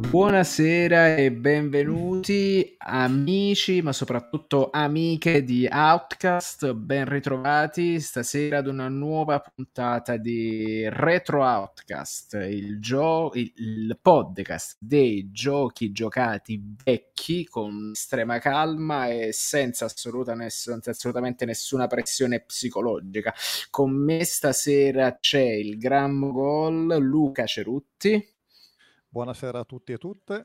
Buonasera e benvenuti amici, ma soprattutto amiche di Outcast, ben ritrovati stasera ad una nuova puntata di Retro Outcast, il podcast dei giochi giocati vecchi con estrema calma e senza assolutamente nessuna pressione psicologica. Con me stasera c'è il Gran Mogol Luca Cerutti. Buonasera a tutti e tutte.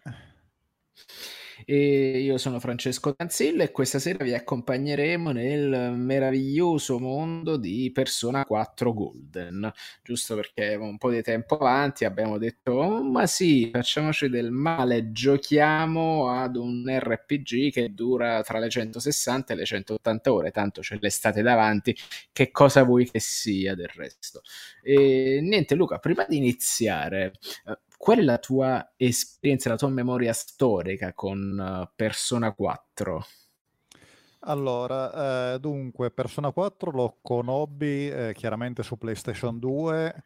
E io sono Francesco Tanzillo e questa sera vi accompagneremo nel meraviglioso mondo di Persona 4 Golden. Giusto perché un po' di tempo avanti abbiamo detto "Oh, ma sì, facciamoci del male, giochiamo ad un RPG che dura tra le 160 e le 180 ore, tanto c'è l'estate davanti, che cosa vuoi che sia del resto". E niente Luca, prima di iniziare, qual è la tua esperienza, la tua memoria storica con Persona 4? Allora, dunque, Persona 4 lo conobbi chiaramente su PlayStation 2,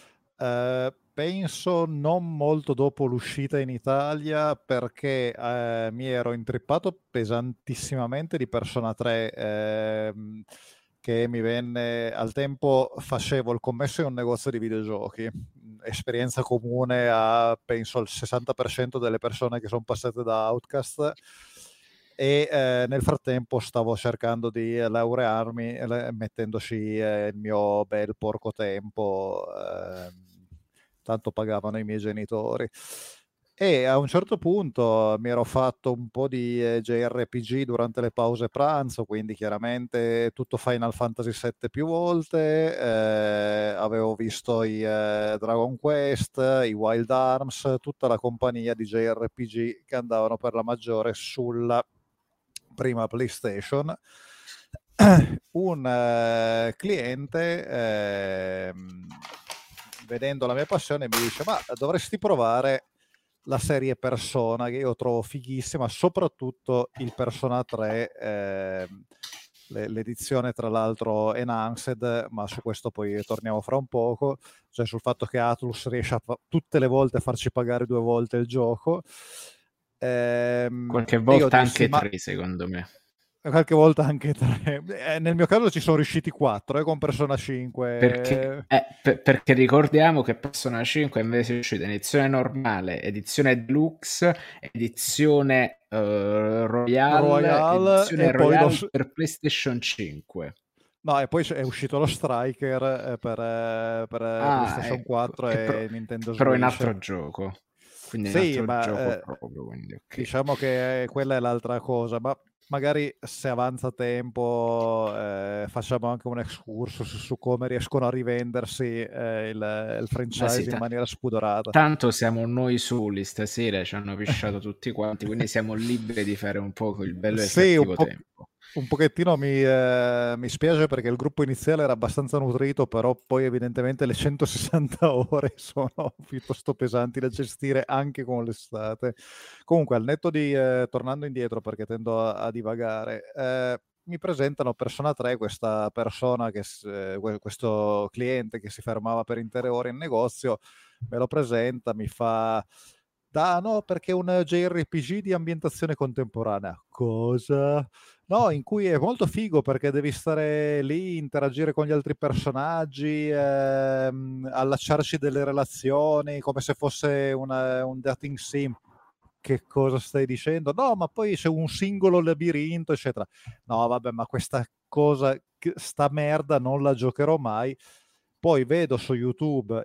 penso non molto dopo l'uscita in Italia perché mi ero intrippato pesantissimamente di Persona 3, che mi venne al tempo, facevo il commesso in un negozio di videogiochi, esperienza comune a penso il 60% delle persone che sono passate da Outcast. E nel frattempo stavo cercando di laurearmi mettendoci il mio bel porco tempo, tanto pagavano i miei genitori. E a un certo punto mi ero fatto un po' di JRPG durante le pause pranzo, quindi chiaramente tutto Final Fantasy VII più volte, avevo visto i Dragon Quest, i Wild Arms, tutta la compagnia di JRPG che andavano per la maggiore sulla prima PlayStation. Un cliente, vedendo la mia passione, mi dice: ma dovresti provare la serie Persona, che io trovo fighissima, soprattutto il Persona 3, l'edizione tra l'altro enhanced, ma su questo poi torniamo fra un poco, cioè sul fatto che Atlus riesce tutte le volte a farci pagare 2 volte il gioco. Qualche E io volta dissi: anche ma 3, secondo me. qualche volta anche 3. Nel mio caso ci sono riusciti 4 con Persona Perché, 5. perché ricordiamo che Persona 5 invece è uscita in edizione normale, edizione deluxe, edizione Royale e poi Royale per PlayStation 5. no, e poi è uscito lo Striker per Ah, PlayStation ecco, 4 e Nintendo però in Switch. altro gioco. Quindi in Sì, altro gioco ma proprio, quindi ok. diciamo che quella è l'altra cosa, ma magari se avanza tempo facciamo anche un excursus su come riescono a rivendersi il Ma sì, franchise in maniera spudorata. tanto siamo noi soli stasera, ci hanno pisciato tutti quanti, quindi siamo liberi di fare un po' il bello e il Sì, cattivo tempo. un pochettino mi spiace perché il gruppo iniziale era abbastanza nutrito, però poi evidentemente le 160 ore sono piuttosto pesanti da gestire anche con l'estate. Comunque, al netto di, tornando indietro perché tendo a divagare, mi presentano Persona 3, questa persona questo cliente che si fermava per intere ore in negozio, me lo presenta, mi fa: "Ah no, perché è un JRPG di ambientazione contemporanea". Cosa? No, in cui è molto figo perché devi stare lì, interagire con gli altri personaggi, allacciarci delle relazioni come se fosse un dating sim. Che cosa stai dicendo? No, ma poi c'è un singolo labirinto, eccetera. No, vabbè, ma questa cosa, sta merda non la giocherò mai. Poi vedo su YouTube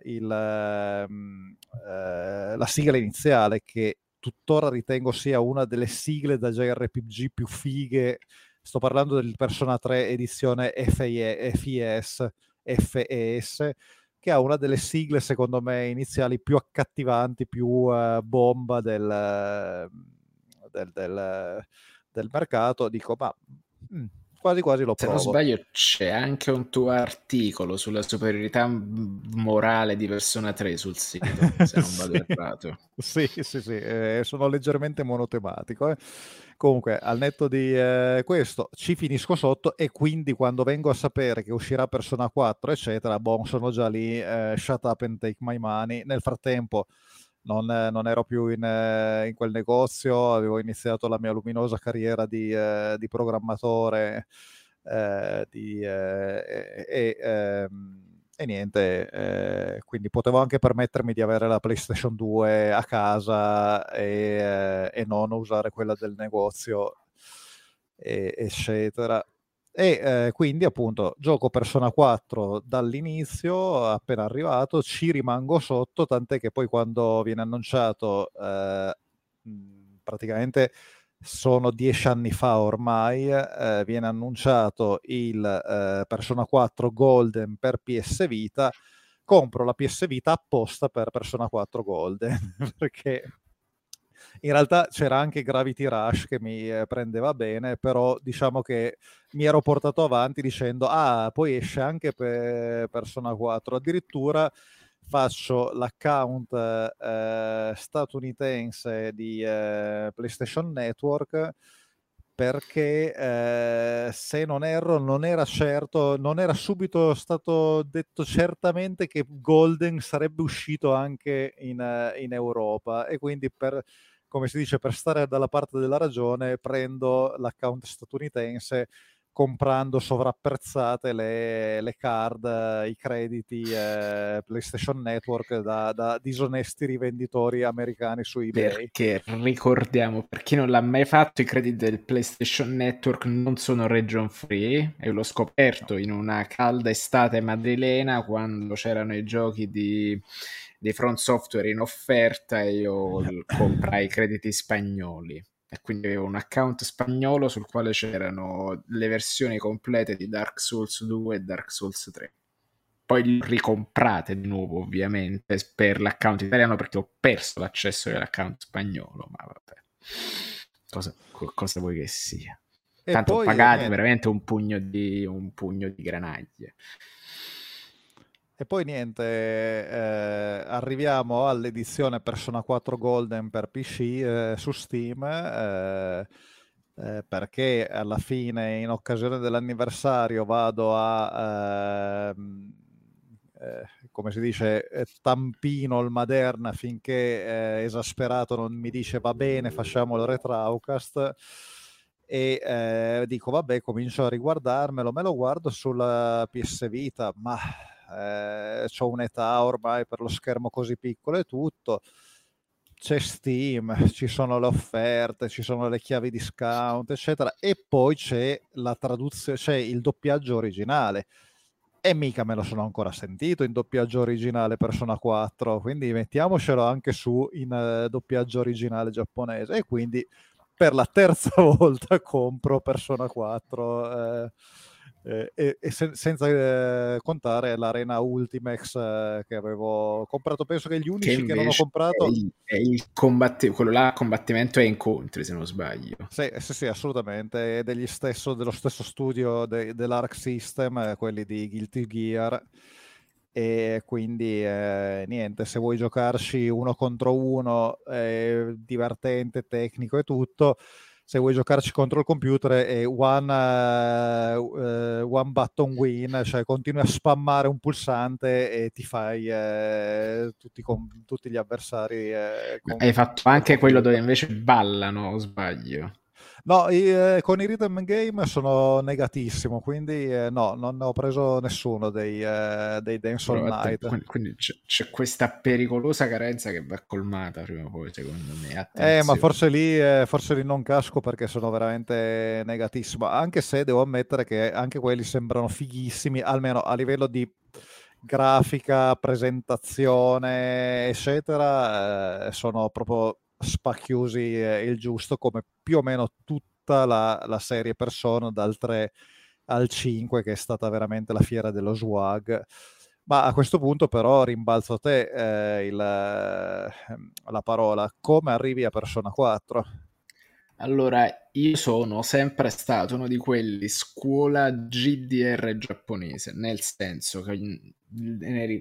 la sigla iniziale, che tuttora ritengo sia una delle sigle da JRPG più fighe. Sto parlando del Persona 3 edizione FES, che ha una delle sigle secondo me iniziali più accattivanti, più bomba del mercato. Dico, ma quasi quasi lo Se non provo. sbaglio c'è anche un tuo articolo sulla superiorità morale di Persona 3 sul sito, se non vado Sì, errato. sì, sì, sì, sono leggermente monotematico. Comunque, al netto di questo, ci finisco sotto e quindi quando vengo a sapere che uscirà Persona 4, eccetera, boh, sono già lì, shut up and take my money. Nel frattempo non ero più in quel negozio, avevo iniziato la mia luminosa carriera di programmatore, e niente, quindi potevo anche permettermi di avere la PlayStation 2 a casa e non usare quella del negozio, eccetera. E quindi appunto gioco Persona 4 dall'inizio, appena arrivato, ci rimango sotto, tant'è che poi quando viene annunciato, praticamente sono 10 anni fa ormai, viene annunciato il Persona 4 Golden per PS Vita, compro la PS Vita apposta per Persona 4 Golden, perché in realtà c'era anche Gravity Rush che mi prendeva bene, però diciamo che mi ero portato avanti dicendo poi esce anche per Persona 4, addirittura faccio l'account statunitense di PlayStation Network, perché se non erro non era subito stato detto certamente che Golden sarebbe uscito anche in Europa, e quindi come si dice, per stare dalla parte della ragione prendo l'account statunitense, comprando sovrapprezzate le card, i crediti PlayStation Network da disonesti rivenditori americani su eBay. Perché ricordiamo, per chi non l'ha mai fatto, i crediti del PlayStation Network non sono region free, e l'ho scoperto in una calda estate madrilena quando c'erano i giochi di Front Software in offerta, e io comprai i crediti spagnoli. E quindi avevo un account spagnolo sul quale c'erano le versioni complete di Dark Souls 2 e Dark Souls 3. Poi li ho ricomprate di nuovo, ovviamente, per l'account italiano, perché ho perso l'accesso all'account spagnolo, ma vabbè. Cosa vuoi che sia? E Tanto ho poi pagato niente. veramente un pugno di granaglie. E poi niente, arriviamo all'edizione Persona 4 Golden per PC su Steam, perché alla fine, in occasione dell'anniversario, vado come si dice, tampino il Maderna finché esasperato non mi dice va bene, facciamo il retraucast. E dico vabbè, comincio a riguardarmelo, me lo guardo sulla PS Vita, ma c'ho un'età ormai per lo schermo così piccolo e tutto. C'è Steam, ci sono le offerte, ci sono le chiavi discount, eccetera, e poi c'è la traduzione, c'è il doppiaggio originale. E mica me lo sono ancora sentito in doppiaggio originale Persona 4, quindi mettiamocelo anche su in doppiaggio originale giapponese. E quindi per la terza volta compro Persona 4, senza contare l'Arena Ultimax che avevo comprato. Penso che gli Che unici che non ho invece comprato... quello là, combattimento e incontri, se non sbaglio. Sì, sì, sì, assolutamente, è dello stesso studio dell'Arc System, quelli di Guilty Gear, e quindi niente, se vuoi giocarci uno contro uno, divertente, tecnico e tutto. Se vuoi giocarci contro il computer è one button win, cioè continui a spammare un pulsante e ti fai tutti gli avversari Hai fatto col anche quello dove computer. invece ballano, o sbaglio? No, con i rhythm game sono negatissimo, quindi no, non ne ho preso nessuno dei Dance All Night. Quindi c'è questa pericolosa carenza che va colmata prima o poi, secondo me. Ma Attenzione. forse lì non casco perché sono veramente negatissimo, anche se devo ammettere che anche quelli sembrano fighissimi, almeno a livello di grafica, presentazione, eccetera, sono proprio spacchiusi il giusto, come più o meno tutta la serie Persona dal 3 al 5, che è stata veramente la fiera dello swag. Ma a questo punto però rimbalzo a te la parola. Come arrivi a Persona 4? Allora, io sono sempre stato uno di quelli scuola GDR giapponese, nel senso che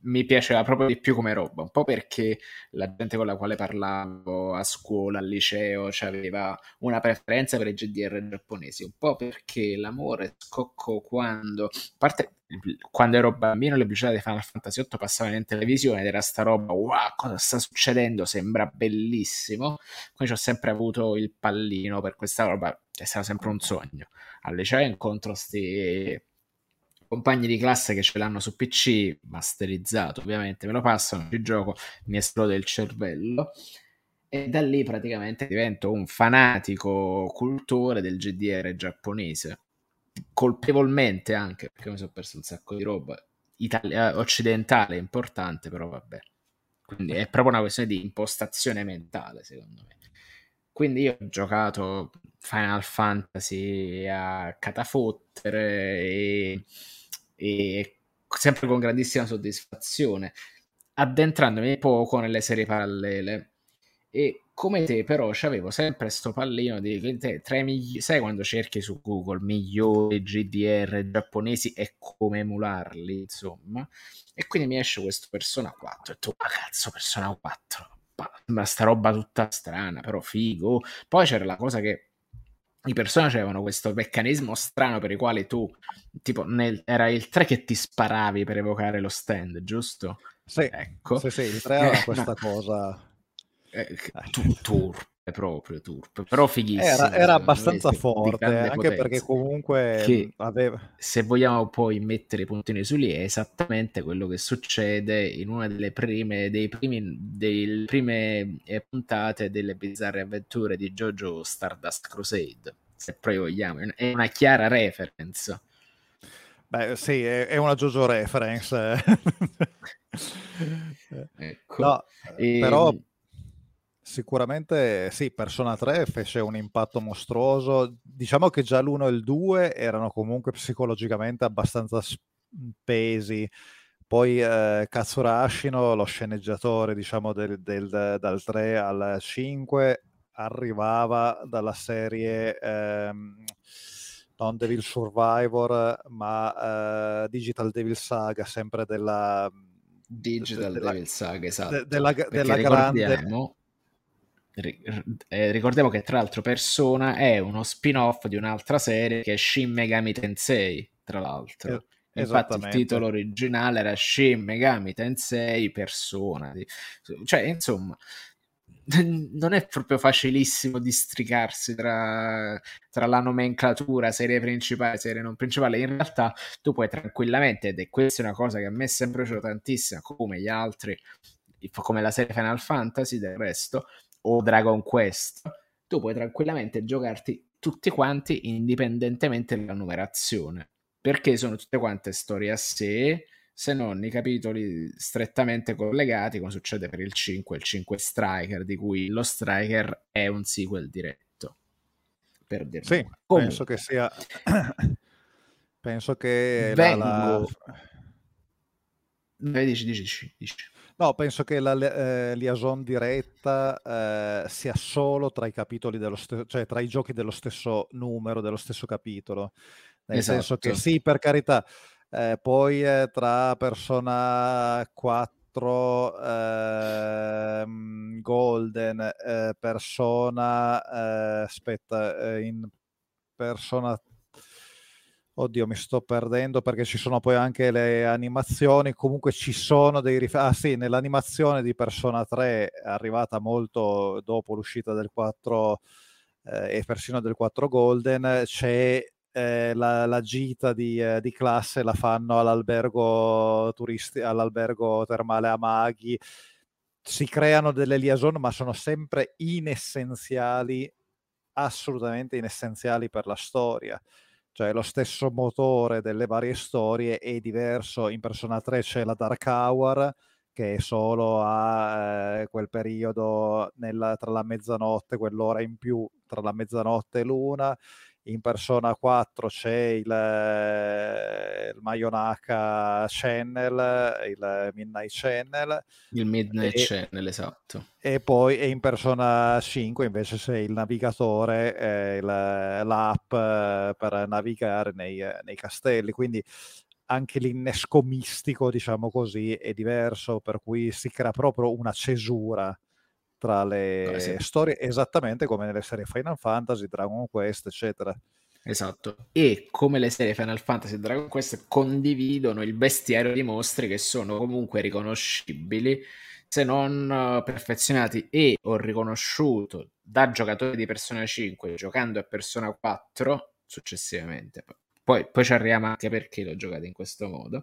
mi piaceva proprio di più come roba, un po' perché la gente con la quale parlavo a scuola, al liceo, aveva una preferenza per i GDR giapponesi, un po' perché l'amore scoccò quando, a parte quando ero bambino le pubblicità di Final Fantasy VIII passavano in televisione ed era sta roba, wow, cosa sta succedendo? Sembra bellissimo. Quindi ho sempre avuto il pallino per questa roba, è stato sempre un sogno. Al liceo incontro sti compagni di classe che ce l'hanno su PC, masterizzato ovviamente, me lo passano, ci gioco, mi esplode il cervello e da lì praticamente divento un fanatico cultore del GDR giapponese, colpevolmente anche, perché mi sono perso un sacco di roba occidentale importante, però vabbè. Quindi è proprio una questione di impostazione mentale, secondo me. Quindi io ho giocato Final Fantasy a catafottere e sempre con grandissima soddisfazione, addentrandomi poco nelle serie parallele. E come te, però, c'avevo sempre sto pallino di tra i migliori, sai quando cerchi su Google migliori GDR giapponesi e come emularli, insomma. E quindi mi esce questo Persona 4 e tu, ah cazzo, Persona 4. Ma sta roba tutta strana, però figo. Poi c'era la cosa che i personaggi avevano questo meccanismo strano per i quali tu, tipo, era il 3 che ti sparavi per evocare lo stand, giusto? Sì, Ecco. sì, sì, il 3 aveva No. questa cosa. Turpe, proprio turpe, però fighissimo Era secondo me, abbastanza di forte, grande anche perché potenza, comunque che aveva... se vogliamo poi mettere i puntini su lì è esattamente quello che succede in una delle prime puntate delle bizzarre avventure di JoJo Stardust Crusade, se poi vogliamo, è una chiara reference. Beh, sì, è una JoJo reference. Ecco. No, però sicuramente sì, Persona 3 fece un impatto mostruoso. Diciamo che già l'1 e il 2 erano comunque psicologicamente abbastanza spesi. Poi Katsura Ashino, lo sceneggiatore, diciamo, dal 3 al 5, arrivava dalla serie non Devil Survivor, ma Digital Devil Saga, sempre Digital della, Devil Saga, esatto, perché della grande... ricordiamo che tra l'altro Persona è uno spin-off di un'altra serie che è Shin Megami Tensei, tra l'altro. Infatti il Esattamente. titolo originale era Shin Megami Tensei Persona. Cioè, insomma, non è proprio facilissimo districarsi tra la nomenclatura serie principale e serie non principale. In realtà tu puoi tranquillamente, ed è questa una cosa che a me è sempre piaciuta tantissimo, come gli altri, come la serie Final Fantasy del resto, o Dragon Quest, tu puoi tranquillamente giocarti tutti quanti indipendentemente dalla numerazione, perché sono tutte quante storie a sé, se non i capitoli strettamente collegati, come succede per il 5, il 5 Striker, di cui lo Striker è un sequel diretto, per dirne Sì, una. penso che Comunque, sia... penso che vengo... Dici. No, penso che la liaison diretta sia solo tra i capitoli cioè tra i giochi dello stesso numero, dello stesso capitolo. Nel senso che Esatto. sì, per carità, poi tra Persona 4 Golden, Persona, aspetta, in Persona... Oddio, mi sto perdendo perché ci sono poi anche le animazioni. Comunque ci sono dei ah sì, nell'animazione di Persona 3 è arrivata molto dopo l'uscita del 4 e persino del 4 Golden, c'è la gita di classe, la fanno all'albergo all'albergo termale Amaghi. Si creano delle liaison, ma sono sempre inessenziali, assolutamente inessenziali per la storia. Cioè lo stesso motore delle varie storie è diverso. In Persona 3 c'è la Dark Hour, che è solo a quel periodo tra la mezzanotte, quell'ora in più tra la mezzanotte e l'una. In Persona 4 c'è il Mayonaka Channel, il Midnight Channel, Il Midnight e, Channel, esatto. e poi in Persona 5 invece c'è il navigatore, l'app per navigare nei castelli. Quindi anche l'innesco mistico, diciamo così, è diverso, per cui si crea proprio una cesura tra le storie, esattamente come nelle serie Final Fantasy, Dragon Quest, eccetera. Esatto, e come le serie Final Fantasy e Dragon Quest condividono il bestiario di mostri che sono comunque riconoscibili, se non perfezionati, e ho riconosciuto da giocatore di Persona 5 giocando a Persona 4 successivamente. Poi ci arriviamo anche perché l'ho giocato in questo modo.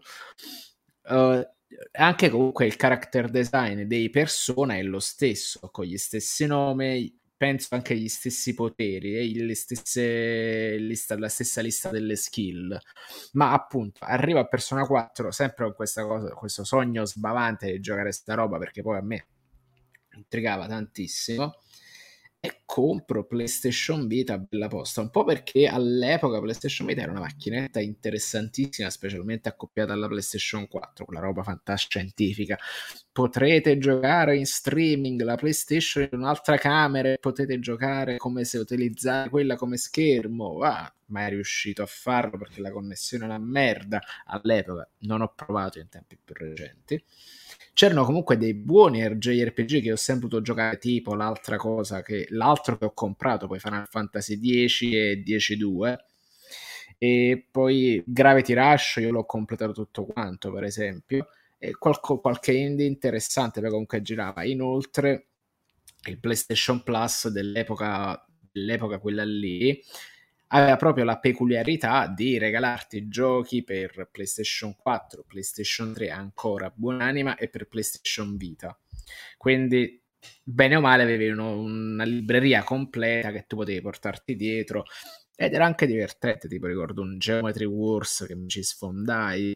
Anche comunque il character design dei Persona è lo stesso, con gli stessi nomi, penso anche agli stessi poteri e la stessa lista delle skill, ma appunto arrivo a Persona 4 sempre con questa cosa, questo sogno sbavante di giocare sta roba, perché poi a me intrigava tantissimo, e compro PlayStation Vita bella posta, un po' perché all'epoca PlayStation Vita era una macchinetta interessantissima, specialmente accoppiata alla PlayStation 4, quella roba fantascientifica. Potrete giocare in streaming la PlayStation in un'altra camera e potete giocare come se utilizzare quella come schermo. Mai riuscito a farlo perché la connessione è una merda all'epoca, non ho provato in tempi più recenti. C'erano comunque dei buoni JRPG che ho sempre potuto giocare, tipo l'altro che ho comprato, poi Final Fantasy X e X-2, e poi Gravity Rush io l'ho completato tutto quanto, per esempio, e qualche indie interessante, poi comunque girava. Inoltre il PlayStation Plus dell'epoca quella lì aveva proprio la peculiarità di regalarti giochi per PlayStation 4, PlayStation 3 ancora buonanima, e per PlayStation Vita. Quindi bene o male avevi una libreria completa che tu potevi portarti dietro, ed era anche divertente. Tipo ricordo un Geometry Wars che mi ci sfondai,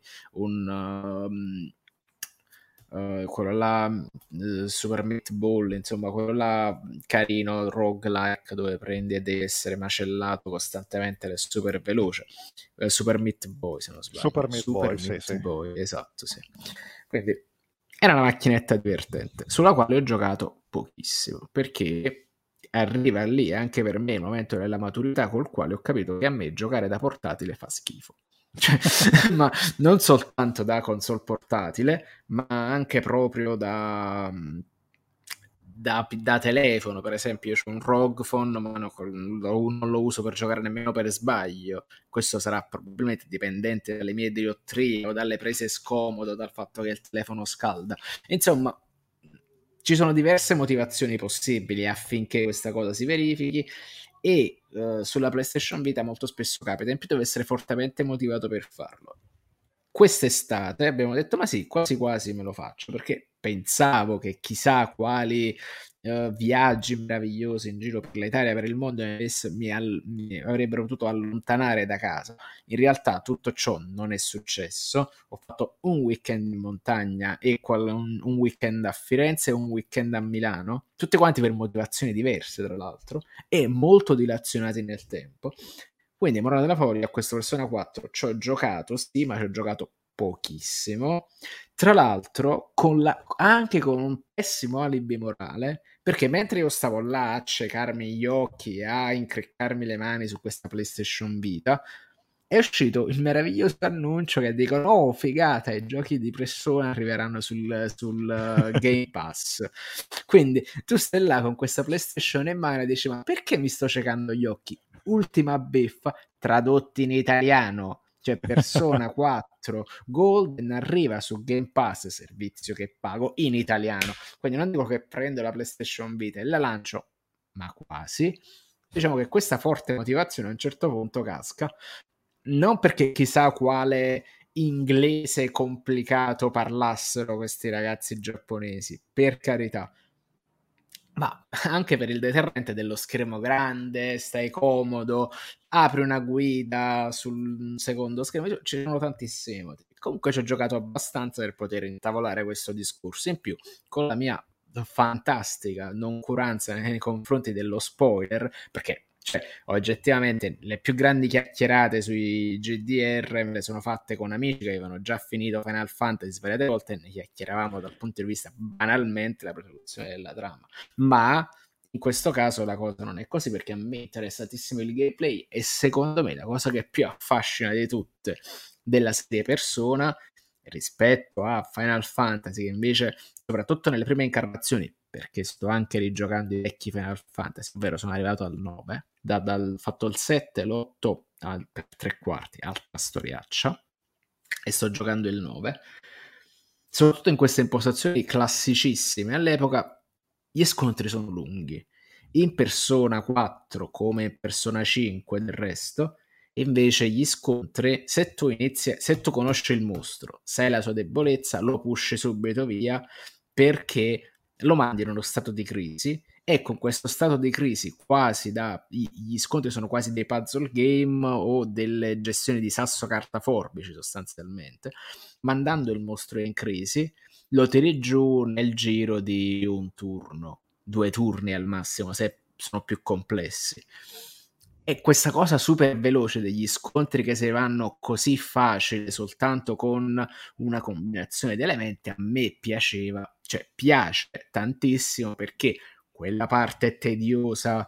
quello là, Super Meat Ball, insomma quello là carino, roguelike, dove prendi e devi essere macellato costantemente, è super veloce. Super Meat Boy, se non sbaglio. Super Meat Super Boy, Meat sì, sì. Boy, esatto, sì. Quindi era una macchinetta divertente, sulla quale ho giocato pochissimo, perché arriva lì anche per me il momento della maturità, col quale ho capito che a me giocare da portatile fa schifo. Ma non soltanto da console portatile, ma anche proprio da telefono. Per esempio, io ho un ROG Phone, ma non lo uso per giocare nemmeno per sbaglio. Questo sarà probabilmente dipendente dalle mie diottrie o dalle prese scomodo, dal fatto che il telefono scalda. Insomma, ci sono diverse motivazioni possibili affinché questa cosa si verifichi, e sulla PlayStation Vita molto spesso capita in più devo essere fortemente motivato per farlo. Quest'estate abbiamo detto ma sì, quasi quasi me lo faccio, perché pensavo che chissà quali viaggi meravigliosi in giro per l'Italia, per il mondo, mi avrebbero potuto allontanare da casa. In realtà tutto ciò non è successo. Ho fatto un weekend in montagna e un weekend a Firenze e un weekend a Milano, tutti quanti per motivazioni diverse tra l'altro, e molto dilazionati nel tempo. Quindi, morale della favola, a questa Persona 4 ci ho giocato, sì, ma ci ho giocato pochissimo. Tra l'altro, anche con un pessimo alibi morale, perché mentre io stavo là a ciecarmi gli occhi e a incriccarmi le mani su questa PlayStation Vita, è uscito il meraviglioso annuncio che dicono: oh figata, i giochi di Persona arriveranno sul Game Pass. Quindi tu stai là con questa PlayStation in mano e dici: ma perché mi sto ciecando gli occhi? Ultima beffa, tradotti in italiano, cioè Persona 4 Golden arriva su Game Pass, servizio che pago, in italiano. Quindi non dico che prendo la PlayStation Vita e la lancio, ma quasi. Diciamo che questa forte motivazione a un certo punto casca, non perché chissà quale inglese complicato parlassero questi ragazzi giapponesi, per carità, ma anche per il deterrente dello schermo grande, stai comodo, apri una guida sul secondo schermo, ci sono tantissimi motivi. Comunque ci ho giocato abbastanza per poter intavolare questo discorso. In più, con la mia fantastica noncuranza nei confronti dello spoiler, perché oggettivamente le più grandi chiacchierate sui GDR me le sono fatte con amici che avevano già finito Final Fantasy svariate volte e ne chiacchieravamo dal punto di vista banalmente della presentazione della trama. Ma in questo caso la cosa non è così, perché a me è interessatissimo il gameplay, e secondo me la cosa che più affascina di tutte della serie Persona rispetto a Final Fantasy, che invece, soprattutto nelle prime incarnazioni, perché sto anche rigiocando i vecchi Final Fantasy, ovvero sono arrivato al 9, fatto il 7, l'8 per tre quarti, altra storiaccia, e sto giocando il 9, soprattutto in queste impostazioni classicissime. All'epoca gli scontri sono lunghi, in Persona 4 come in Persona 5 del resto, invece gli scontri, se tu conosci il mostro, sai la sua debolezza, lo pushi subito via, perché lo mandi in uno stato di crisi, e con questo stato di crisi gli scontri sono quasi dei puzzle game o delle gestioni di sasso carta forbici sostanzialmente. Mandando il mostro in crisi, lo tiri giù nel giro di un turno, 2 turni al massimo, se sono più complessi. E questa cosa super veloce degli scontri che si vanno così facile soltanto con una combinazione di elementi, a me piaceva, cioè piace tantissimo, perché quella parte tediosa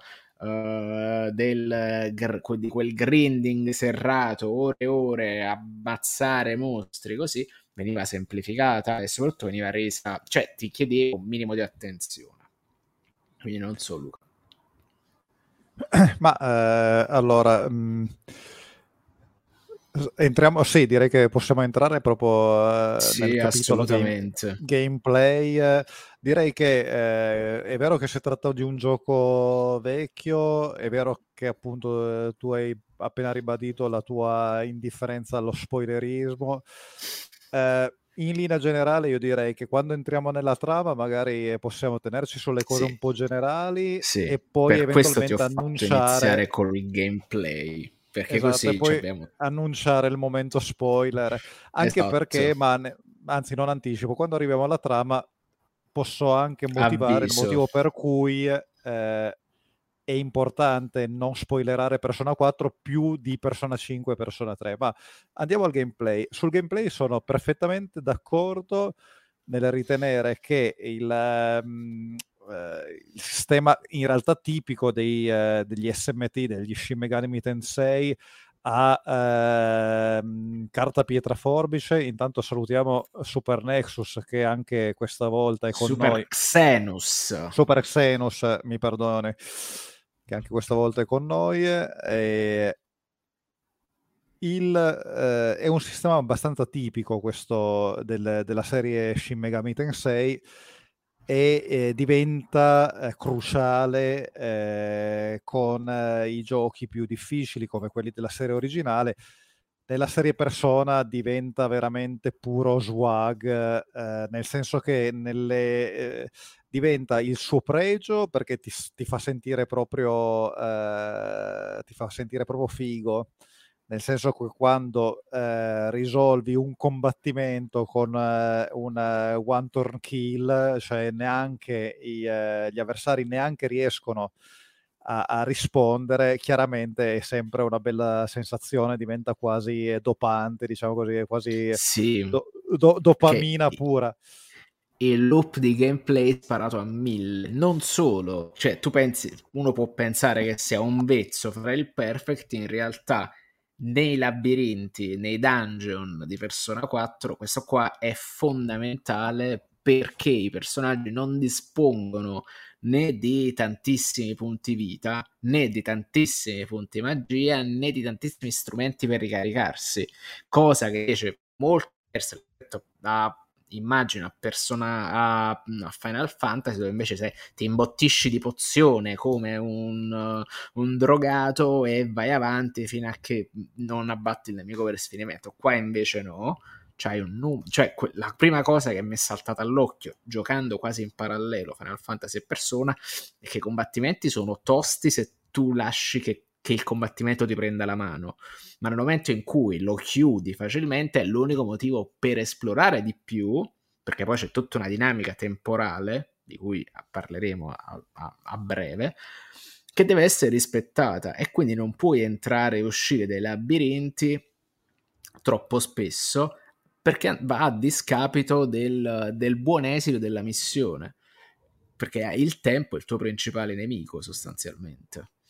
di quel grinding serrato, ore e ore, ammazzare mostri così, veniva semplificata e soprattutto veniva resa, cioè ti chiedevo un minimo di attenzione. Quindi non so, Luca. Ma allora, entriamo, sì, direi che possiamo entrare proprio Sì, nel capitolo assolutamente. gameplay. Direi che è vero che si tratta di un gioco vecchio, è vero che appunto tu hai appena ribadito la tua indifferenza allo spoilerismo. In linea generale io direi che quando entriamo nella trama magari possiamo tenerci sulle cose un po' generali Sì, e poi per questo ti ho eventualmente fatto annunciare. iniziare con il gameplay, perché Esatto, e così poi abbiamo... annunciare il momento spoiler, anche perché, Esatto, anzi non anticipo, quando arriviamo alla trama posso anche motivare il avviso. motivo per cui è importante non spoilerare Persona 4 più di Persona 5 e Persona 3. Ma andiamo al gameplay. Sul gameplay sono perfettamente d'accordo nel ritenere che il sistema in realtà tipico degli SMT, degli Shin Megami Tensei, a carta pietra forbice. Intanto salutiamo Super Nexus, che anche questa volta è con Super noi. Xenus. Super Xenos, mi perdoni, che anche questa volta è con noi. È un sistema abbastanza tipico questo della serie Shin Megami Tensei, e diventa cruciale con i giochi più difficili come quelli della serie originale. Nella serie Persona diventa veramente puro swag, nel senso che diventa il suo pregio, perché ti fa sentire proprio figo, nel senso che quando risolvi un combattimento con un one turn kill, cioè neanche gli avversari neanche riescono a rispondere, chiaramente è sempre una bella sensazione, diventa quasi dopante, diciamo così, è quasi Sì, che dopamina pura. il loop di gameplay sparato a 1000. Non solo, cioè uno può pensare che sia un vezzo fare il perfect, in realtà nei labirinti, nei dungeon di Persona 4, questo qua è fondamentale, perché i personaggi non dispongono né di tantissimi punti vita, né di tantissimi punti magia, né di tantissimi strumenti per ricaricarsi, cosa che invece molto diversa rispetto a, immagino, a Final Fantasy, dove invece se ti imbottisci di pozione come un drogato e vai avanti fino a che non abbatti il nemico per sfinimento. Qua invece no, c'hai cioè la prima cosa che mi è saltata all'occhio giocando quasi in parallelo Final Fantasy e Persona è che i combattimenti sono tosti se tu lasci che il combattimento ti prenda la mano, ma nel momento in cui lo chiudi facilmente è l'unico motivo per esplorare di più, perché poi c'è tutta una dinamica temporale di cui parleremo a breve, che deve essere rispettata, e quindi non puoi entrare e uscire dai labirinti troppo spesso, perché va a discapito del buon esito della missione, perché il tempo è il tuo principale nemico sostanzialmente.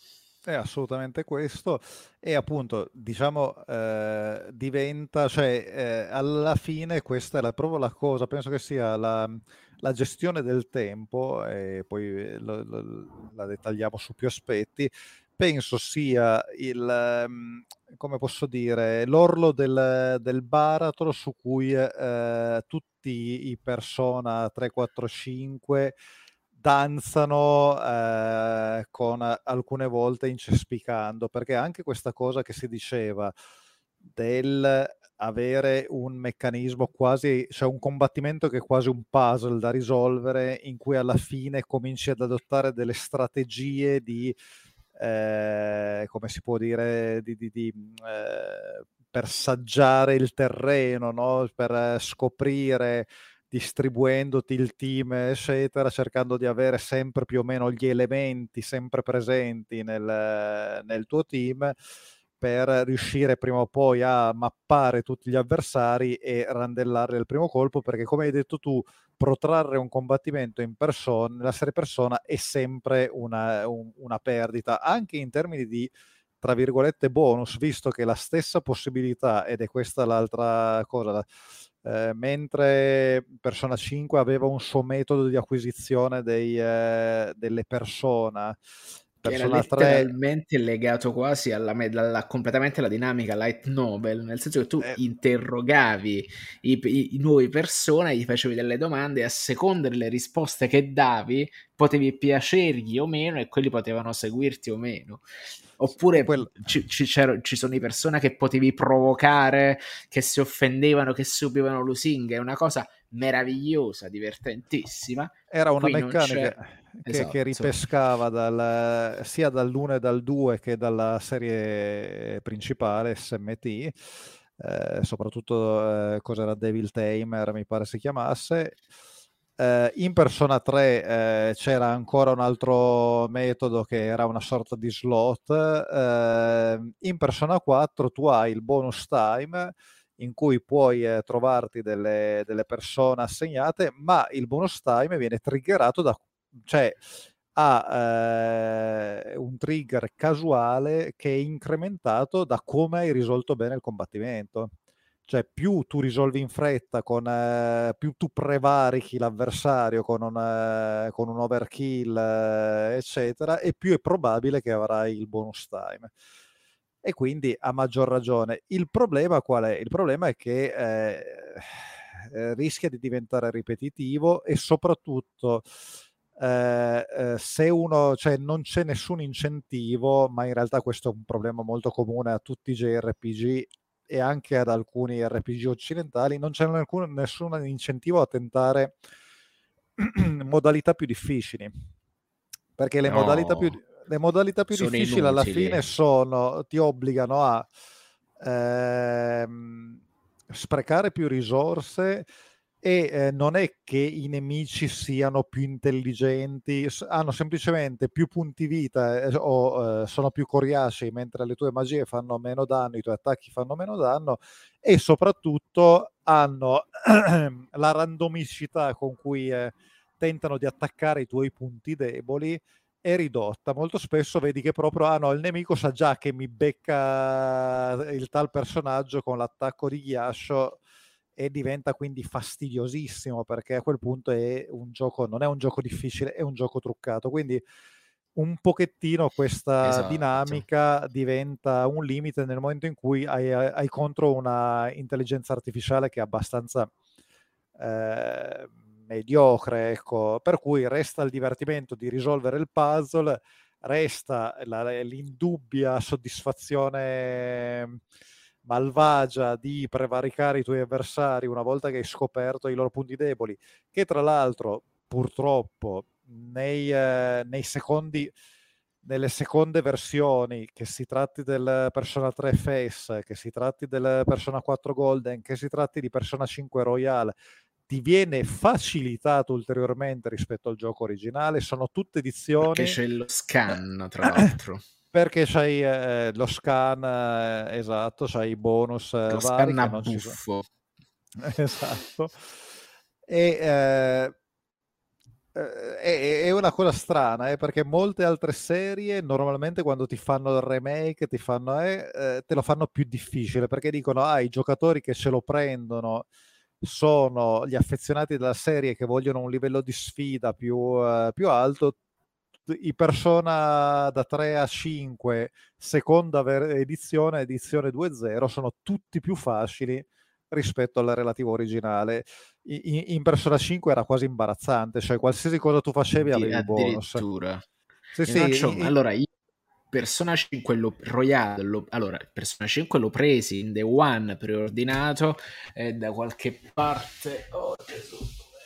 È assolutamente questo, e appunto diciamo diventa, cioè alla fine questa è proprio la cosa, penso che sia la gestione del tempo, e poi la dettagliamo su più aspetti. Penso sia come posso dire, l'orlo del baratro su cui tutti i Persona 3, 4, 5 danzano con alcune volte incespicando, perché anche questa cosa che si diceva del avere un meccanismo quasi, cioè un combattimento che è quasi un puzzle da risolvere, in cui alla fine cominci ad adottare delle strategie di come si può dire, per saggiare il terreno, no? Per scoprire, distribuendoti il team, eccetera, cercando di avere sempre più o meno gli elementi sempre presenti nel tuo team, per riuscire prima o poi a mappare tutti gli avversari e randellarli al primo colpo, perché come hai detto tu, protrarre un combattimento in persona, nella serie persona, è sempre una perdita, anche in termini di, tra virgolette, bonus, visto che la stessa possibilità, ed è questa l'altra cosa, mentre Persona 5 aveva un suo metodo di acquisizione delle persona, Che era Persona 3 letteralmente legato quasi completamente alla dinamica light novel, nel senso che tu eh, interrogavi i nuovi persone, gli facevi delle domande e a seconda delle risposte che davi potevi piacergli o meno e quelli potevano seguirti o meno. Oppure quel, ci sono i persone che potevi provocare, che si offendevano, che subivano lusinghe, è una cosa meravigliosa, divertentissima. era una Qui non c'è. meccanica che Esatto. ripescava sia dall'1 e dal 2 che dalla serie principale SMT, soprattutto cos'era Devil Tamer, mi pare si chiamasse. In Persona 3 c'era ancora un altro metodo che era una sorta di slot. In Persona 4 tu hai il bonus time, in cui puoi trovarti delle persone assegnate, ma il bonus time viene triggerato cioè ha un trigger casuale che è incrementato da come hai risolto bene il combattimento. Cioè più tu risolvi in fretta, più tu prevarichi l'avversario con un overkill, eccetera, e più è probabile che avrai il bonus time. E quindi a maggior ragione. Il problema qual è? Il problema è che rischia di diventare ripetitivo, e soprattutto se uno, cioè non c'è nessun incentivo, ma in realtà questo è un problema molto comune a tutti i JRPG e anche ad alcuni RPG occidentali, non c'è nessun incentivo a tentare modalità più difficili, perché No, le modalità più sono difficili alla inutili. fine ti obbligano a ehm, sprecare più risorse, e non è che i nemici siano più intelligenti, hanno semplicemente più punti vita, o sono più coriacei, mentre le tue magie fanno meno danno, i tuoi attacchi fanno meno danno, e soprattutto hanno la randomicità con cui tentano di attaccare i tuoi punti deboli è ridotta. Molto spesso vedi che proprio no, il nemico sa già che mi becca il tal personaggio con l'attacco di ghiaccio, e diventa quindi fastidiosissimo, perché a quel punto è un gioco, non è un gioco difficile, è un gioco truccato. Quindi un pochettino questa Esatto. dinamica diventa un limite nel momento in cui hai contro una intelligenza artificiale che è abbastanza eh, mediocre, ecco. Per cui resta il divertimento di risolvere il puzzle, resta l'indubbia soddisfazione malvagia di prevaricare i tuoi avversari una volta che hai scoperto i loro punti deboli, che tra l'altro purtroppo nelle seconde versioni, che si tratti del Persona 3 FS, che si tratti del Persona 4 Golden, che si tratti di Persona 5 Royale, ti viene facilitato ulteriormente rispetto al gioco originale. Sono tutte Perché edizioni c'è lo scan, tra l'altro. perché c'hai lo scan, esatto, c'hai i bonus Lo vari scan a che non ci sono. buffo. Esatto. E è una cosa strana, perché molte altre serie normalmente quando ti fanno il remake te lo fanno più difficile, perché dicono i giocatori che ce lo prendono sono gli affezionati della serie che vogliono un livello di sfida più alto. I Persona da 3 a 5 seconda edizione 2.0 sono tutti più facili rispetto alla relativa originale. In Persona 5 era quasi imbarazzante, cioè qualsiasi cosa tu facevi avevi il bonus. Addirittura. Sì, Io non c'ho- sì, allora, io Persona 5 Royale, allora, Persona 5 l'ho presi in Day One preordinato e da qualche parte... Oh Gesù!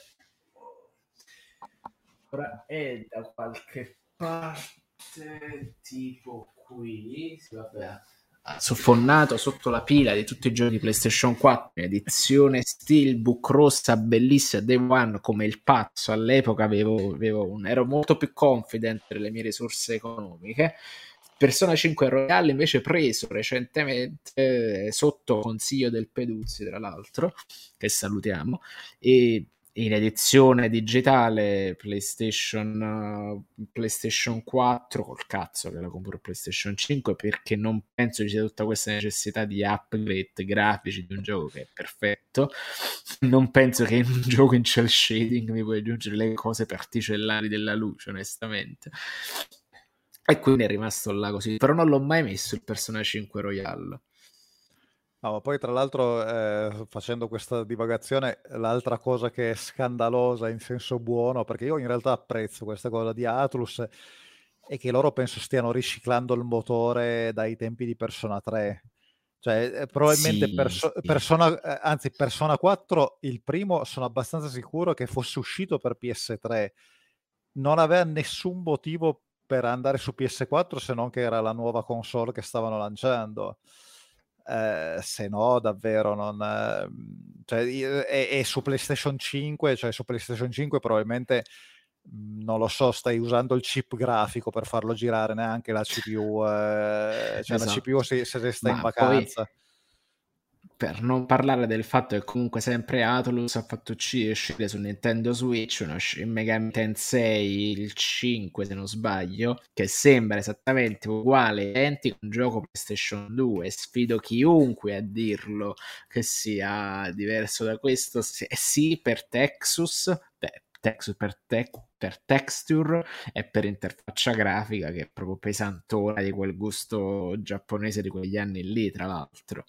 Ora è da qualche parte tipo qui, sì, vabbè, soffonnato sotto la pila di tutti i giochi di PlayStation 4 in edizione Steelbook rossa bellissima Day One come il pazzo. All'epoca ero molto più confident delle mie risorse economiche. Persona 5 Royale invece preso recentemente sotto consiglio del Peduzzi, tra l'altro, che salutiamo, e in edizione digitale PlayStation 4 col cazzo che la compro PlayStation 5, perché non penso ci sia tutta questa necessità di upgrade grafici di un gioco che è perfetto. Non penso che in un gioco in cel shading mi puoi aggiungere le cose particellari della luce, onestamente, e quindi è rimasto là così. Però non l'ho mai messo il Persona 5 Royale. no, ma poi tra l'altro, facendo questa divagazione, l'altra cosa che è scandalosa in senso buono, perché io in realtà apprezzo questa cosa di Atlus, è che loro penso stiano riciclando il motore dai tempi di Persona 3. Cioè, probabilmente Sì, sì. Persona 4, il primo, sono abbastanza sicuro che fosse uscito per PS3. Non aveva nessun motivo per andare su PS4 se non che era la nuova console che stavano lanciando. Se no, davvero non. Cioè, e su PlayStation 5, cioè su PlayStation 5 probabilmente non lo so, stai usando il chip grafico per farlo girare, neanche la CPU, cioè la CPU Esatto. se sta in Ma poi, vacanza. per non parlare del fatto che comunque sempre Atlus ha fatto uscire su Nintendo Switch uno Shin Megami Tensei il 5 se non sbaglio, che sembra esattamente uguale, identico a un gioco PlayStation 2. Sfido chiunque a dirlo che sia diverso da questo. Sì, per Texus, per texture e per interfaccia grafica, che è proprio pesantona di quel gusto giapponese di quegli anni lì, tra l'altro.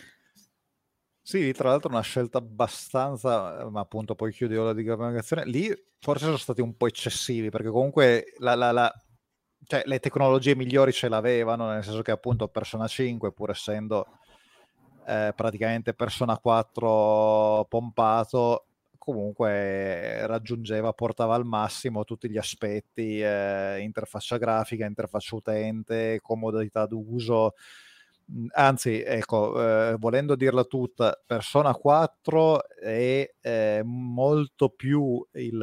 Sì, tra l'altro una scelta abbastanza, ma appunto poi chiudo la divagazione, lì forse sono stati un po' eccessivi, perché comunque cioè, le tecnologie migliori ce l'avevano, nel senso che appunto Persona 5, pur essendo praticamente Persona 4 pompato, comunque portava al massimo tutti gli aspetti, interfaccia grafica, interfaccia utente, comodità d'uso. Anzi, ecco, volendo dirla tutta, Persona 4 è molto più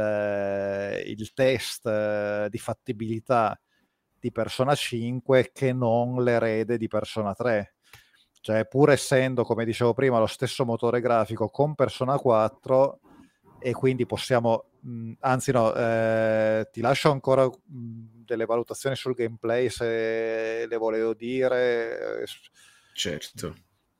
il test di fattibilità di Persona 5 che non l'erede di Persona 3. Cioè, pur essendo, come dicevo prima, lo stesso motore grafico con Persona 4, e quindi possiamo, anzi no, ti lascio ancora delle valutazioni sul gameplay se le volevo dire. Certo.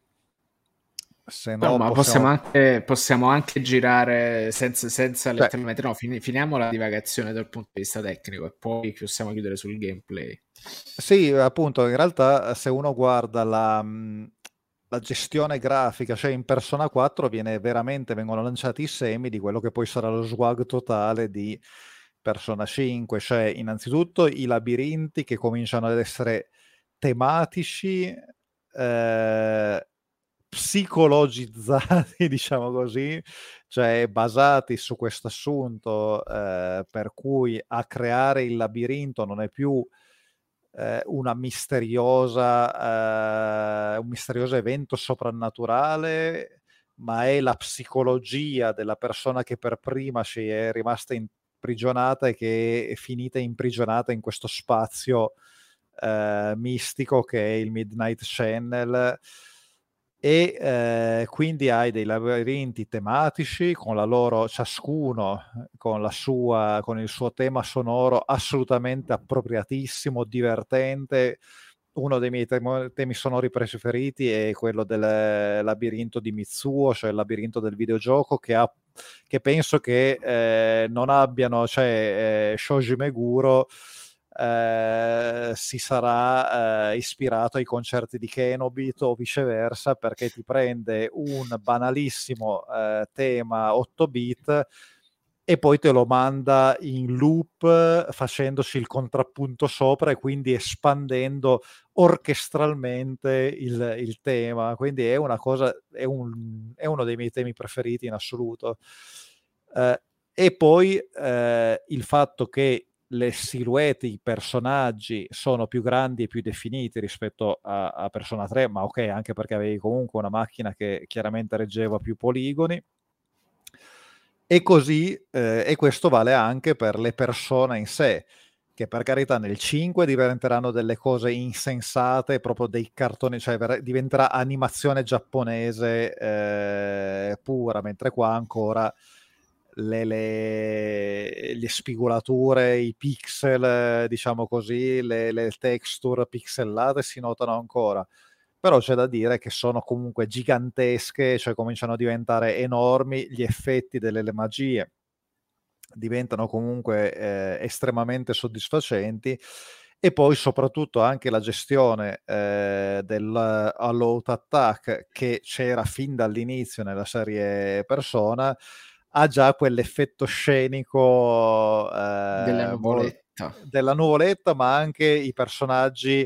Se No, no ma possiamo. possiamo anche girare senza Cioè, letteralmente. No, finiamo la divagazione dal punto di vista tecnico e poi possiamo chiudere sul gameplay. sì, appunto, in realtà se uno guarda la gestione grafica, cioè in Persona 4 vengono lanciati i semi di quello che poi sarà lo swag totale di Persona 5, cioè innanzitutto i labirinti che cominciano ad essere tematici, eh, psicologizzati, diciamo così, cioè basati su questo assunto, per cui a creare il labirinto non è più un misterioso evento soprannaturale, ma è la psicologia della persona che per prima ci è rimasta imprigionata e che è finita imprigionata in questo spazio mistico che è il Midnight Channel. e quindi hai dei labirinti tematici con la loro, ciascuno con il suo tema sonoro assolutamente appropriatissimo, divertente. Uno dei miei temi sonori preferiti è quello del labirinto di Mitsuo, cioè il labirinto del videogioco, che penso che non abbiano, cioè Shoji Meguro si sarà ispirato ai concerti di Kenobit o viceversa, perché ti prende un banalissimo tema 8 bit e poi te lo manda in loop facendoci il contrappunto sopra e quindi espandendo orchestralmente il tema. Quindi è una cosa, è uno dei miei temi preferiti in assoluto. E poi il fatto che le silhouette, i personaggi sono più grandi e più definiti rispetto a Persona 3, ma ok, anche perché avevi comunque una macchina che chiaramente reggeva più poligoni. E così, e questo vale anche per le persone in sé, che per carità nel 5 diventeranno delle cose insensate, proprio dei cartoni, cioè diventerà animazione giapponese pura, mentre qua ancora le spigolature, i pixel, diciamo così, le texture pixellate si notano ancora. Però c'è da dire che sono comunque gigantesche, cioè cominciano a diventare enormi, gli effetti delle magie diventano comunque estremamente soddisfacenti, e poi soprattutto anche la gestione del all-out attack che c'era fin dall'inizio nella serie Persona ha già quell'effetto scenico della nuvoletta. della nuvoletta, ma anche i personaggi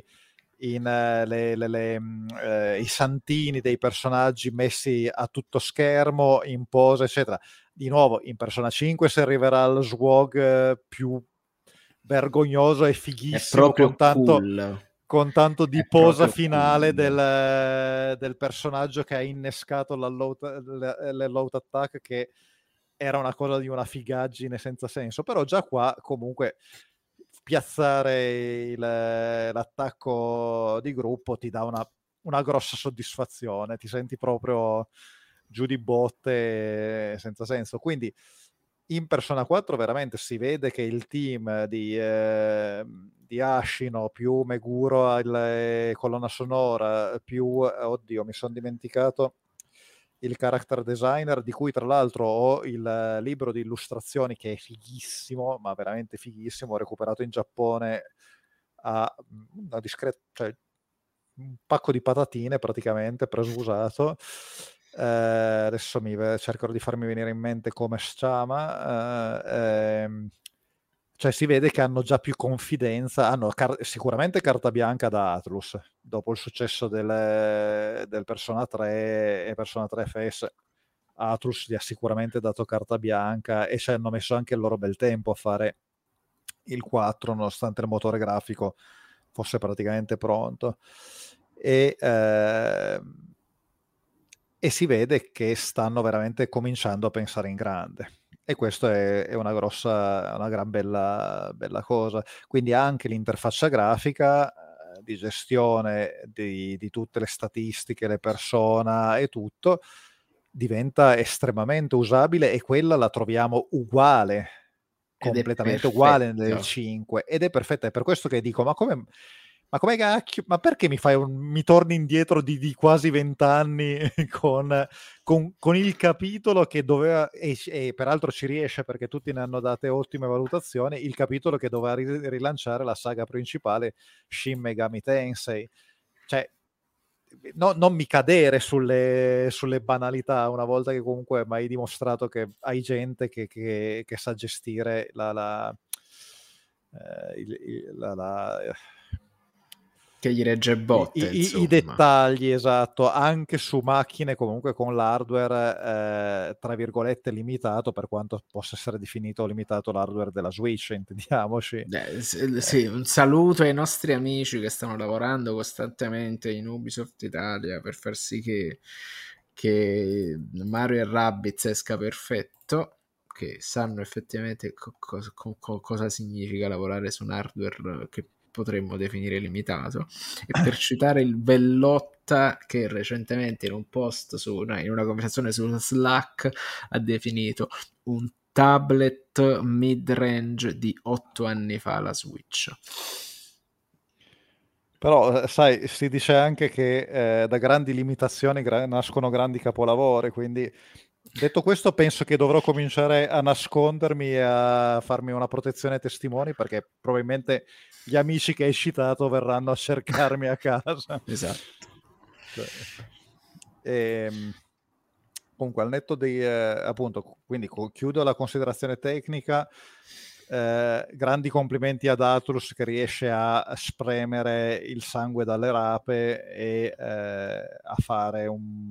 i santini dei personaggi messi a tutto schermo in pose eccetera. Di nuovo in Persona 5 si arriverà allo swag più vergognoso e È fighissimo proprio cool. con tanto di È posa proprio finale cool. del personaggio che ha innescato l'all-out attack, che era una cosa di una figaggine senza senso. Però già qua comunque piazzare l'attacco di gruppo ti dà una grossa soddisfazione, ti senti proprio giù di botte senza senso. Quindi in Persona 4 veramente si vede che il team di Ashino più Meguro alla colonna sonora più oddio, mi sono dimenticato il character designer, di cui tra l'altro ho il libro di illustrazioni che è fighissimo, ma veramente fighissimo, ho recuperato in Giappone a una discreta, cioè un pacco di patatine praticamente, preso usato. Adesso cercherò di farmi venire in mente come si chiama. Cioè si vede che hanno già più confidenza, hanno sicuramente carta bianca da Atlus, dopo il successo del Persona 3 e Persona 3 FS. Atlus gli ha sicuramente dato carta bianca e ci hanno messo anche il loro bel tempo a fare il 4, nonostante il motore grafico fosse praticamente pronto. E si vede che stanno veramente cominciando a pensare in grande. E questo è una gran bella cosa. Quindi anche l'interfaccia grafica di gestione di tutte le statistiche, le persona e tutto, diventa estremamente usabile, e quella la troviamo uguale, Ed è completamente uguale nel perfetta. 5, ed è perfetta. È per questo che dico, ma come cacchio, ma perché mi torni indietro di quasi 20 anni con il capitolo che doveva, e peraltro ci riesce perché tutti ne hanno date ottime valutazioni, il capitolo che doveva rilanciare la saga principale Shin Megami Tensei. Cioè, non mi cadere sulle banalità, una volta che comunque mi hai dimostrato che hai gente che sa gestire Che gli regge botte, i insomma. dettagli, esatto, anche su macchine comunque con l'hardware tra virgolette limitato, per quanto possa essere definito limitato l'hardware della Switch, intendiamoci. Sì, un saluto ai nostri amici che stanno lavorando costantemente in Ubisoft Italia per far sì che Mario e Rabbids esca perfetto, che sanno effettivamente cosa significa lavorare su un hardware che potremmo definire limitato. E per citare il Vellotta, che recentemente in un post in una conversazione su Slack ha definito un tablet mid-range di 8 anni fa la Switch. Però, sai, si dice anche che da grandi limitazioni nascono grandi capolavori, quindi detto questo penso che dovrò cominciare a nascondermi e a farmi una protezione testimoni, perché probabilmente gli amici che hai citato verranno a cercarmi a casa. Esatto. Comunque, al netto dei appunto, quindi chiudo la considerazione tecnica. Grandi complimenti ad Atlus, che riesce a spremere il sangue dalle rape e a fare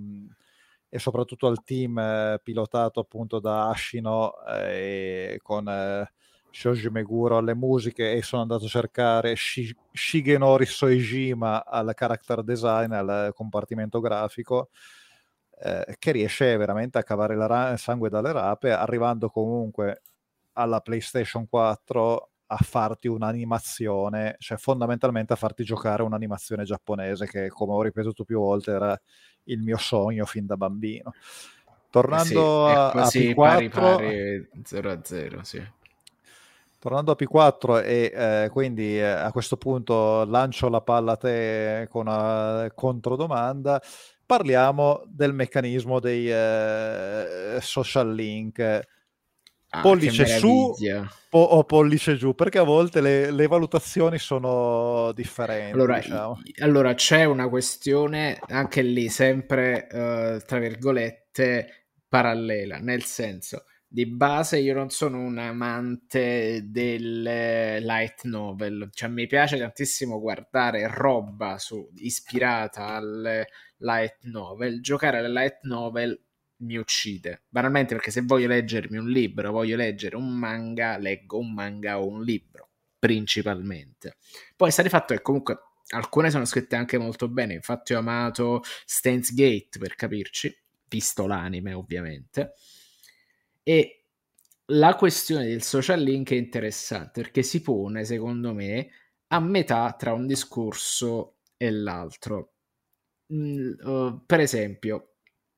e soprattutto al team pilotato appunto da Ashino e con Shoji Meguro alle musiche, e sono andato a cercare Shigenori Soejima al character design, al compartimento grafico, che riesce veramente a cavare il sangue dalle rape, arrivando comunque alla PlayStation 4 a farti un'animazione, cioè fondamentalmente a farti giocare un'animazione giapponese, che, come ho ripetuto più volte, era il mio sogno fin da bambino. Tornando sì, è a quasi P4, pari 0-0, sì. Tornando a P4 e quindi a questo punto lancio la palla a te con una controdomanda. Parliamo del meccanismo dei social link. Pollice Che su meraviglia. o pollice giù? Perché a volte le valutazioni sono differenti, diciamo. Allora, c'è una questione anche lì, sempre tra virgolette, parallela, nel senso, di base io non sono un amante delle light novel, cioè mi piace tantissimo guardare roba ispirata alle light novel. Giocare alle light novel mi uccide, banalmente, perché se voglio leggermi un libro, voglio leggere un manga, leggo un manga o un libro, principalmente. Poi sta di fatto che comunque alcune sono scritte anche molto bene, infatti ho amato Steins Gate, per capirci, visto l'anime ovviamente. E la questione del social link è interessante perché si pone, secondo me, a metà tra un discorso e l'altro. Per esempio,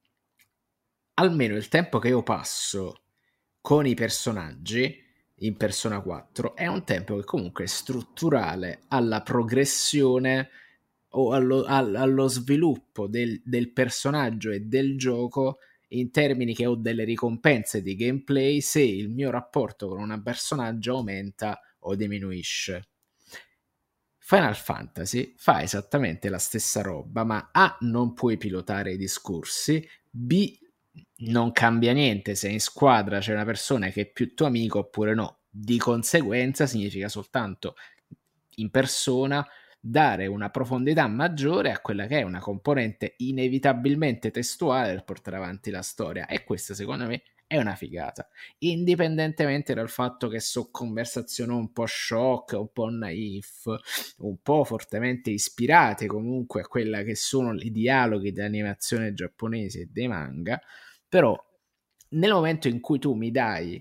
almeno il tempo che io passo con i personaggi in Persona 4 è un tempo che comunque è strutturale alla progressione o allo sviluppo del personaggio e del gioco, in termini che ho delle ricompense di gameplay se il mio rapporto con un personaggio aumenta o diminuisce. Final Fantasy fa esattamente la stessa roba, ma A, non puoi pilotare i discorsi, B, non cambia niente se in squadra c'è una persona che è più tuo amico oppure no. Di conseguenza significa soltanto in persona dare una profondità maggiore a quella che è una componente inevitabilmente testuale per portare avanti la storia, e questa secondo me è una figata, indipendentemente dal fatto che so conversazioni un po' shock, un po' naif, un po' fortemente ispirate comunque a quella che sono i dialoghi dell'animazione giapponese e dei manga. Però nel momento in cui tu mi dai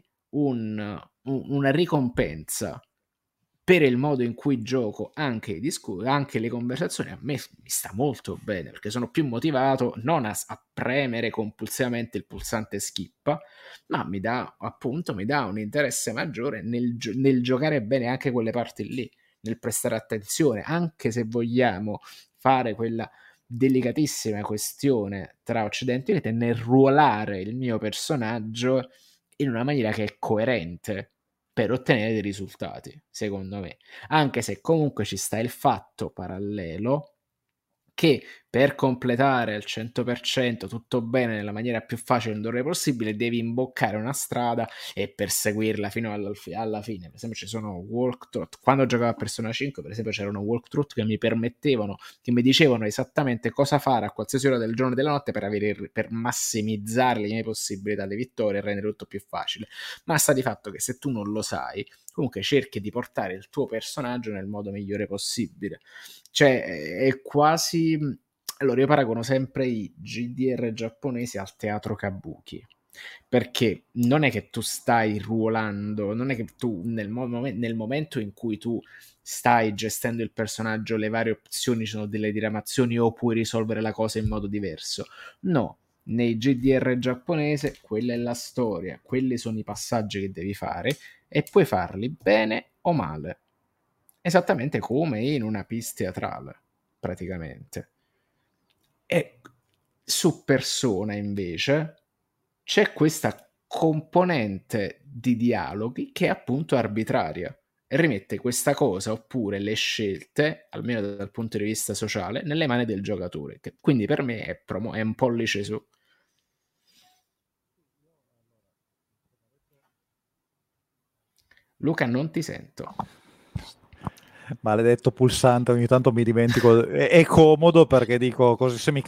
una ricompensa per il modo in cui gioco anche le conversazioni, a me mi sta molto bene, perché sono più motivato non a premere compulsivamente il pulsante skip, ma mi dà un interesse maggiore nel giocare bene anche quelle parti lì, nel prestare attenzione, anche se vogliamo fare quella delicatissima questione tra Occidente e Oriente, nel ruolare il mio personaggio in una maniera che è coerente per ottenere dei risultati, secondo me. Anche se comunque ci sta il fatto parallelo che per completare al 100% tutto bene nella maniera più facile e indolore possibile devi imboccare una strada e perseguirla fino alla fine. Per esempio ci sono walkthrough, quando giocavo a Persona 5 per esempio c'erano walkthrough che mi dicevano esattamente cosa fare a qualsiasi ora del giorno e della notte per massimizzare le mie possibilità di vittoria e rendere tutto più facile. Ma sta di fatto che se tu non lo sai, comunque cerchi di portare il tuo personaggio nel modo migliore possibile. Cioè, è quasi... Allora, io paragono sempre i GDR giapponesi al teatro kabuki. perché non è che tu stai ruolando, non è che tu nel momento in cui tu stai gestendo il personaggio, le varie opzioni sono delle diramazioni o puoi risolvere la cosa in modo diverso. No, nei GDR giapponese quella è la storia, quelli sono i passaggi che devi fare e puoi farli bene o male. Esattamente come in una pista teatrale, praticamente. E su Persona invece c'è questa componente di dialoghi che è appunto arbitraria e rimette questa cosa oppure le scelte, almeno dal punto di vista sociale, nelle mani del giocatore, che quindi per me è un pollice su. Luca, non ti sento. Maledetto pulsante, ogni tanto mi dimentico. È comodo perché dico così se mi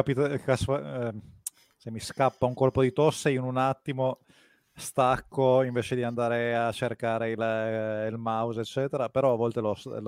se mi scappa un colpo di tosse in un attimo stacco invece di andare a cercare il mouse, eccetera. Però a volte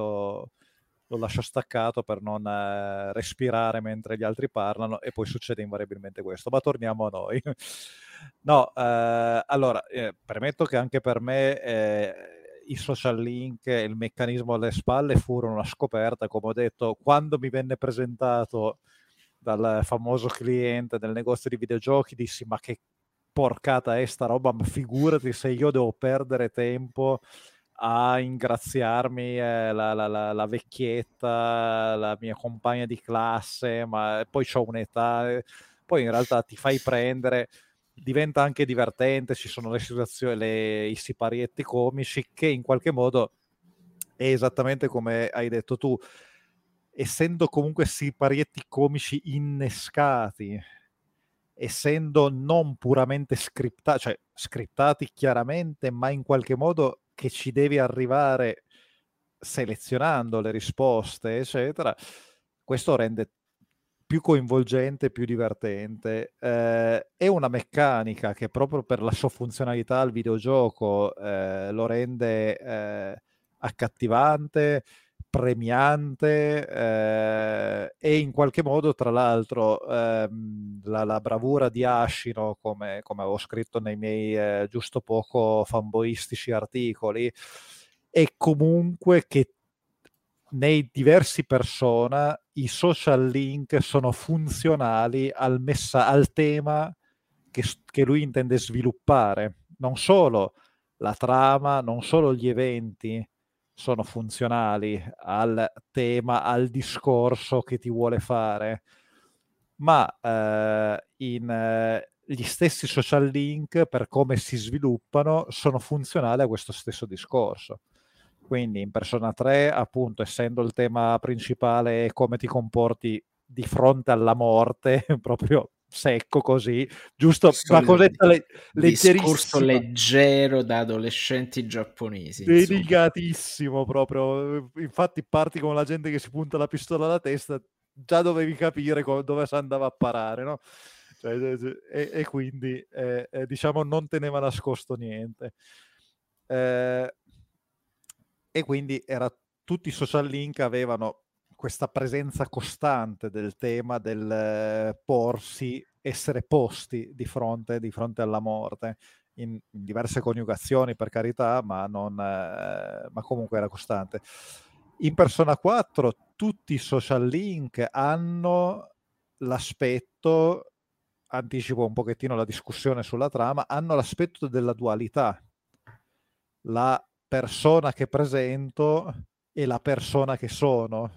lo lascio staccato per non respirare mentre gli altri parlano e poi succede invariabilmente questo. Ma torniamo a noi. No, allora, premetto che anche per me i social link e il meccanismo alle spalle furono una scoperta. Come ho detto, quando mi venne presentato dal famoso cliente del negozio di videogiochi, dissi: ma che porcata è sta roba, ma figurati se io devo perdere tempo a ingraziarmi la vecchietta, la mia compagna di classe, ma poi c'ho un'età, poi in realtà ti fai prendere, diventa anche divertente, ci sono le situazioni, i siparietti comici che in qualche modo è esattamente come hai detto tu, essendo comunque siparietti comici innescati, essendo non puramente scriptati, cioè scriptati chiaramente, ma in qualche modo che ci devi arrivare selezionando le risposte, eccetera, questo rende più coinvolgente, più divertente. È una meccanica che proprio per la sua funzionalità al videogioco lo rende accattivante, premiante e in qualche modo, tra l'altro, la bravura di Ashino, come avevo scritto nei miei giusto poco fanboistici articoli, è comunque che nei diversi persona i social link sono funzionali al tema che lui intende sviluppare. Non solo la trama, non solo gli eventi sono funzionali al tema, al discorso che ti vuole fare, ma gli stessi social link, per come si sviluppano, sono funzionali a questo stesso discorso. Quindi in Persona 3, appunto, essendo il tema principale come ti comporti di fronte alla morte, proprio secco così, giusto una Solito cosetta discorso leggerissima, leggero da adolescenti giapponesi, insomma. delicatissimo proprio. Infatti parti con la gente che si punta la pistola alla testa, già dovevi capire dove si andava a parare, no? Cioè, e quindi diciamo non teneva nascosto niente. E quindi tutti i social link avevano questa presenza costante del tema del porsi, essere posti di fronte alla morte, in diverse coniugazioni per carità, ma comunque era costante. In Persona 4 tutti i social link hanno l'aspetto, anticipo un pochettino la discussione sulla trama, hanno l'aspetto della dualità. La persona che presento e la persona che sono.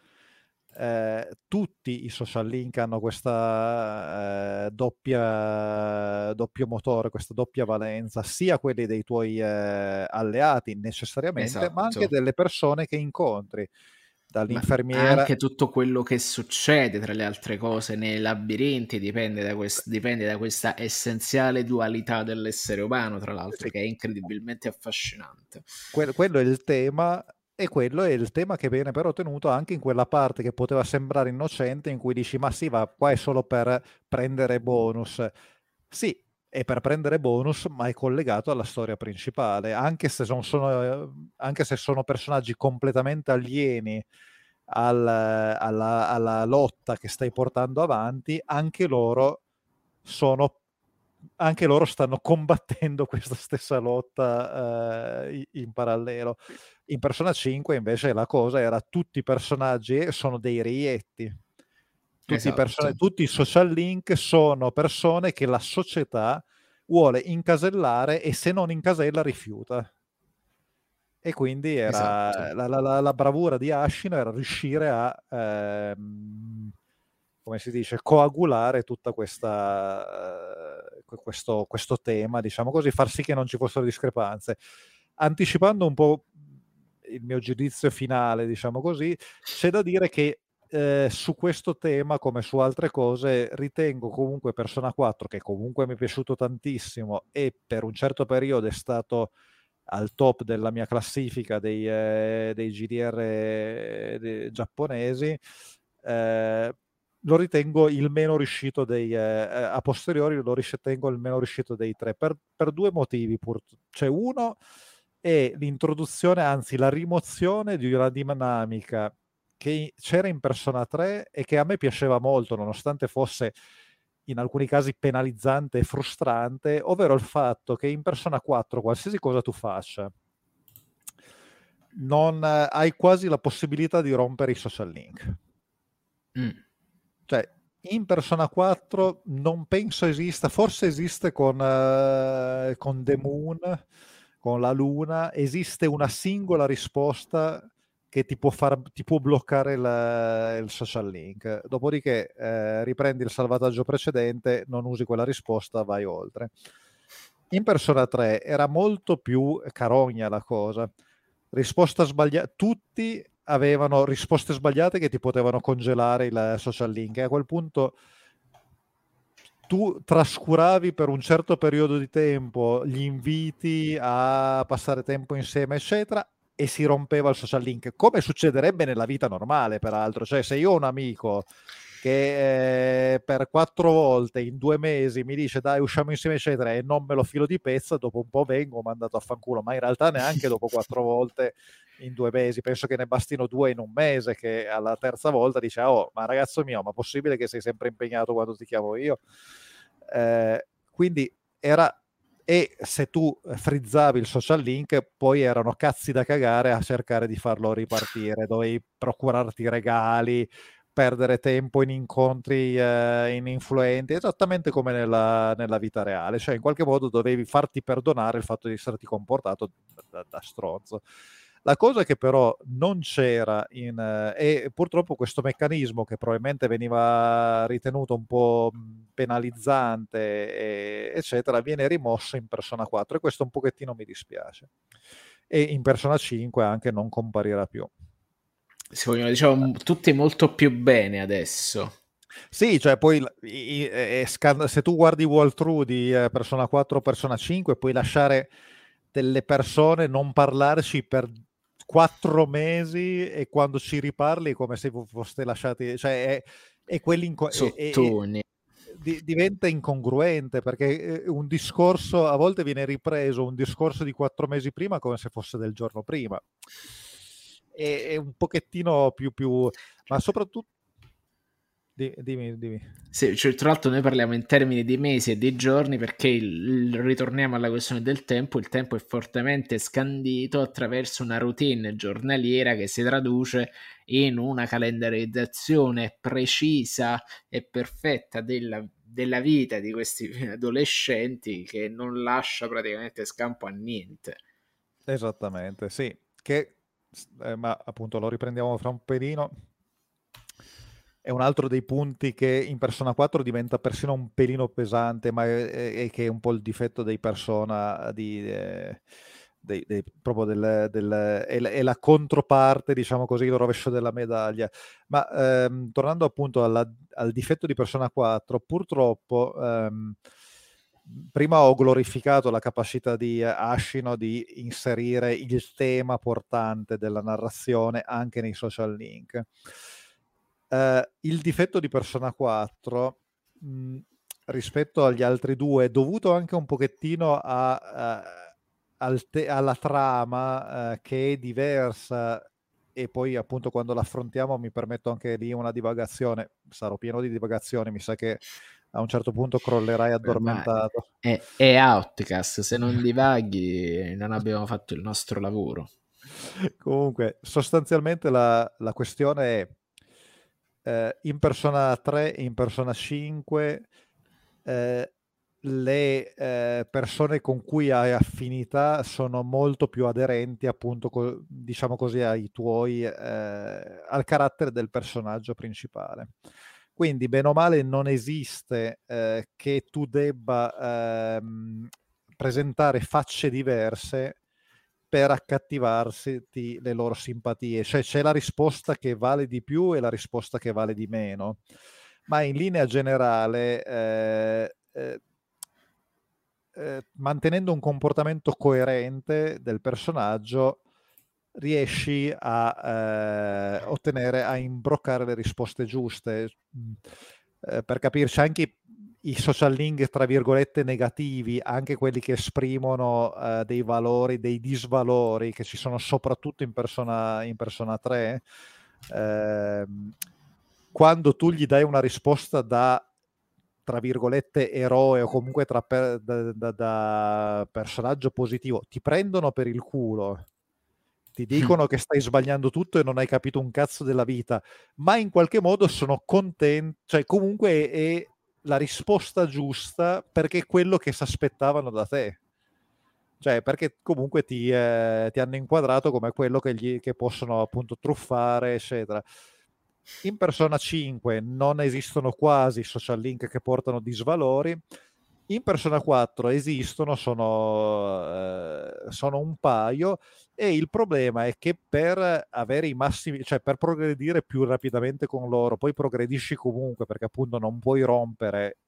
Tutti i social link hanno questa doppio motore, questa doppia valenza, sia quelli dei tuoi alleati necessariamente, ma anche Esatto. delle persone che incontri, Ma dall'infermiera. anche tutto quello che succede tra le altre cose nei labirinti dipende dipende da questa essenziale dualità dell'essere umano, tra l'altro, Sì, che è incredibilmente affascinante. quello è il tema. E quello è il tema che viene però tenuto anche in quella parte che poteva sembrare innocente, in cui dici: ma sì, va, qua è solo per prendere bonus. Sì, è per prendere bonus, ma è collegato alla storia principale, anche se sono personaggi completamente alieni alla lotta che stai portando avanti, anche loro sono anche loro stanno combattendo questa stessa lotta in parallelo. In Persona 5 invece la cosa era tutti i personaggi sono dei reietti, Esatto. tutti i social link sono persone che la società vuole incasellare e se non incasella rifiuta. E quindi Esatto. era la bravura di Ashino era riuscire a come si dice, coagulare tutta questo tema, diciamo così, far sì che non ci fossero discrepanze. Anticipando un po' il mio giudizio finale, diciamo così, c'è da dire che su questo tema, come su altre cose, ritengo comunque Persona 4, che comunque mi è piaciuto tantissimo e per un certo periodo è stato al top della mia classifica dei GDR giapponesi, lo ritengo il meno riuscito a posteriori lo ritengo il meno riuscito dei tre, per due motivi. Cioè, uno è l'introduzione, anzi la rimozione di una dinamica che c'era in Persona 3 e che a me piaceva molto, nonostante fosse in alcuni casi penalizzante e frustrante, ovvero il fatto che in Persona 4 qualsiasi cosa tu faccia non hai quasi la possibilità di rompere i social link. Cioè, in Persona 4 non penso esista, forse esiste con The Moon, con la Luna, esiste una singola risposta che ti può bloccare il social link. Dopodiché riprendi il salvataggio precedente, non usi quella risposta, vai oltre. In Persona 3 era molto più carogna la cosa. Risposta sbagliata, tutti avevano risposte sbagliate che ti potevano congelare il social link e a quel punto tu trascuravi per un certo periodo di tempo gli inviti a passare tempo insieme, eccetera, e si rompeva il social link, come succederebbe nella vita normale, peraltro. Cioè, se io ho un amico che per 4 volte in 2 mesi mi dice dai usciamo insieme eccetera e non me lo filo di pezza, dopo un po' vengo mandato a fanculo, ma in realtà neanche dopo 4 volte in 2 mesi, penso che ne bastino 2 in un mese, che alla terza volta dice oh ma ragazzo mio, ma possibile che sei sempre impegnato quando ti chiamo io? Quindi era, e se tu frizzavi il social link poi erano cazzi da cagare a cercare di farlo ripartire, dovevi procurarti regali, perdere tempo in incontri in influenti, esattamente come nella vita reale, cioè in qualche modo dovevi farti perdonare il fatto di esserti comportato da stronzo. La cosa che però non c'era e purtroppo questo meccanismo che probabilmente veniva ritenuto un po' penalizzante, eccetera, viene rimosso in Persona 4 e questo un pochettino mi dispiace. E in Persona 5 anche non comparirà più. Si vogliono, diciamo, tutti molto più bene adesso. Sì, cioè poi se tu guardi walkthrough di Persona 4 o Persona 5 puoi lasciare delle persone non parlarci per 4 mesi e quando ci riparli è come se foste lasciati, cioè Sottoni. diventa incongruente perché un discorso a volte viene ripreso, un discorso di 4 mesi prima come se fosse del giorno prima. È un pochettino più ma soprattutto dimmi. Sì, cioè, tra l'altro noi parliamo in termini di mesi e di giorni perché ritorniamo alla questione del tempo, il tempo è fortemente scandito attraverso una routine giornaliera che si traduce in una calendarizzazione precisa e perfetta della vita di questi adolescenti che non lascia praticamente scampo a niente. Esattamente, sì, che ma appunto lo riprendiamo fra un pelino. È un altro dei punti che in Persona 4 diventa persino un pelino pesante, ma è che è un po' il difetto dei Persona proprio è la controparte, diciamo così, il rovescio della medaglia. Ma tornando appunto al difetto di Persona 4, purtroppo prima ho glorificato la capacità di Ashino di inserire il tema portante della narrazione anche nei social link. Il difetto di Persona 4 rispetto agli altri due, dovuto anche un pochettino alla trama che è diversa, e poi appunto quando l'affrontiamo mi permetto anche lì una divagazione, sarò pieno di divagazioni, mi sa che a un certo punto crollerai Ma addormentato. è Outcast, se non divaghi non abbiamo fatto il nostro lavoro. Comunque, sostanzialmente la questione è in Persona 3 e in Persona 5 le persone con cui hai affinità sono molto più aderenti, appunto, diciamo così, ai tuoi, al carattere del personaggio principale. Quindi, bene o male, non esiste che tu debba presentare facce diverse per accattivarsi le loro simpatie. Cioè c'è la risposta che vale di più e la risposta che vale di meno. Ma in linea generale, mantenendo un comportamento coerente del personaggio, riesci a ottenere, a imbroccare le risposte giuste. Per capirci, anche i social link, tra virgolette, negativi, anche quelli che esprimono dei valori, dei disvalori, che ci sono soprattutto in Persona 3, quando tu gli dai una risposta da, tra virgolette, eroe, o comunque da personaggio positivo, ti prendono per il culo, ti dicono che stai sbagliando tutto e non hai capito un cazzo della vita, ma in qualche modo sono contenti, cioè comunque è la risposta giusta perché è quello che si aspettavano da te. Cioè, perché comunque ti hanno inquadrato come quello che possono appunto truffare, eccetera. In Persona 5 non esistono quasi social link che portano disvalori. In Persona 4 esistono, sono un paio, e il problema è che per avere i massimi, cioè per progredire più rapidamente con loro, poi progredisci comunque perché appunto non puoi rompere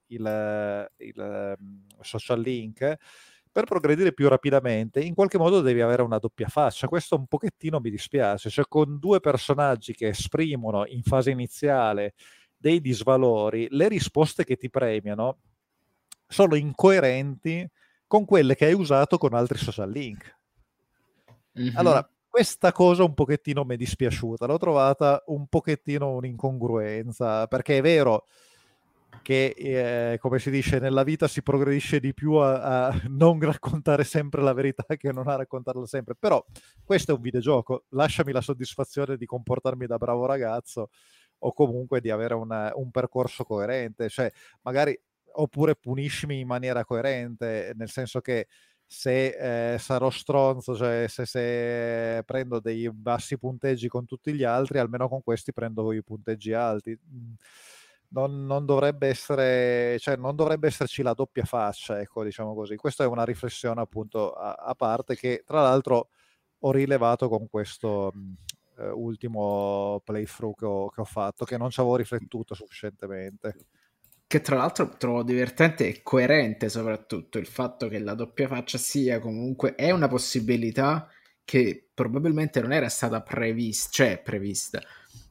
il social link. Per progredire più rapidamente, in qualche modo devi avere una doppia faccia. Questo un pochettino mi dispiace, cioè con due personaggi che esprimono in fase iniziale dei disvalori, le risposte che ti premiano sono incoerenti con quelle che hai usato con altri social link. Allora, questa cosa un pochettino mi è dispiaciuta, l'ho trovata un pochettino un'incongruenza, perché è vero che, come si dice, nella vita si progredisce di più a non raccontare sempre la verità che non a raccontarla sempre, però questo è un videogioco, lasciami la soddisfazione di comportarmi da bravo ragazzo, o comunque di avere un percorso coerente, cioè magari, oppure puniscimi in maniera coerente, nel senso che se sarò stronzo, cioè se prendo dei bassi punteggi con tutti gli altri, almeno con questi prendo i punteggi alti. Non dovrebbe essere, cioè non dovrebbe esserci la doppia faccia, ecco, diciamo così. Questa è una riflessione appunto a parte, che tra l'altro ho rilevato con questo ultimo playthrough che ho fatto, che non ci avevo riflettuto sufficientemente. Che tra l'altro trovo divertente e coerente soprattutto il fatto che la doppia faccia sia comunque è una possibilità che probabilmente non era stata prevista, cioè prevista.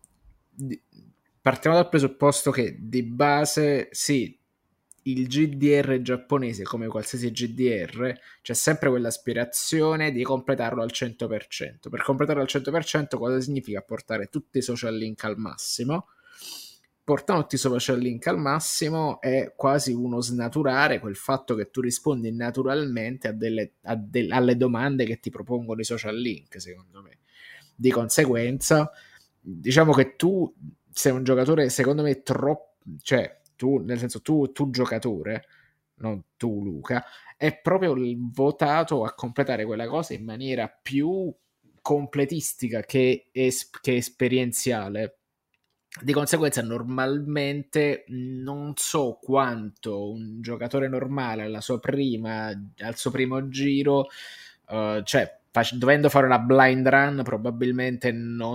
Partiamo dal presupposto che di base sì, il GDR giapponese, come qualsiasi GDR, c'è sempre quell'aspirazione di completarlo al 100%. Per completarlo al 100% cosa significa? Portare tutti i social link al massimo. Portando tutti i social link al massimo è quasi uno snaturare quel fatto che tu rispondi naturalmente alle domande che ti propongono i social link, secondo me. Di conseguenza, diciamo che tu sei un giocatore, secondo me, troppo, cioè tu, nel senso tu giocatore, non tu Luca, è proprio votato a completare quella cosa in maniera più completistica che esperienziale. Di conseguenza, normalmente non so quanto un giocatore normale al suo primo giro, cioè dovendo fare una blind run, probabilmente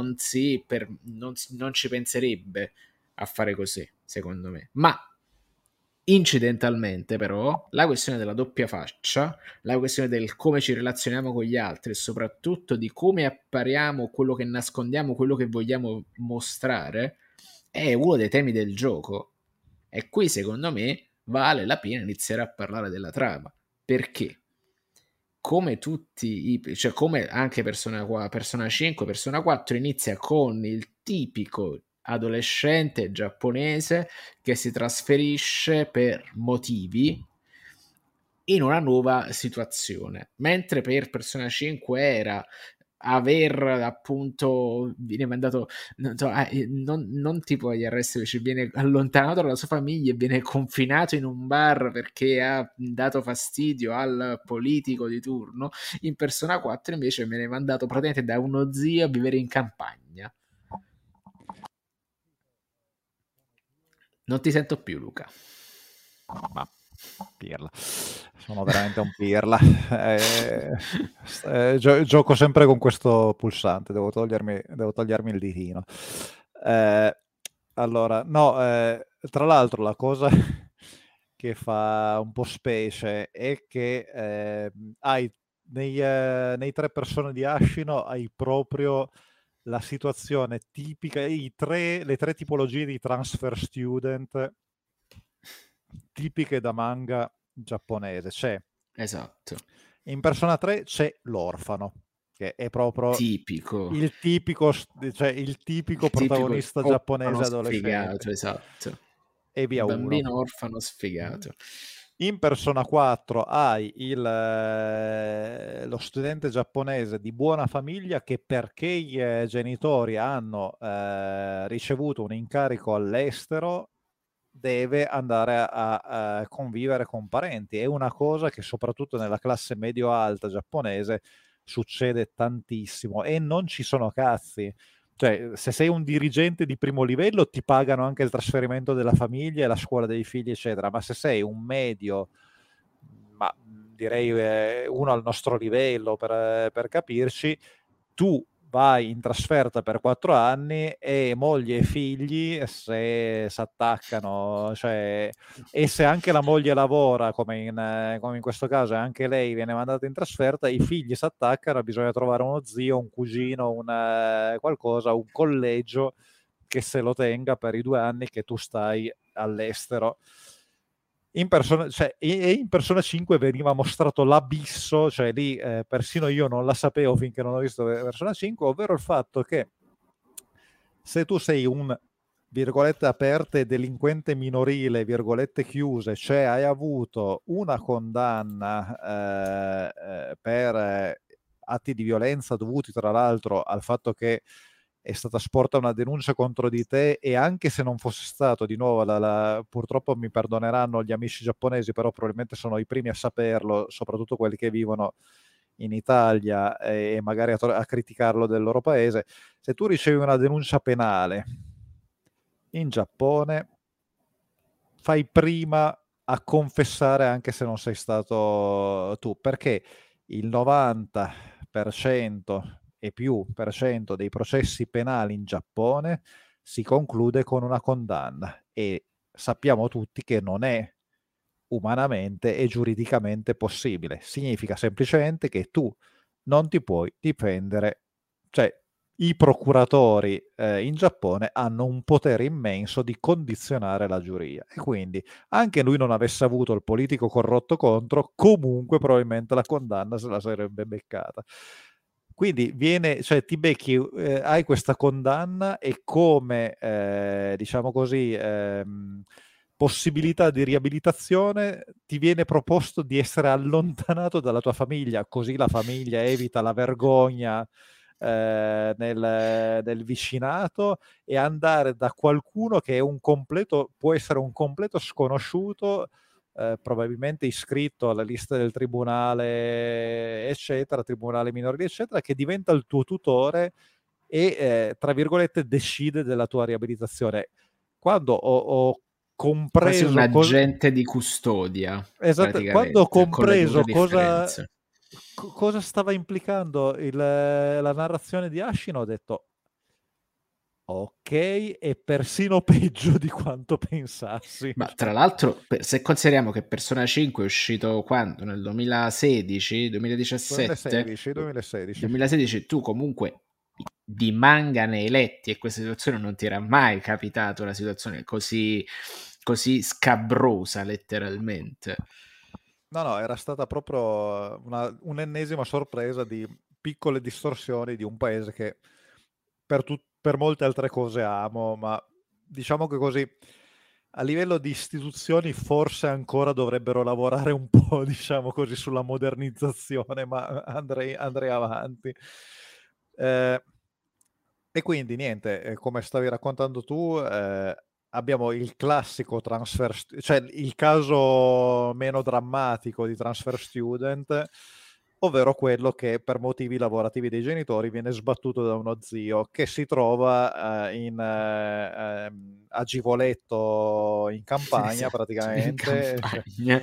non ci penserebbe a fare così, secondo me. Ma incidentalmente, però, la questione della doppia faccia, la questione del come ci relazioniamo con gli altri e soprattutto di come appariamo, quello che nascondiamo, quello che vogliamo mostrare, è uno dei temi del gioco. E qui, secondo me, vale la pena iniziare a parlare della trama. Perché? Come cioè come anche Persona 5, Persona 4 inizia con il tipico adolescente giapponese che si trasferisce per motivi in una nuova situazione, mentre per Persona 5 era aver appunto viene mandato non tipo agli arresti, invece viene allontanato dalla sua famiglia e viene confinato in un bar perché ha dato fastidio al politico di turno. In Persona 4 invece viene mandato praticamente da uno zio a vivere in campagna. Non ti sento più, Luca. Ma pirla, sono veramente un pirla. Gioco sempre con questo pulsante, devo togliermi il ditino. Allora, no, tra l'altro la cosa che fa un po' specie è che hai nei tre persone di Ashino hai proprio la situazione tipica, le tre tipologie di transfer student tipiche da manga giapponese. C'è Esatto. in Persona 3 c'è l'orfano, che è proprio Tipico. il tipico, cioè il tipico Il tipico protagonista orfano giapponese adolescente. sfigato, esatto. E Il via uno. bambino orfano sfigato. In Persona 4 hai lo studente giapponese di buona famiglia che, perché i genitori hanno ricevuto un incarico all'estero, deve andare a convivere con parenti. È una cosa che soprattutto nella classe medio-alta giapponese succede tantissimo e non ci sono cazzi. Cioè, se sei un dirigente di primo livello ti pagano anche il trasferimento della famiglia e la scuola dei figli, eccetera, ma se sei un medio, ma direi uno al nostro livello per capirci, tu vai in trasferta per 4 anni e moglie e figli se si attaccano, cioè, e se anche la moglie lavora, come in questo caso, e anche lei viene mandata in trasferta, i figli si attaccano, bisogna trovare uno zio, un cugino, qualcosa, un collegio che se lo tenga per i 2 anni che tu stai all'estero. In Persona 5 veniva mostrato l'abisso, cioè lì persino io non la sapevo finché non ho visto Persona 5, ovvero il fatto che se tu sei un, virgolette aperte, delinquente minorile, virgolette chiuse, cioè hai avuto una condanna per atti di violenza dovuti tra l'altro al fatto che è stata sporta una denuncia contro di te, e anche se non fosse stato, di nuovo, purtroppo mi perdoneranno gli amici giapponesi, però probabilmente sono i primi a saperlo, soprattutto quelli che vivono in Italia e magari a criticarlo del loro paese. Se tu ricevi una denuncia penale in Giappone, fai prima a confessare anche se non sei stato tu, perché il 90% e più per cento dei processi penali in Giappone si conclude con una condanna, e sappiamo tutti che non è umanamente e giuridicamente possibile. Significa semplicemente che tu non ti puoi difendere, cioè i procuratori in Giappone hanno un potere immenso di condizionare la giuria, e quindi anche lui non avesse avuto il politico corrotto contro, comunque probabilmente la condanna se la sarebbe beccata. Quindi cioè ti becchi, hai questa condanna e come, diciamo così, possibilità di riabilitazione ti viene proposto di essere allontanato dalla tua famiglia, così la famiglia evita la vergogna nel vicinato, e andare da qualcuno che è può essere un completo sconosciuto, probabilmente iscritto alla lista del tribunale, eccetera, tribunale minorile, eccetera, che diventa il tuo tutore e, tra virgolette, decide della tua riabilitazione. Quando ho Quasi un compreso agente di custodia, quando ho praticamente, con le dovute compreso differenze. cosa stava implicando la narrazione di Ashino, ho detto ok, è persino peggio di quanto pensassi. Ma tra l'altro, se consideriamo che Persona 5 è uscito quando? Nel 2016, 2017? 2016. 2016, tu comunque di manga ne hai letti e questa situazione non ti era mai capitato, una situazione così, così scabrosa letteralmente. No, era stata proprio un'ennesima sorpresa di piccole distorsioni di un paese che per molte altre cose amo, ma diciamo che così a livello di istituzioni forse ancora dovrebbero lavorare un po', diciamo così, sulla modernizzazione, ma andrei avanti. E quindi niente, come stavi raccontando tu, abbiamo il classico cioè il caso meno drammatico di transfer student, ovvero quello che per motivi lavorativi dei genitori viene sbattuto da uno zio che si trova agivoletto in campagna Esatto, in praticamente, campagna.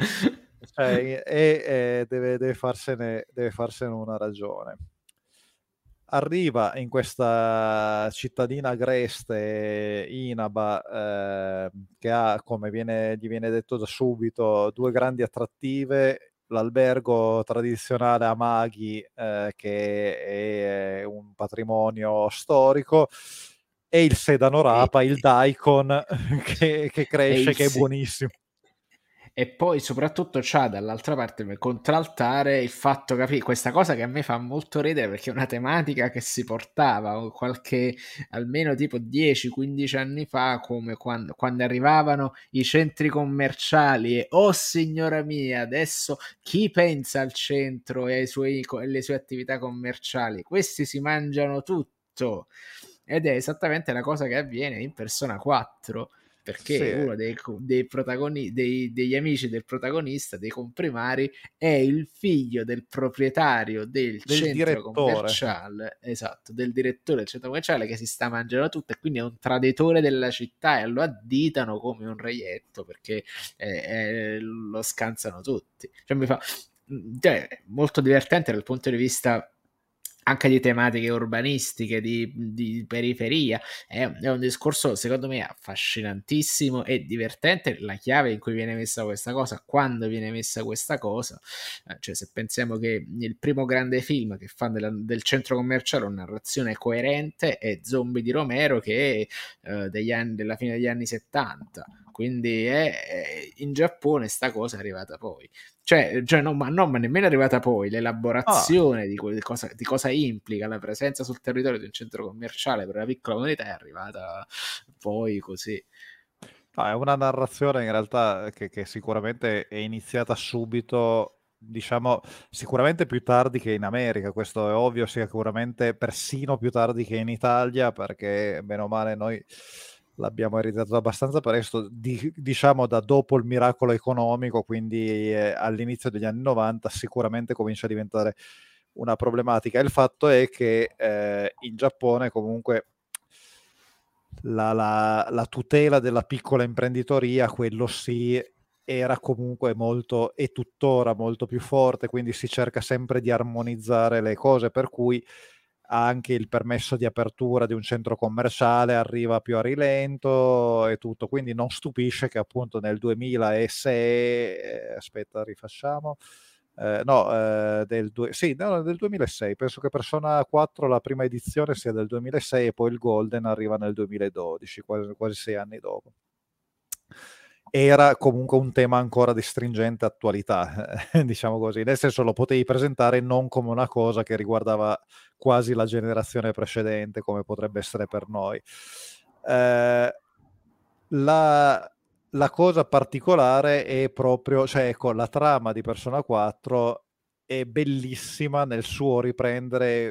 e deve farsene una ragione. Arriva in questa cittadina agreste, Inaba, che ha, come gli viene detto da subito, due grandi attrattive: l'albergo tradizionale a Maghi, che è un patrimonio storico, e il sedano E, rapa, il daikon, che e cresce, il che è se- buonissimo. e poi soprattutto c'ha dall'altra parte per contraltare il fatto, questa cosa che a me fa molto ridere perché è una tematica che si portava qualche, almeno tipo 10-15 anni fa, come quando arrivavano i centri commerciali e oh signora mia, adesso chi pensa al centro e alle sue attività commerciali? Questi si mangiano tutto. Ed è esattamente la cosa che avviene in Persona 4 Sì, perché uno degli amici del protagonista, dei comprimari, è il figlio del proprietario del del centro direttore. commerciale, esatto, del direttore del centro commerciale che si sta mangiando tutto e quindi è un traditore della città e lo additano come un reietto perché lo scansano tutti. Cioè, cioè, molto divertente dal punto di vista anche di tematiche urbanistiche, di periferia. È un discorso, secondo me, affascinantissimo e divertente. La chiave in cui viene messa questa cosa, quando viene messa questa cosa, cioè se pensiamo che il primo grande film che fa del centro commerciale una narrazione coerente è Zombie di Romero, che è della fine degli anni 70. Quindi in Giappone sta cosa è arrivata poi. Cioè no, ma nemmeno è arrivata poi Ah, l'elaborazione di cosa implica la presenza sul territorio di un centro commerciale per una piccola comunità è arrivata poi così. no, è una narrazione in realtà che sicuramente è iniziata subito, diciamo, sicuramente più tardi che in America, questo è ovvio, sicuramente persino più tardi che in Italia, perché bene o male noi l'abbiamo ereditato abbastanza presto, diciamo da dopo il miracolo economico, quindi all'inizio degli anni 90 sicuramente comincia a diventare una problematica. Il fatto è che in Giappone comunque la tutela della piccola imprenditoria, quello sì, era comunque molto, e tuttora molto più forte, quindi si cerca sempre di armonizzare le cose, per cui anche il permesso di apertura di un centro commerciale arriva più a rilento e tutto, quindi non stupisce che appunto nel 2006, aspetta, rifacciamo, no, sì, no, del 2006, penso che Persona 4 la prima edizione sia del 2006 e poi il Golden arriva nel 2012, quasi 6 anni dopo. Era comunque un tema ancora di stringente attualità, diciamo così, nel senso lo potevi presentare non come una cosa che riguardava quasi la generazione precedente, come potrebbe essere per noi. La cosa particolare è proprio, cioè ecco, la trama di Persona 4 è bellissima nel suo riprendere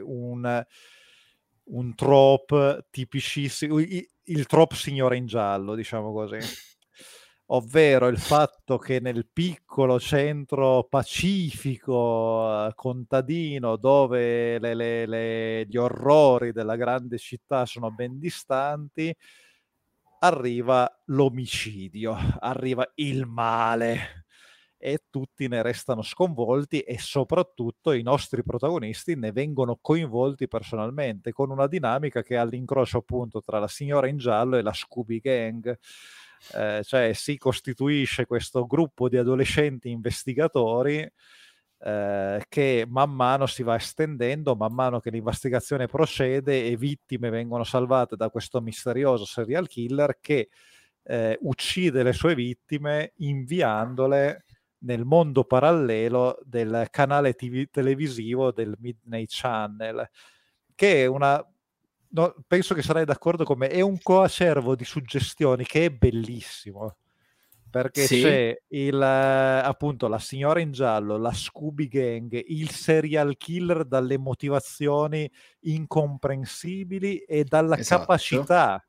un trope tipicissimo, il trope signore in giallo, diciamo così, ovvero il fatto che nel piccolo centro pacifico contadino, dove gli orrori della grande città sono ben distanti, arriva l'omicidio, arriva il male e tutti ne restano sconvolti e soprattutto i nostri protagonisti ne vengono coinvolti personalmente, con una dinamica che è all'incrocio appunto tra la signora in giallo e la Scooby Gang. Cioè si costituisce questo gruppo di adolescenti investigatori che man mano si va estendendo, man mano che l'investigazione procede e vittime vengono salvate da questo misterioso serial killer che uccide le sue vittime inviandole nel mondo parallelo del canale televisivo del Midnight Channel, che è una no, penso che sarai d'accordo con me, è un coacervo di suggestioni che è bellissimo, perché Sì, c'è appunto la signora in giallo, la Scooby Gang, il serial killer dalle motivazioni incomprensibili e dalla esatto. capacità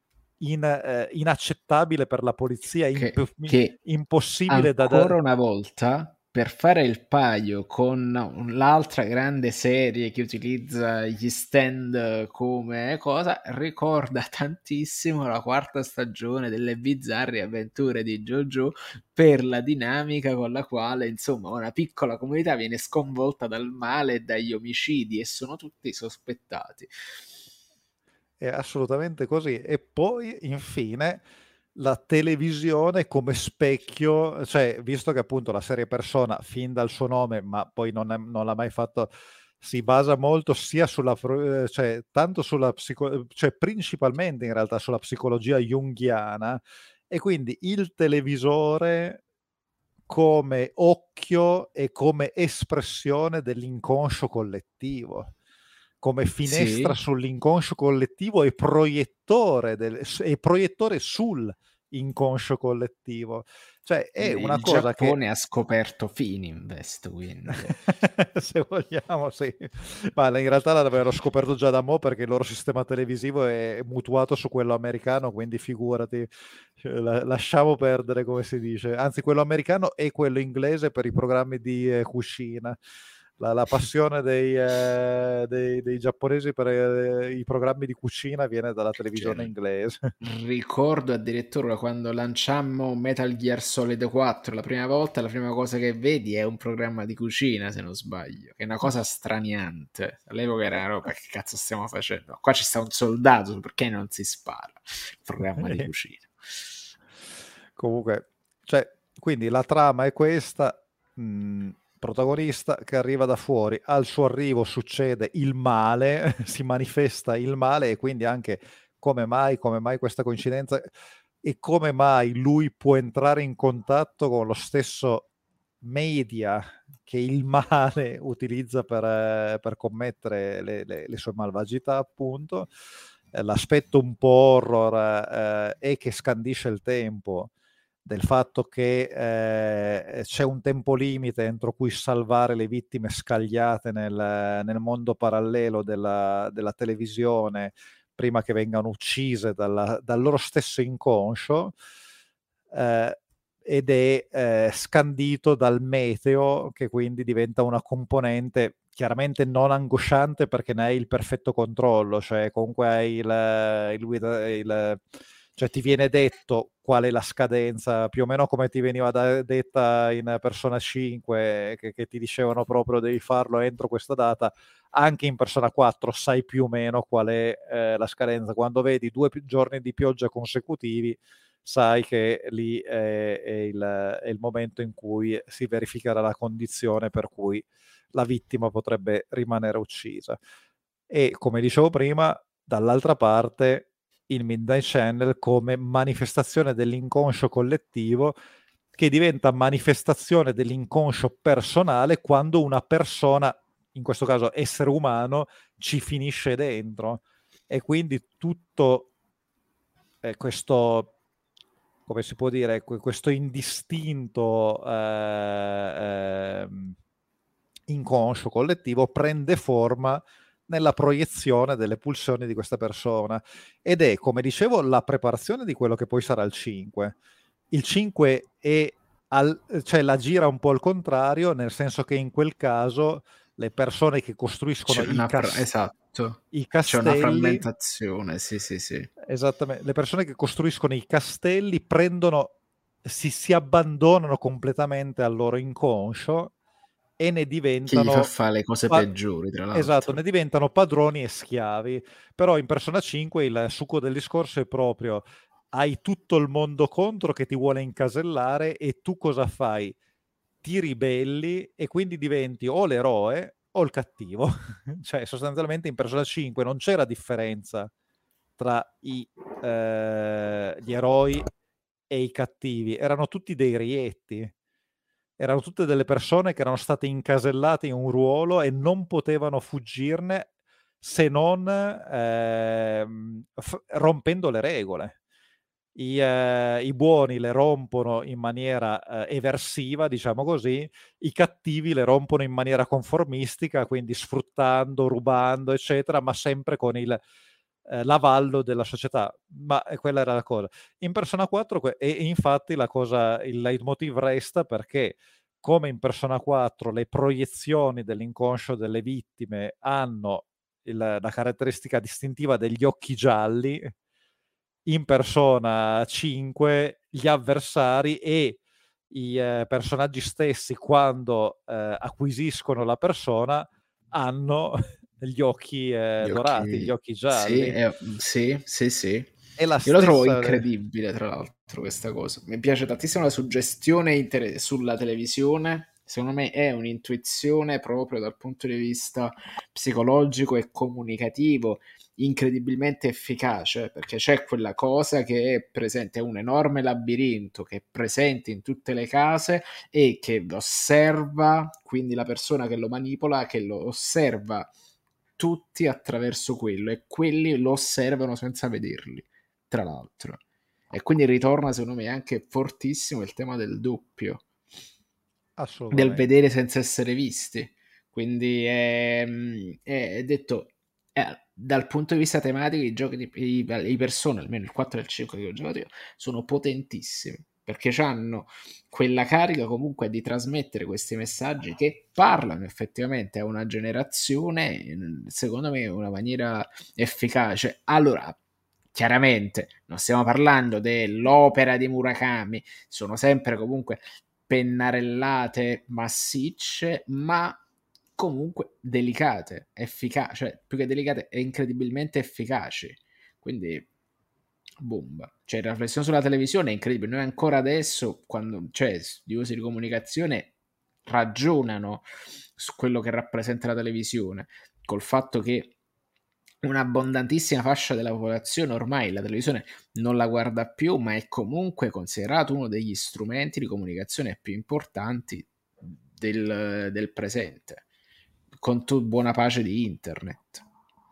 inaccettabile per la polizia, Che impossibile ancora una volta, per fare il paio con l'altra grande serie che utilizza gli stand come cosa, ricorda tantissimo la quarta stagione delle bizzarre avventure di JoJo per la dinamica con la quale, insomma, una piccola comunità viene sconvolta dal male e dagli omicidi e sono tutti sospettati. È assolutamente così. E poi, infine, la televisione come specchio, cioè, visto che appunto la serie Persona, fin dal suo nome, ma poi non l'ha mai fatto, si basa molto sia sulla, cioè, tanto sulla cioè, principalmente in realtà sulla psicologia junghiana, e quindi il televisore come occhio e come espressione dell'inconscio collettivo, come finestra Sì, sull'inconscio collettivo e proiettore sul inconscio collettivo. Cioè è una il cosa che Giappone ha scoperto Fininvest, quindi. se vogliamo, sì. Ma in realtà l'avevano scoperto già da mo' perché il loro sistema televisivo è mutuato su quello americano, quindi figurati, lasciamo perdere come si dice. Anzi, quello americano e quello inglese per i programmi di cucina. La passione dei giapponesi per i programmi di cucina viene dalla Cioè, televisione inglese. ricordo addirittura quando lanciammo Metal Gear Solid 4 la prima volta, la prima cosa che vedi è un programma di cucina, se non sbaglio, che è una cosa straniante. All'epoca era una roba, che cazzo stiamo facendo? Qua ci sta un soldato, perché non si spara? Il programma di cucina. Comunque, cioè, quindi la trama è questa, protagonista che arriva da fuori, al suo arrivo succede il male, si manifesta il male e quindi anche come mai questa coincidenza e come mai lui può entrare in contatto con lo stesso media che il male utilizza per commettere le sue malvagità, appunto. L'aspetto un po' horror è che scandisce il tempo del fatto che c'è un tempo limite entro cui salvare le vittime scagliate nel mondo parallelo della televisione prima che vengano uccise dal loro stesso inconscio, eh, ed è scandito dal meteo, che quindi diventa una componente chiaramente non angosciante perché ne hai il perfetto controllo, cioè comunque hai cioè ti viene detto qual è la scadenza, più o meno come ti veniva detta in Persona 5, che ti dicevano proprio devi farlo entro questa data, anche in Persona 4 sai più o meno qual è la scadenza. Quando vedi 2 giorni di pioggia consecutivi, sai che lì è il momento in cui si verificherà la condizione per cui la vittima potrebbe rimanere uccisa. E come dicevo prima, dall'altra parte il Midnight Channel come manifestazione dell'inconscio collettivo che diventa manifestazione dell'inconscio personale quando una persona, in questo caso essere umano, ci finisce dentro. E quindi tutto questo, come si può dire, questo indistinto inconscio collettivo prende forma nella proiezione delle pulsioni di questa persona ed è, come dicevo, la preparazione di quello che poi sarà il 5. Il 5 è cioè la gira un po' al contrario, nel senso che in quel caso le persone che costruiscono Esatto, i c'è una castelli. frammentazione, sì, sì, sì. Esattamente, le persone che costruiscono i castelli si abbandonano completamente al loro inconscio e ne Che gli fa diventano, fare le cose pa- peggiori, tra esatto, ne l'altro. diventano padroni e schiavi. Però in Persona 5 il succo del discorso è proprio hai tutto il mondo contro che ti vuole incasellare e tu cosa fai? Ti ribelli e quindi diventi o l'eroe o il cattivo. Cioè sostanzialmente in Persona 5 non c'era differenza tra gli eroi e i cattivi, erano tutti dei rietti, erano tutte delle persone che erano state incasellate in un ruolo e non potevano fuggirne se non rompendo le regole. I buoni le rompono in maniera eversiva, diciamo così, i cattivi le rompono in maniera conformistica, quindi sfruttando, rubando, eccetera, ma sempre con l'avallo della società. Ma quella era la cosa. In Persona 4, e infatti il leitmotiv resta, perché come in Persona 4 le proiezioni dell'inconscio delle vittime hanno la caratteristica distintiva degli occhi gialli, in Persona 5 gli avversari e i personaggi stessi, quando acquisiscono la persona, hanno gli occhi Gli dorati, gli occhi occhi sì, gialli. sì, sì, sì. È la Io lo trovo stessa... incredibile, tra l'altro, questa cosa. Mi piace tantissimo la suggestione sulla televisione. Secondo me è un'intuizione proprio dal punto di vista psicologico e comunicativo incredibilmente efficace, perché c'è quella cosa che è presente, è un enorme labirinto che è presente in tutte le case e che osserva, quindi la persona che lo manipola, che lo osserva tutti attraverso quello e quelli lo osservano senza vederli, tra l'altro. E quindi ritorna secondo me anche fortissimo il tema del doppio, del Assolutamente. vedere senza essere visti. Quindi è detto, dal punto di vista tematico i giochi i persone, almeno il 4 e il 5 che ho giocato io, sono potentissimi perché hanno quella carica comunque di trasmettere questi messaggi che parlano effettivamente a una generazione, secondo me in una maniera efficace. Allora, chiaramente non stiamo parlando dell'opera di Murakami, sono sempre comunque pennarellate massicce, ma comunque delicate, efficaci, cioè più che delicate, è incredibilmente efficaci. Quindi, boom. Cioè, la riflessione sulla televisione è incredibile. Noi ancora adesso, quando cioè, gli usi di comunicazione ragionano su quello che rappresenta la televisione, col fatto che un'abbondantissima fascia della popolazione ormai la televisione non la guarda più, ma è comunque considerato uno degli strumenti di comunicazione più importanti del presente, con buona pace di internet.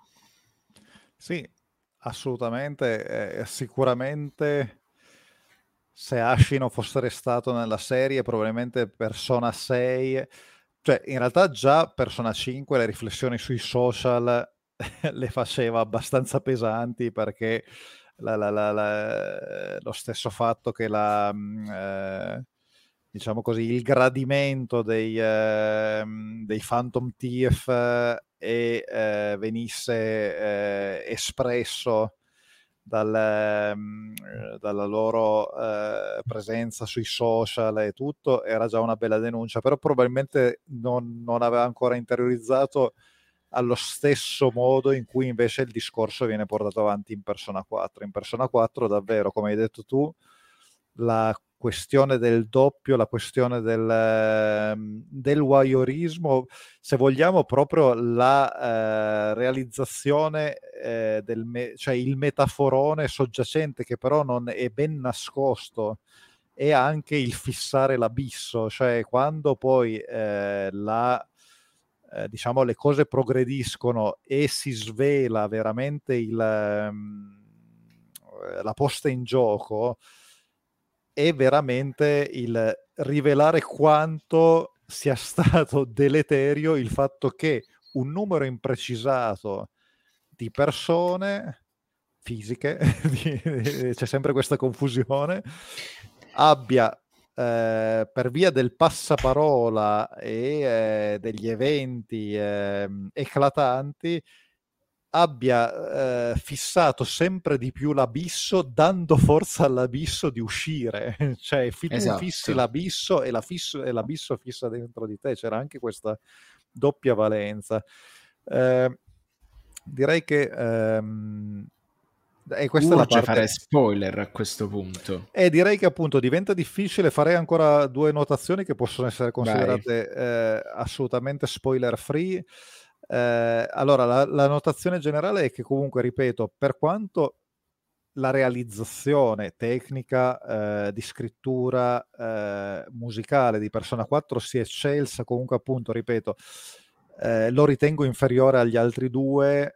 Sì, assolutamente. Sicuramente se Ashino fosse restato nella serie, probabilmente Persona 6, cioè in realtà già Persona 5 le riflessioni sui social le faceva abbastanza pesanti, perché lo stesso fatto che diciamo così, il gradimento dei Phantom Thief venisse espresso dalla loro presenza sui social e tutto, era già una bella denuncia, però probabilmente non aveva ancora interiorizzato allo stesso modo in cui invece il discorso viene portato avanti in Persona 4. In Persona 4 davvero, come hai detto tu, la questione del doppio, la questione del voyeurismo, se vogliamo proprio la realizzazione cioè il metaforone soggiacente, che però non è ben nascosto, e anche il fissare l'abisso, cioè quando poi diciamo le cose progrediscono e si svela veramente la posta in gioco, è veramente il rivelare quanto sia stato deleterio il fatto che un numero imprecisato di persone fisiche, c'è sempre questa confusione, abbia per via del passaparola e degli eventi eclatanti, abbia fissato sempre di più l'abisso, dando forza all'abisso di uscire. Cioè, tu fissi Esatto. l'abisso e l'abisso fissa dentro di te. C'era anche questa doppia valenza. Direi che e questa è la Urge fare parte. spoiler a questo punto. E direi che appunto diventa difficile. Farei ancora due notazioni che possono essere Vai. considerate assolutamente spoiler free. Allora, la notazione generale è che comunque, ripeto, per quanto la realizzazione tecnica, di scrittura musicale di Persona 4 sia eccelsa, comunque appunto, ripeto, lo ritengo inferiore agli altri due.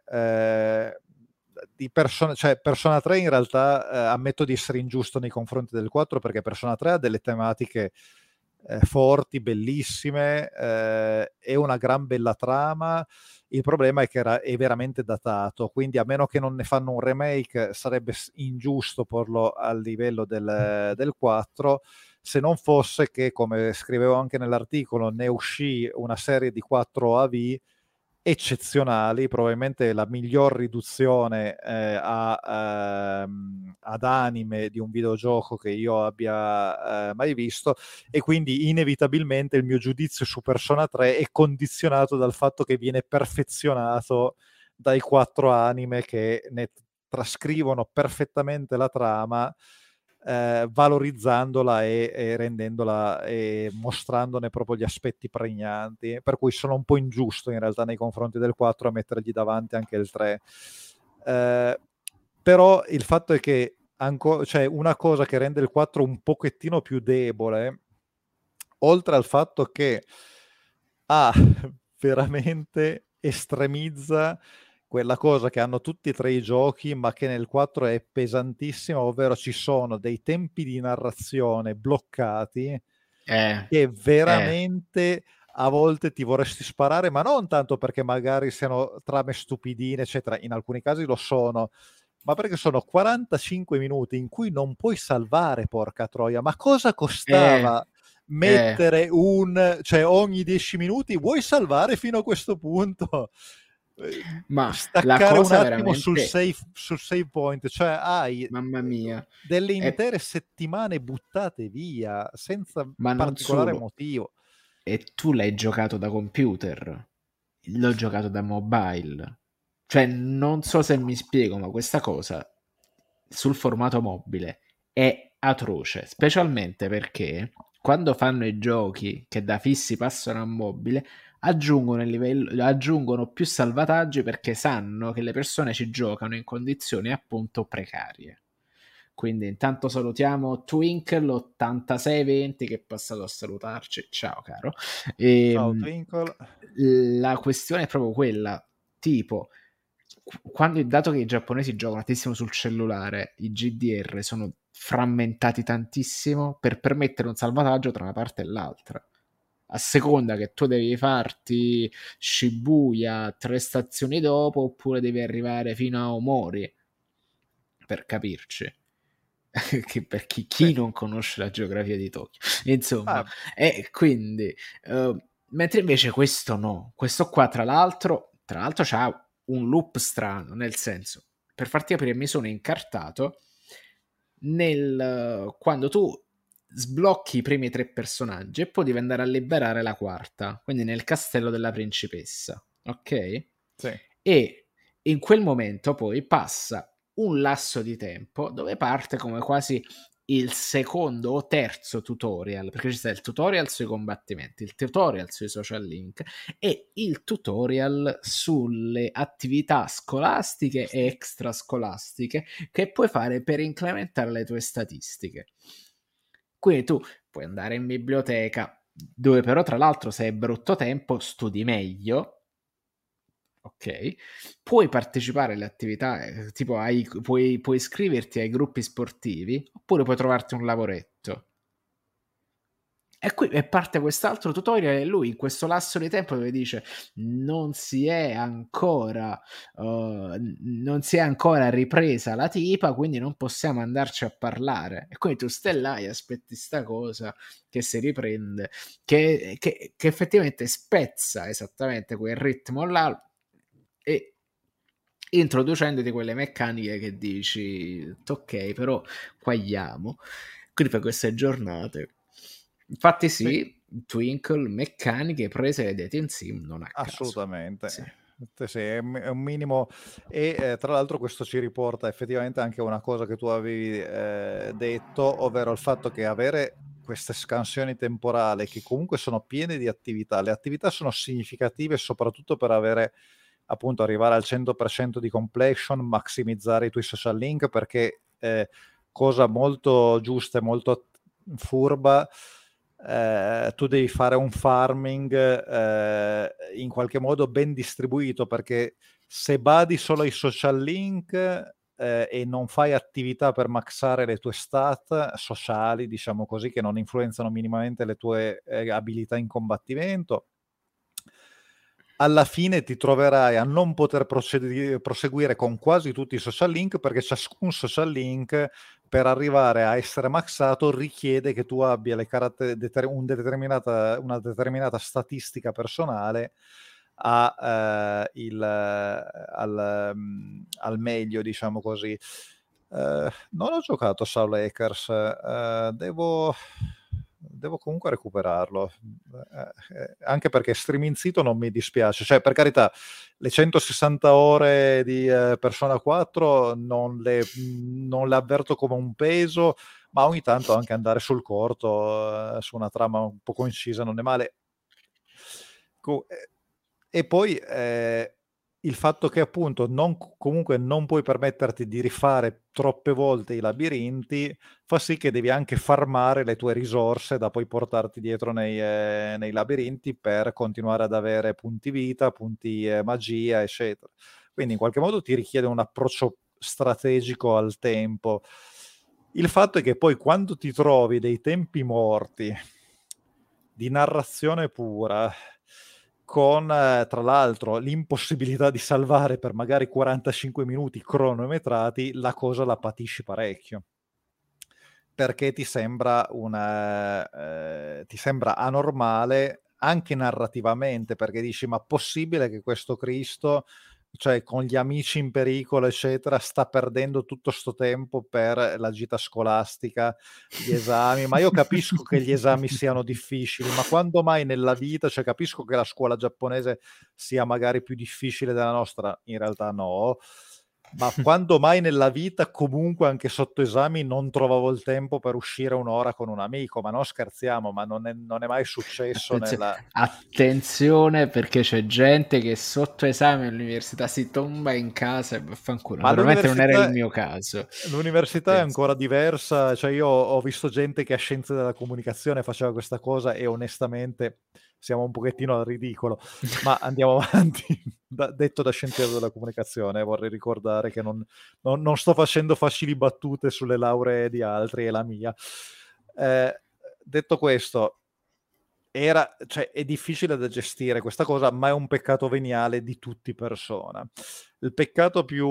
Cioè Persona 3 in realtà ammetto di essere ingiusto nei confronti del 4, perché Persona 3 ha delle tematiche forti, bellissime, e una gran bella trama. Il problema è che è veramente datato, quindi a meno che non ne fanno un remake sarebbe ingiusto porlo al livello del 4, se non fosse che, come scrivevo anche nell'articolo, ne uscì una serie di 4 AV eccezionali, probabilmente la miglior riduzione ad anime di un videogioco che io abbia mai visto, e quindi inevitabilmente il mio giudizio su Persona 3 è condizionato dal fatto che viene perfezionato dai 4 anime che ne trascrivono perfettamente la trama, valorizzandola e rendendola e mostrandone proprio gli aspetti pregnanti, per cui sono un po' ingiusto in realtà nei confronti del 4 a mettergli davanti anche il 3. Però il fatto è che cioè, una cosa che rende il 4 un pochettino più debole, oltre al fatto che veramente estremizza quella cosa che hanno tutti e tre i giochi, ma che nel 4 è pesantissima, ovvero ci sono dei tempi di narrazione bloccati che veramente a volte ti vorresti sparare, ma non tanto perché magari siano trame stupidine, eccetera, in alcuni casi lo sono, ma perché sono 45 minuti in cui non puoi salvare, porca troia. Ma cosa costava mettere cioè ogni 10 minuti vuoi salvare fino a questo punto? Ma la Staccare un cosa attimo sul veramente, save point, cioè hai mamma mia, delle intere settimane buttate via senza ma non particolare solo. motivo. E tu l'hai giocato da computer, l'ho giocato da mobile. Cioè, non so se mi spiego, ma questa cosa sul formato mobile è atroce, specialmente perché quando fanno i giochi che da fissi passano a mobile, aggiungono più salvataggi perché sanno che le persone ci giocano in condizioni appunto precarie. Quindi intanto salutiamo Twinkle 8620 che è passato a salutarci. Ciao caro. Ciao Twinkle. La questione è proprio quella, tipo, dato che i giapponesi giocano tantissimo sul cellulare, i GDR sono frammentati tantissimo per permettere un salvataggio tra una parte e l'altra. A seconda che tu devi farti Shibuya 3 stazioni dopo oppure devi arrivare fino a Omori, per capirci. Che per chi non conosce la geografia di Tokyo, insomma, e quindi mentre invece questo no, questo qua tra l'altro c'ha un loop strano, nel senso, per farti capire, mi sono incartato quando tu sblocchi i primi 3 personaggi e poi devi andare a liberare la quarta, quindi nel castello della principessa, ok? Sì. E in quel momento poi passa un lasso di tempo dove parte come quasi il secondo o terzo tutorial, perché ci sta il tutorial sui combattimenti, il tutorial sui social link e il tutorial sulle attività scolastiche e extrascolastiche che puoi fare per incrementare le tue statistiche. Quindi tu puoi andare in biblioteca, dove però tra l'altro se hai brutto tempo studi meglio, ok? Puoi partecipare alle attività, tipo puoi iscriverti ai gruppi sportivi, oppure puoi trovarti un lavoretto. E qui parte quest'altro tutorial e lui in questo lasso di tempo dove dice non si è ancora ripresa la tipa, quindi non possiamo andarci a parlare. E quindi tu stai là e aspetti sta cosa che si riprende, che effettivamente spezza esattamente quel ritmo là e introducendoti quelle meccaniche che dici ok, però quagliamo. Quindi per queste giornate infatti sì, Twinkle, meccaniche prese e date in sim non a caso. Assolutamente. Sì. Sì, è un minimo, e tra l'altro questo ci riporta effettivamente anche a una cosa che tu avevi detto, ovvero il fatto che avere queste scansioni temporali che comunque sono piene di attività, le attività sono significative soprattutto per avere, appunto, arrivare al 100% di completion, massimizzare i tuoi social link, perché cosa molto giusta e molto furba, tu devi fare un farming in qualche modo ben distribuito, perché se badi solo ai social link e non fai attività per maxare le tue stat sociali, diciamo così, che non influenzano minimamente le tue abilità in combattimento, alla fine ti troverai a non poter proseguire con quasi tutti i social link, perché ciascun social link, per arrivare a essere maxato, richiede che tu abbia una determinata statistica personale al meglio, diciamo così. Non ho giocato a Soul Lakers, devo comunque recuperarlo, anche perché streaming sito non mi dispiace, cioè, per carità, le 160 ore di Persona 4 non le avverto come un peso, ma ogni tanto anche andare sul corto, su una trama un po' concisa non è male. E poi il fatto che appunto comunque non puoi permetterti di rifare troppe volte i labirinti fa sì che devi anche farmare le tue risorse da poi portarti dietro nei labirinti per continuare ad avere punti vita, punti magia, eccetera. Quindi in qualche modo ti richiede un approccio strategico al tempo. Il fatto è che poi quando ti trovi dei tempi morti di narrazione pura, con tra l'altro l'impossibilità di salvare per magari 45 minuti cronometrati, la cosa la patisci parecchio, perché ti sembra anormale anche narrativamente, perché dici: ma possibile che questo Cristo, cioè con gli amici in pericolo eccetera, sta perdendo tutto sto tempo per la gita scolastica, gli esami? Ma io capisco che gli esami siano difficili, ma quando mai nella vita, cioè capisco che la scuola giapponese sia magari più difficile della nostra, in realtà no, ma quando mai nella vita comunque anche sotto esami non trovavo il tempo per uscire un'ora con un amico? Ma non scherziamo, ma non è mai successo Attenzione, perché c'è gente che sotto esame all'università si tomba in casa e vaffanculo. Ma Naturalmente non era il mio caso. l'università è ancora diversa, cioè io ho visto gente che a scienze della comunicazione faceva questa cosa e onestamente siamo un pochettino al ridicolo, ma andiamo avanti. Detto da scienziato della comunicazione, vorrei ricordare che non sto facendo facili battute sulle lauree di altri e la mia. Detto questo, cioè, è difficile da gestire questa cosa, ma è un peccato veniale di tutti persona. Il peccato più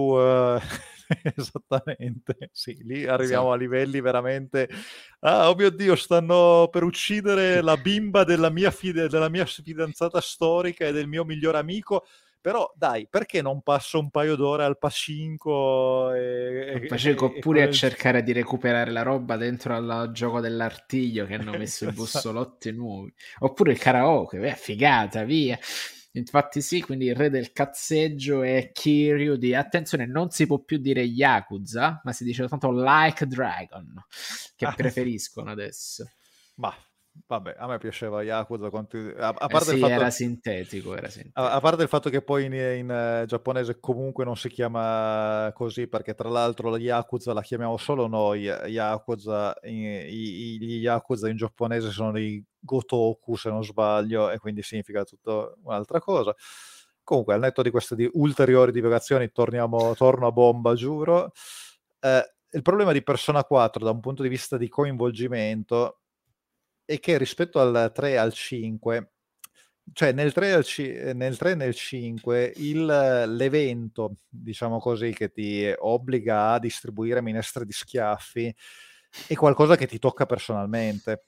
esattamente, sì, lì arriviamo a livelli veramente oh mio Dio, stanno per uccidere la bimba della mia fidanzata storica e del mio migliore amico. Però dai, perché non passo un paio d'ore al Pacinco oppure a cercare di recuperare la roba dentro al gioco dell'artiglio che hanno messo i bussolotti nuovi, oppure il karaoke, figata, via. Infatti sì, quindi il re del cazzeggio è Kiryu di, attenzione, non si può più dire Yakuza, ma si dice soltanto Like Dragon, che preferiscono adesso. Ma vabbè, a me piaceva Yakuza, a parte sì, il fatto, era sintetico. A parte il fatto che poi in giapponese comunque non si chiama così, perché tra l'altro la Yakuza la chiamiamo solo noi, Yakuza, gli Yakuza in giapponese sono i Gotoku se non sbaglio, e quindi significa tutto un'altra cosa. Comunque, al netto di queste ulteriori divagazioni, torno a bomba, giuro. Il problema di Persona 4 da un punto di vista di coinvolgimento è che rispetto al 3 e al 5, cioè nel 3 e nel 5 l'evento, diciamo così, che ti obbliga a distribuire minestre di schiaffi è qualcosa che ti tocca personalmente.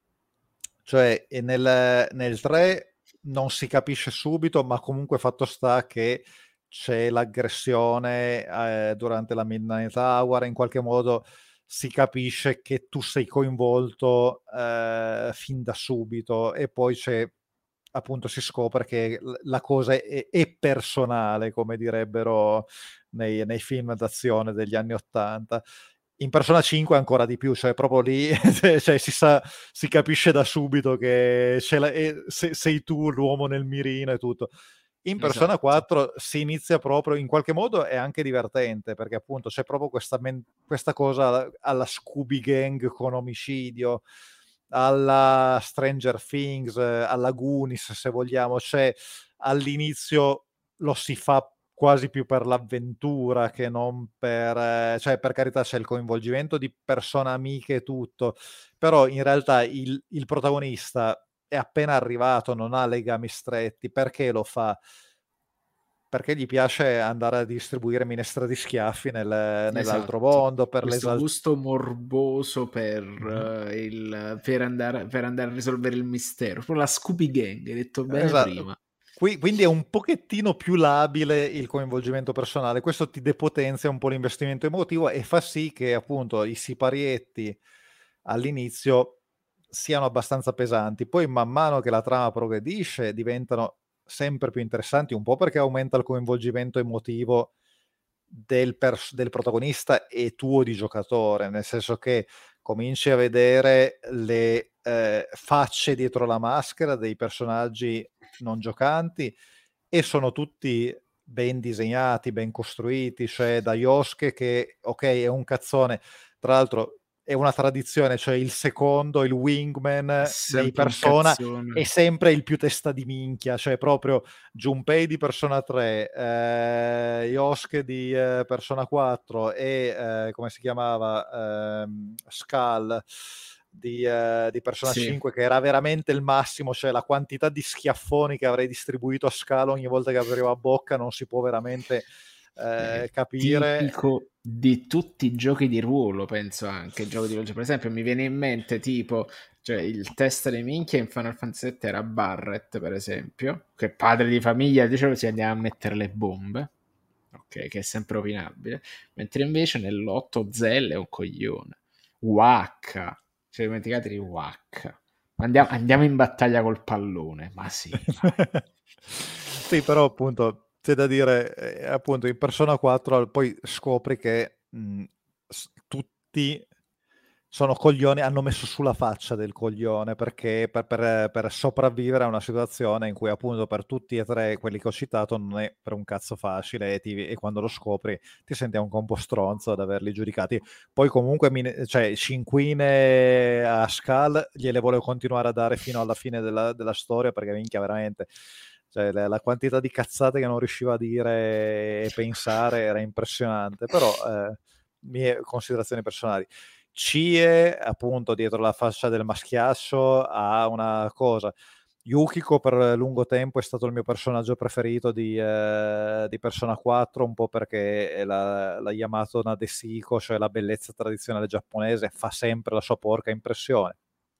Cioè nel 3 non si capisce subito, ma comunque fatto sta che c'è l'aggressione durante la Midnight Hour, in qualche modo si capisce che tu sei coinvolto fin da subito, e poi appunto si scopre che la cosa è personale, come direbbero nei film d'azione degli anni '80. In Persona 5 ancora di più, cioè proprio lì cioè, si capisce da subito che sei tu l'uomo nel mirino e tutto. In Persona 4 si inizia proprio, in qualche modo è anche divertente, perché appunto c'è proprio questa cosa alla Scooby Gang con omicidio, alla Stranger Things, alla Goonies, se vogliamo, cioè all'inizio lo si fa quasi più per l'avventura che non per... cioè per carità c'è il coinvolgimento di persone amiche e tutto, però in realtà il protagonista è appena arrivato, non ha legami stretti. Perché lo fa? Perché gli piace andare a distribuire minestre di schiaffi nell'altro Esatto, mondo, per questo l'esaltazione. gusto morboso per andare a risolvere il mistero, proprio la Scooby Gang, hai detto bene Esatto. prima. Quindi è un pochettino più labile il coinvolgimento personale, questo ti depotenzia un po' l'investimento emotivo e fa sì che appunto i siparietti all'inizio siano abbastanza pesanti, poi man mano che la trama progredisce diventano sempre più interessanti, un po' perché aumenta il coinvolgimento emotivo del protagonista e tuo di giocatore, nel senso che cominci a vedere le facce dietro la maschera dei personaggi non giocanti e sono tutti ben disegnati, ben costruiti, cioè da Yosuke che ok è un cazzone, tra l'altro è una tradizione, cioè il secondo, il È wingman nei sempre un Persona è cazzone. sempre il più testa di minchia, cioè proprio Junpei di Persona 3, Yosuke di Persona 4 e come si chiamava Skull di Persona Sì. 5, che era veramente il massimo, cioè la quantità di schiaffoni che avrei distribuito a Skull ogni volta che apriva bocca non si può veramente capire. Tipico di tutti i giochi di ruolo, penso anche, giochi di ruolo. Per esempio, mi viene in mente tipo, cioè il testa di minchia in Final Fantasy VII era Barret, per esempio, che padre di famiglia, dicevo, si andiamo a mettere le bombe, ok, che è sempre opinabile, mentre invece nell'8 Zell è un coglione. Waka, cioè dimenticate di Waka. Andiamo in battaglia col pallone, ma sì, dai. Sì, però appunto c'è da dire, appunto in Persona 4 poi scopri che tutti sono coglioni, hanno messo sulla faccia del coglione perché per sopravvivere a una situazione in cui appunto per tutti e tre quelli che ho citato non è per un cazzo facile e quando lo scopri ti senti anche un po' stronzo ad averli giudicati. Poi comunque cioè, cinquine a Skull gliele volevo continuare a dare fino alla fine della storia perché minchia veramente, cioè, la quantità di cazzate che non riusciva a dire e pensare era impressionante, però mie considerazioni personali. Cie, appunto, dietro la faccia del maschiaccio ha una cosa. Yukiko per lungo tempo è stato il mio personaggio preferito di Persona 4, un po' perché è la Yamato Nadeshiko, cioè la bellezza tradizionale giapponese, fa sempre la sua porca impressione.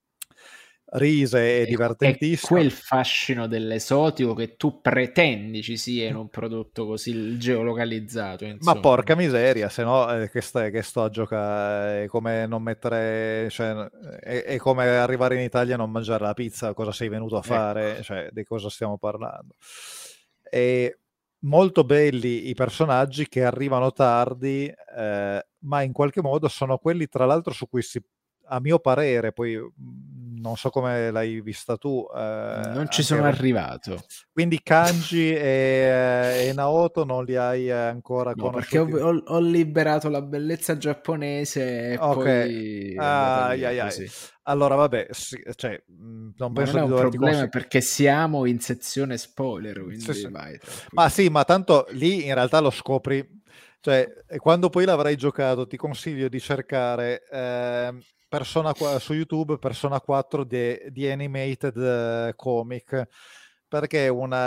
Rise è È divertentissimo. quel fascino dell'esotico che tu pretendi ci sia in un prodotto così geolocalizzato, Ma porca insomma. miseria, se no che sto a giocare, è come non mettere, cioè, è come arrivare in Italia e non mangiare la pizza, cosa sei venuto a Ecco. fare, cioè, di cosa stiamo parlando. E molto belli i personaggi che arrivano tardi, ma in qualche modo sono quelli, tra l'altro, su cui a mio parere, poi non so come l'hai vista tu, Non ci anche sono arrivato. quindi Kanji e Naoto non li hai ancora No, perché conosciuti? ho liberato la bellezza giapponese e Ok, poi è andata ai, via ai, ai. così. Allora vabbè, cioè, non Ma non penso è di un doverti problema consigliare. perché siamo in sezione spoiler, Sì, quindi sì. vai Ma tranquillo. sì, ma tanto lì in realtà lo scopri, cioè quando poi l'avrai giocato ti consiglio di cercare su YouTube Persona 4 di Animated Comic, perché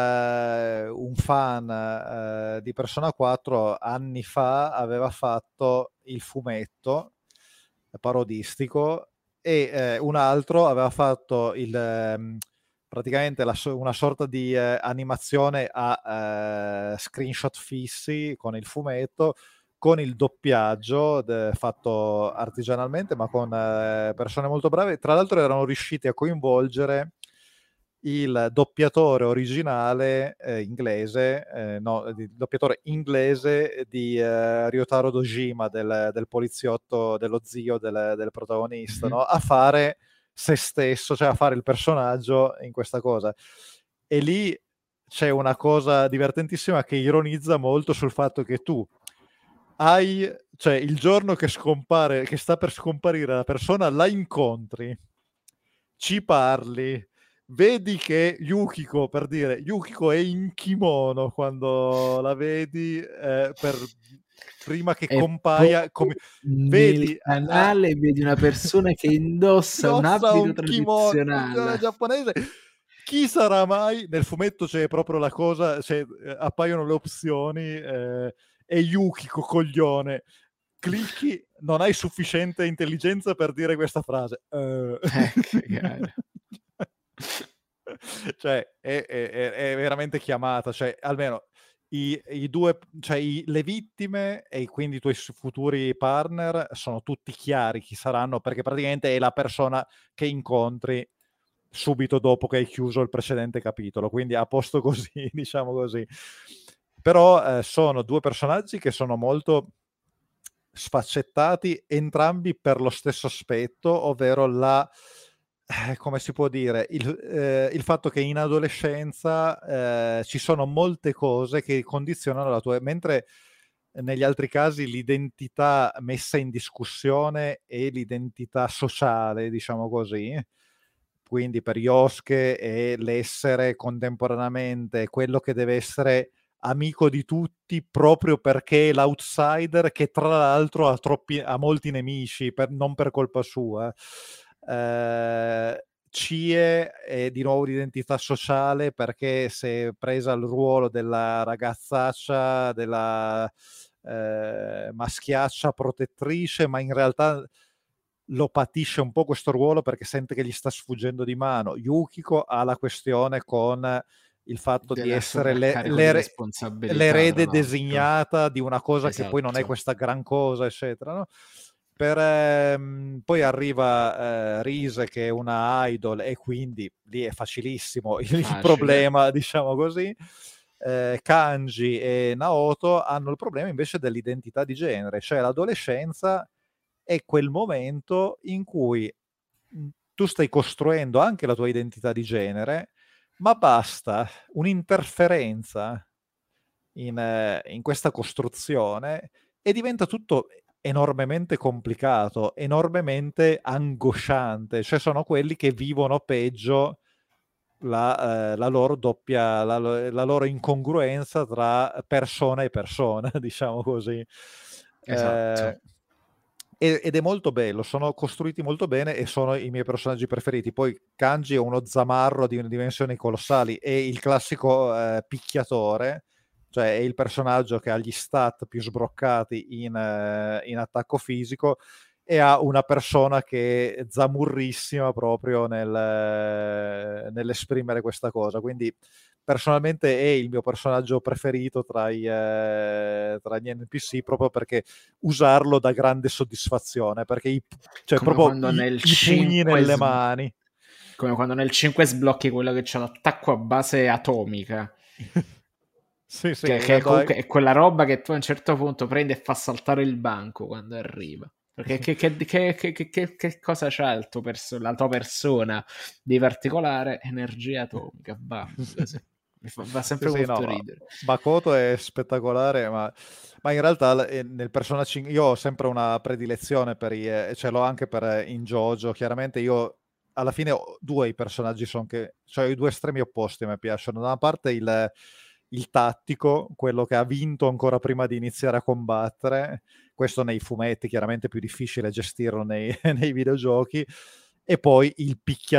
un fan di Persona 4 anni fa aveva fatto il fumetto parodistico e un altro aveva fatto praticamente una sorta di animazione a screenshot fissi con il fumetto, con il doppiaggio fatto artigianalmente, ma con persone molto brave. Tra l'altro erano riusciti a coinvolgere il doppiatore originale inglese, no, il doppiatore inglese di Ryotaro Dojima, del poliziotto, dello zio del protagonista, Mhm. no? A fare se stesso, cioè a fare il personaggio in questa cosa. E lì c'è una cosa divertentissima che ironizza molto sul fatto che tu cioè il giorno che scompare, che sta per scomparire la persona, la incontri ci parli, vedi che Yukiko, per dire, Yukiko è in kimono quando la vedi, prima che E compaia, poi nel vedi canale vedi una persona che indossa un indossa abito un kimono tradizionale. giapponese. Chi sarà mai? Nel fumetto c'è proprio la cosa, appaiono le opzioni, e Yukiko, coglione, clicchi, non hai sufficiente intelligenza per dire questa frase. Che gara. Cioè, è veramente chiamata, cioè, almeno i due, cioè le vittime e quindi i tuoi futuri partner sono tutti chiari chi saranno, perché praticamente è la persona che incontri subito dopo che hai chiuso il precedente capitolo, quindi a posto così, diciamo così. Però sono due personaggi che sono molto sfaccettati, entrambi per lo stesso aspetto, ovvero come si può dire, il fatto che in adolescenza ci sono molte cose che condizionano la tua, mentre negli altri casi l'identità messa in discussione è l'identità sociale, diciamo così. Quindi per Yosuke è l'essere contemporaneamente quello che deve essere amico di tutti proprio perché è l'outsider, che tra l'altro ha molti nemici, non per colpa sua. Chie è di nuovo l'identità sociale perché si è presa il ruolo della ragazzaccia, della maschiaccia protettrice, ma in realtà lo patisce un po' questo ruolo perché sente che gli sta sfuggendo di mano. Yukiko ha la questione con il fatto di Della essere sovraccarico di responsabilità, tra l'erede l'altro. designata di una cosa che poi non è Esatto. questa gran cosa, eccetera, no? Poi arriva Rise, che è una idol, e quindi lì è facilissimo il Facile. problema, diciamo così. Kanji e Naoto hanno il problema invece dell'identità di genere, cioè l'adolescenza è quel momento in cui tu stai costruendo anche la tua identità di genere, ma basta un'interferenza in questa costruzione e diventa tutto enormemente complicato, enormemente angosciante. Cioè sono quelli che vivono peggio la loro doppia, la loro incongruenza tra persona e persona, diciamo così. Esatto. Ed è molto bello, sono costruiti molto bene e sono i miei personaggi preferiti. Poi Kanji è uno zamarro di dimensioni colossali, è il classico picchiatore, cioè è il personaggio che ha gli stat più sbroccati in attacco fisico e ha una persona che è zamurrissima proprio nell'esprimere questa cosa. Quindi personalmente è il mio personaggio preferito tra gli NPC, proprio perché usarlo dà grande soddisfazione, perché cioè Come proprio quando nel i pugni 5 nelle mani. come quando nel 5 sblocchi quello che c'ha l'attacco a base atomica. Sì, Che comunque è quella roba che tu a un certo punto prendi e fa saltare il banco quando arriva. Perché che cosa c'ha la tua persona di particolare? Energia atomica, bam, così. Va Sì, sempre sì, molto no, ridere. Makoto è spettacolare, ma in realtà nel personaggio io ho sempre una predilezione per ce l'ho anche per in JoJo. Chiaramente io alla fine ho due i personaggi, sono che, cioè i due estremi opposti mi piacciono. Da una parte il tattico, quello che ha vinto ancora prima di iniziare a combattere, questo nei fumetti, chiaramente è più difficile gestirlo nei videogiochi, e poi il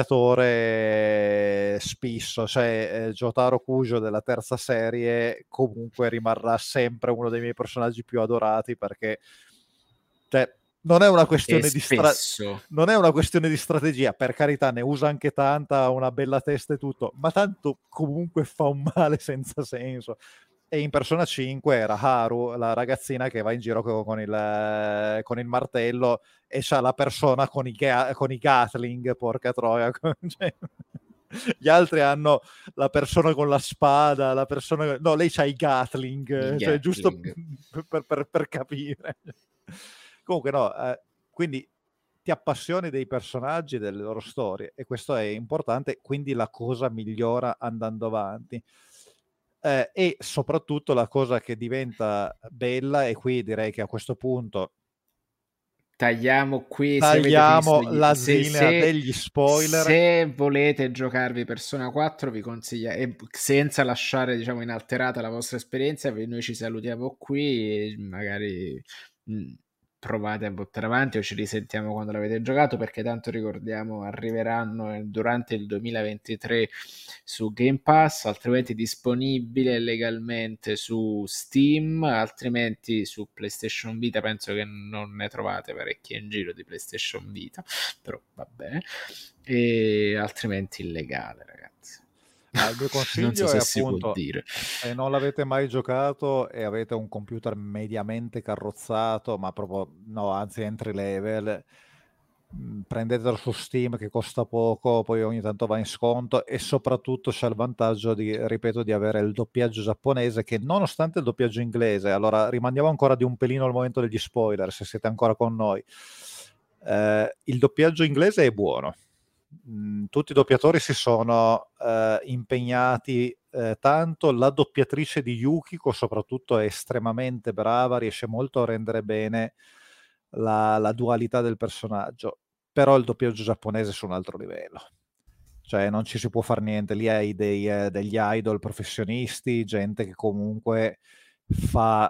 picchiatore spisso, cioè Jotaro Kujo della terza serie comunque rimarrà sempre uno dei miei personaggi più adorati, perché cioè, non è una E questione spesso, non è una questione di strategia, per carità, ne usa anche tanta, ha una bella testa e tutto, ma tanto comunque fa un male senza senso. E in Persona 5 era Haru, la ragazzina che va in giro con il martello e c'ha la persona con i Gatling, porca troia. Cioè, gli altri hanno la persona con la spada, la persona... No, lei c'ha i il Gatling, cioè giusto Gatling. per capire. Comunque no, quindi ti appassioni dei personaggi e delle loro storie, e questo è importante, quindi la cosa migliora andando avanti. E soprattutto la cosa che diventa bella, e qui direi che a questo punto tagliamo qui, se avete visto Tagliamo la linea degli spoiler. se volete giocarvi Persona 4 vi consiglio, e senza lasciare diciamo inalterata la vostra esperienza, noi ci salutiamo qui e magari provate a buttare avanti o ci risentiamo quando l'avete giocato, perché tanto ricordiamo arriveranno durante il 2023 su Game Pass, altrimenti disponibile legalmente su Steam, altrimenti su PlayStation Vita. Penso che non ne trovate parecchie in giro di PlayStation Vita, però vabbè, e altrimenti illegale, ragazzi. Il mio consiglio non so è se si può appunto, dire. se non l'avete mai giocato e avete un computer mediamente carrozzato, ma proprio no, anzi entry level, prendetelo su Steam che costa poco, poi ogni tanto va in sconto e soprattutto c'è il vantaggio di, ripeto, di avere il doppiaggio giapponese, che nonostante il doppiaggio inglese, allora rimandiamo ancora di un pelino al momento degli spoiler, se siete ancora con noi, il doppiaggio inglese è buono. Tutti i doppiatori si sono impegnati tanto. La doppiatrice di Yukiko soprattutto è estremamente brava, riesce molto a rendere bene la dualità del personaggio, però il doppiaggio giapponese è su un altro livello, cioè non ci si può fare niente. Lì hai degli idol professionisti, gente che comunque fa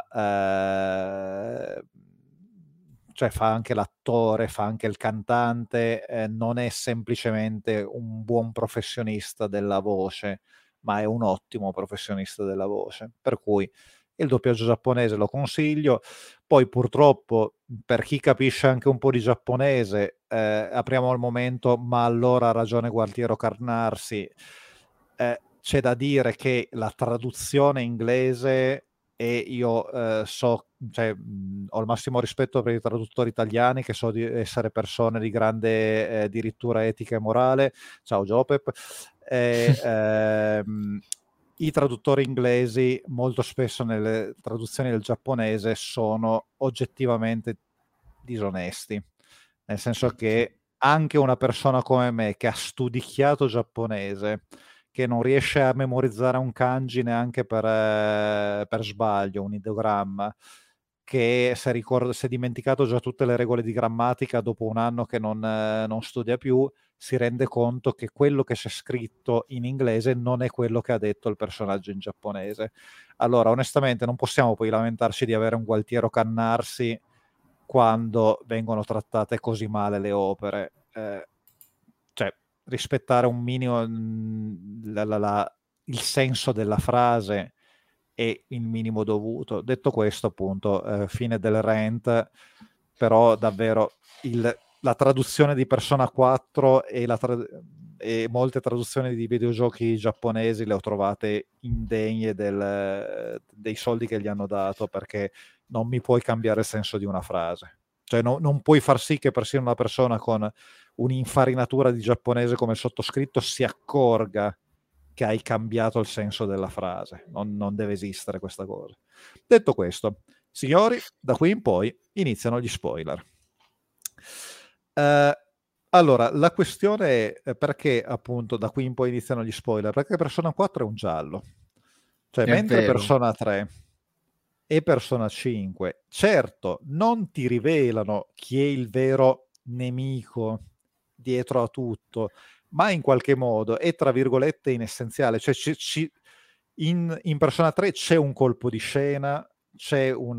cioè fa anche l'attore, fa anche il cantante, non è semplicemente un buon professionista della voce, ma è un ottimo professionista della voce, per cui il doppiaggio giapponese lo consiglio. Poi purtroppo per chi capisce anche un po' di giapponese, apriamo al momento, ma allora ha ragione Gualtiero Carnarsi, c'è da dire che la traduzione inglese, e io cioè, ho il massimo rispetto per i traduttori italiani, che so di essere persone di grande addirittura etica e morale, ciao Jopep, i traduttori inglesi molto spesso nelle traduzioni del giapponese sono oggettivamente disonesti, nel senso che anche una persona come me che ha studicchiato giapponese, che non riesce a memorizzare un kanji neanche per sbaglio, un ideogramma, che si è dimenticato già tutte le regole di grammatica dopo un anno che non studia più, si rende conto che quello che c'è scritto in inglese non è quello che ha detto il personaggio in giapponese. Allora, onestamente, non possiamo poi lamentarci di avere un Gualtiero Cannarsi quando vengono trattate così male le opere. Cioè, rispettare un minimo il senso della frase è il minimo dovuto. Detto questo, appunto, fine del rant, però davvero la traduzione di Persona 4 e molte traduzioni di videogiochi giapponesi le ho trovate indegne dei soldi che gli hanno dato, perché non mi puoi cambiare il senso di una frase. Cioè non puoi far sì che persino una persona con un'infarinatura di giapponese come il sottoscritto si accorga che hai cambiato il senso della frase. Non deve esistere questa cosa. Detto questo, signori, da qui in poi iniziano gli spoiler. Allora, la questione è perché appunto da qui in poi iniziano gli spoiler, perché Persona 4 è un giallo. Cioè, È mentre vero. Persona 3 e Persona 5, certo, non ti rivelano chi è il vero nemico dietro a tutto, ma in qualche modo è, tra virgolette, inessenziale. Cioè, in Persona 3 c'è un colpo di scena, c'è un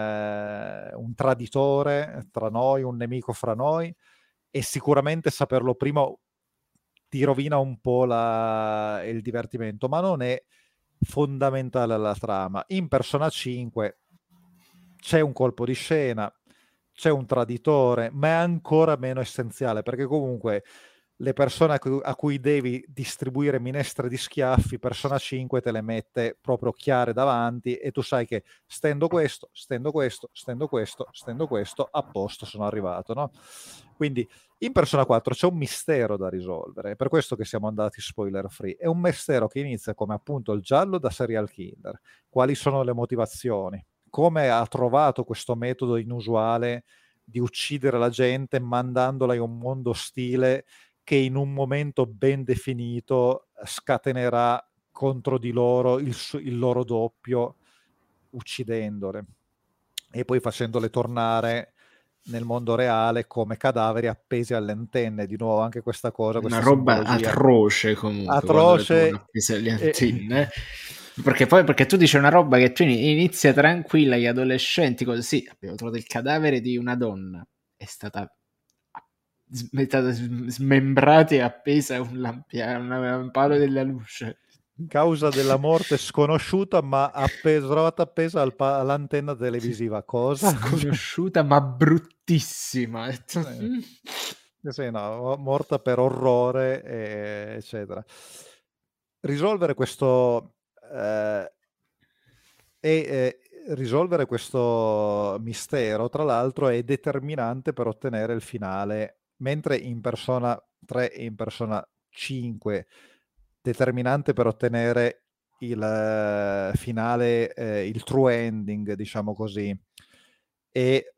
traditore tra noi, un nemico fra noi, e sicuramente saperlo prima ti rovina un po' il divertimento, ma non è fondamentale alla trama. In Persona 5 c'è un colpo di scena, c'è un traditore, ma è ancora meno essenziale, perché comunque le persone a cui devi distribuire minestre di schiaffi, Persona 5 te le mette proprio chiare davanti e tu sai che stendo questo, stendo questo, stendo questo, stendo questo, a posto, sono arrivato, no? Quindi in Persona 4 c'è un mistero da risolvere, è per questo che siamo andati spoiler free. È un mistero che inizia come appunto il giallo da serial killer. Quali sono le motivazioni? Come ha trovato questo metodo inusuale di uccidere la gente mandandola in un mondo ostile che in un momento ben definito scatenerà contro di loro il loro doppio, uccidendole e poi facendole tornare nel mondo reale come cadaveri appesi alle antenne. Di nuovo anche questa cosa, Una questa roba simbologia atroce comunque quando le trovano atroce. appese alle antenne. Perché tu dici una roba che tu inizia tranquilla, gli adolescenti così, abbiamo trovato il cadavere di una donna, è stata smembrata e appesa a un palo della luce. Causa della morte sconosciuta, ma trovata appesa all'antenna televisiva. Cosa? Sconosciuta ma bruttissima. Sì, no, morta per orrore, eccetera. Risolvere questo risolvere questo mistero, tra l'altro, è determinante per ottenere il finale, mentre in Persona 3 e in Persona 5 determinante per ottenere il finale, il true ending, diciamo così, e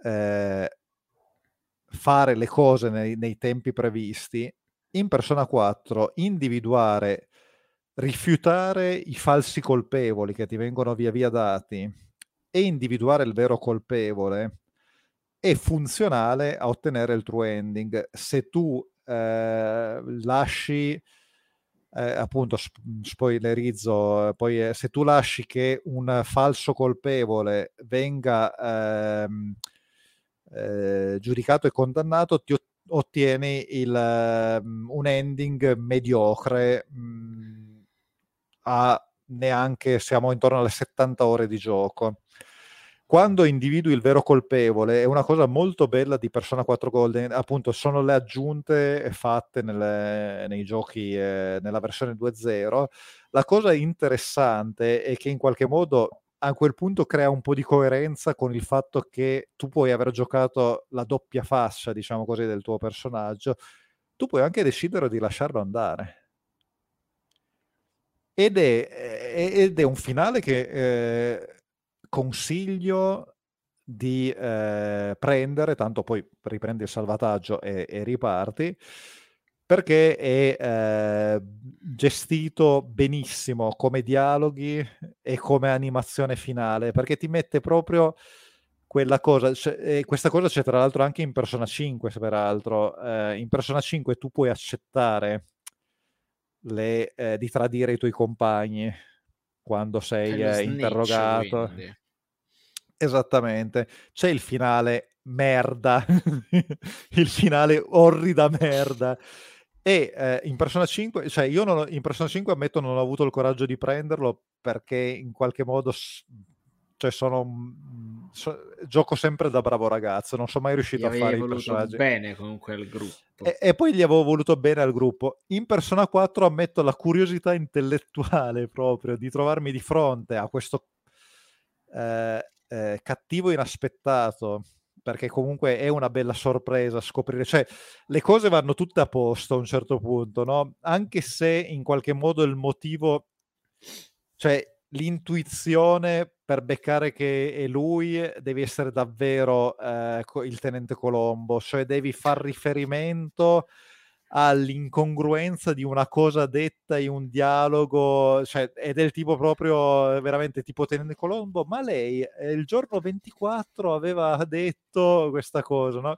fare le cose nei tempi previsti. In Persona 4 individuare, rifiutare i falsi colpevoli che ti vengono via via dati e individuare il vero colpevole è funzionale a ottenere il true ending. Se tu lasci, appunto, spoilerizzo, poi se tu lasci che un falso colpevole venga giudicato e condannato, ti ottieni un ending mediocre, a neanche, siamo intorno alle 70 ore di gioco. Quando individui il vero colpevole, è una cosa molto bella di Persona 4 Golden, appunto sono le aggiunte fatte nei giochi, nella versione 2.0. La cosa interessante è che in qualche modo a quel punto crea un po' di coerenza con il fatto che tu puoi aver giocato la doppia fascia, diciamo così, del tuo personaggio, tu puoi anche decidere di lasciarlo andare. Ed è un finale che consiglio di prendere, tanto poi riprendi il salvataggio e riparti, perché è gestito benissimo come dialoghi e come animazione finale, perché ti mette proprio quella cosa, e questa cosa c'è tra l'altro anche in Persona 5, peraltro. In Persona 5 tu puoi accettare di tradire i tuoi compagni quando Fai sei lo snitch, interrogato. quindi. Esattamente. C'è il finale merda, il finale orrida merda. E in Persona 5, cioè io in Persona 5 ammetto non ho avuto il coraggio di prenderlo perché in qualche modo cioè gioco sempre da bravo ragazzo, non sono mai Gli riuscito a avevi fare i voluto personaggi. bene comunque al gruppo. E poi gli avevo voluto bene al gruppo. In Persona 4 ammetto la curiosità intellettuale proprio di trovarmi di fronte a questo cattivo inaspettato, perché comunque è una bella sorpresa scoprire, cioè le cose vanno tutte a posto a un certo punto, no? Anche se in qualche modo il motivo, cioè l'intuizione per beccare che è lui, devi essere davvero il tenente Colombo, cioè devi far riferimento all'incongruenza di una cosa detta in un dialogo, cioè è del tipo proprio veramente tipo tenente Colombo, ma lei il giorno 24 aveva detto questa cosa, no?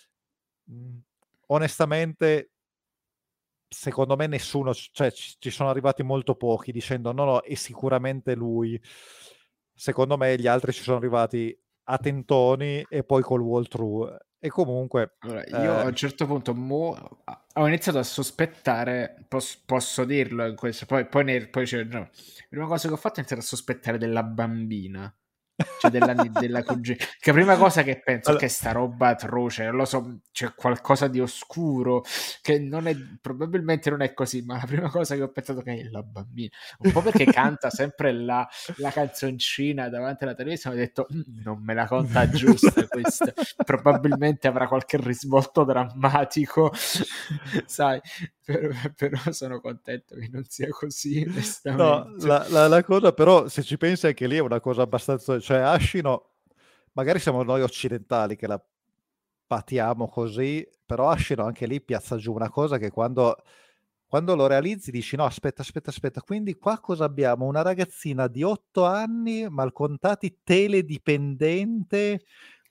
Onestamente secondo me nessuno, cioè ci sono arrivati molto pochi dicendo no, è sicuramente lui. Secondo me gli altri ci sono arrivati a tentoni e poi col wall through. E comunque Allora, io a un certo punto ho iniziato a sospettare, posso dirlo in questo, poi c'è, no, la prima cosa che ho fatto è iniziare a sospettare della bambina. Cioè della cugina. Che prima cosa che penso, allora, che sta roba atroce, non lo so, c'è qualcosa di oscuro, che non è, probabilmente non è così, ma la prima cosa che ho pensato che è la bambina. Un po' perché canta sempre la canzoncina davanti alla televisione, ho detto, non me la conta giusta questa, probabilmente avrà qualche risvolto drammatico, sai, però sono contento che non sia così, no, onestamente. la cosa però, se ci pensi anche lì è una cosa abbastanza, cioè Ashino, magari siamo noi occidentali che la patiamo così, però Ashino anche lì piazza giù una cosa che quando lo realizzi dici no, aspetta, quindi qua cosa abbiamo? Una ragazzina di 8 anni, malcontati, teledipendente,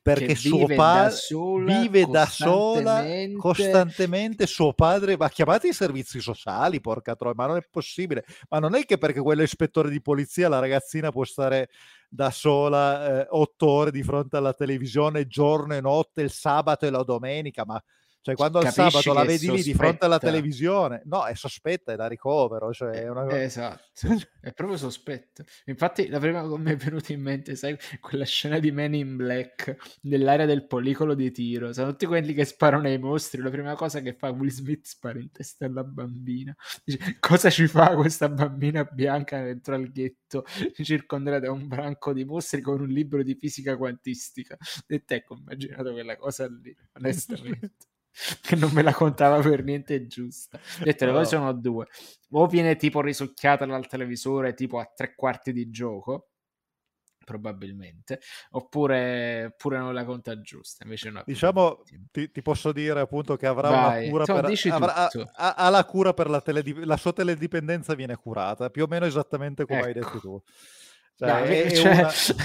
perché suo vive da padre sola vive da sola costantemente, suo padre va chiamati i servizi sociali, porca troia, ma non è possibile, ma non è che perché quello è ispettore di polizia la ragazzina può stare da sola 8 ore di fronte alla televisione giorno e notte, il sabato e la domenica, ma cioè quando al Capisci sabato la che vedi lì di fronte alla sospetta. televisione, no, è sospetta, è da ricovero, cioè è una... Esatto, è proprio sospetto. Infatti la prima che mi è venuta in mente, sai, quella scena di Men in Black nell'area del policolo di tiro, sono tutti quelli che sparano ai mostri, la prima cosa che fa Will Smith spara in testa alla bambina. Dice, cosa ci fa questa bambina bianca dentro al ghetto circondata da un branco di mostri con un libro di fisica quantistica? E te ho immaginato quella cosa lì, onestamente. Che non me la contava per niente giusta. Ho detto, le cose sono due: o viene tipo risucchiata dal televisore tipo a 3/4 di gioco, probabilmente, oppure non la conta giusta. Invece no, Diciamo, ti posso dire appunto che avrà una vai, cura per... dici tutto. ha la cura per la sua teledipendenza viene curata, più o meno esattamente come hai detto Ecco. tu. No, Cioè, cioè...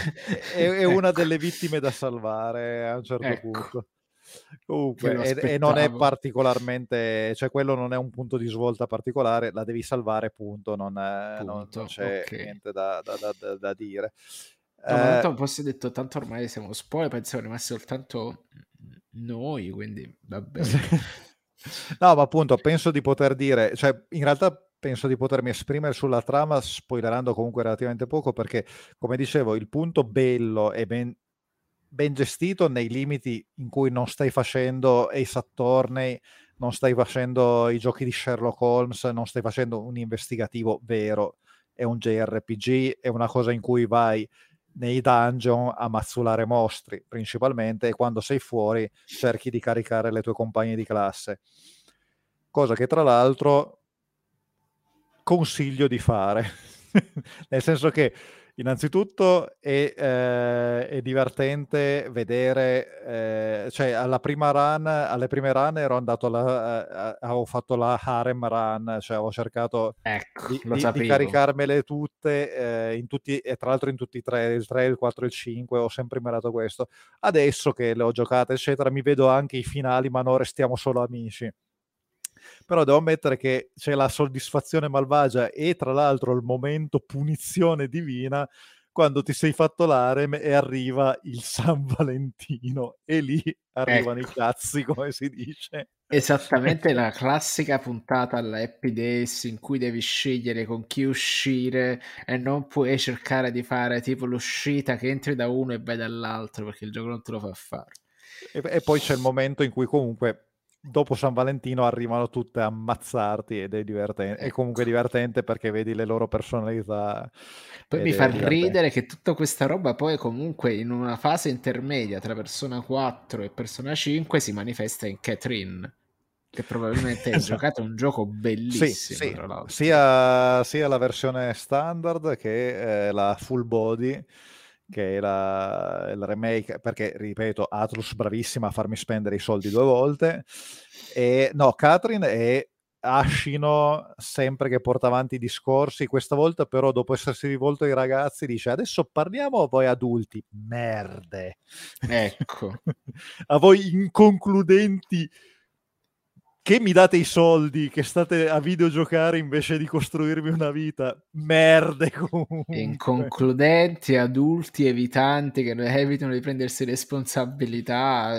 è una ecco. delle vittime da salvare a un certo Ecco, punto. che lo Comunque, e non è aspettavo. particolarmente, cioè quello non è un punto di svolta particolare, la devi salvare, punto, non Punto, c'è ok. niente da dire. No, ma tanto posso detto, tanto ormai siamo spoiler, pensiamo rimasti soltanto noi, quindi va bene. No, ma appunto penso di poter dire, cioè in realtà penso di potermi esprimere sulla trama spoilerando comunque relativamente poco, perché come dicevo il punto bello è ben gestito nei limiti in cui non stai facendo Ace Attorney, non stai facendo i giochi di Sherlock Holmes, non stai facendo un investigativo vero, è un JRPG, è una cosa in cui vai nei dungeon a mazzolare mostri principalmente, e quando sei fuori cerchi di caricare le tue compagne di classe, cosa che tra l'altro consiglio di fare nel senso che innanzitutto è divertente vedere, cioè alle prime run ero andato avevo fatto la harem run, cioè avevo cercato Ecco, lo di sapevo. caricarmele tutte in tutti, e tra l'altro in tutti e tre, il 3, il 4 e il 5 ho sempre imparato questo. Adesso che le ho giocate eccetera mi vedo anche i finali, ma non restiamo solo amici. Però devo ammettere che c'è la soddisfazione malvagia e tra l'altro il momento punizione divina quando ti sei fatto l'harem e arriva il San Valentino e lì arrivano i Ecco, cazzi, come si dice. esattamente la classica puntata alla Happy Days in cui devi scegliere con chi uscire e non puoi cercare di fare tipo l'uscita che entri da uno e vai dall'altro perché il gioco non te lo fa fare. E poi c'è il momento in cui comunque dopo San Valentino arrivano tutte a ammazzarti ed è divertente. È comunque Ecco. divertente perché vedi le loro personalità Poi ed mi fa è divertente. ridere che tutta questa roba poi comunque in una fase intermedia tra Persona 4 e Persona 5 si manifesta in Catherine, che probabilmente hai Esatto. giocato, un gioco Sì, bellissimo sì, tra l'altro. sia la versione standard che la full body, che è il remake, perché ripeto, Atlus bravissima a farmi spendere i soldi 2 volte. E no, Catherine è Ascino sempre che porta avanti i discorsi, questa volta però dopo essersi rivolto ai ragazzi dice adesso parliamo a voi adulti, merde. Ecco. A voi inconcludenti che mi date i soldi, che state a videogiocare invece di costruirmi una vita, merde comunque. Inconcludenti, adulti, evitanti che evitano di prendersi responsabilità.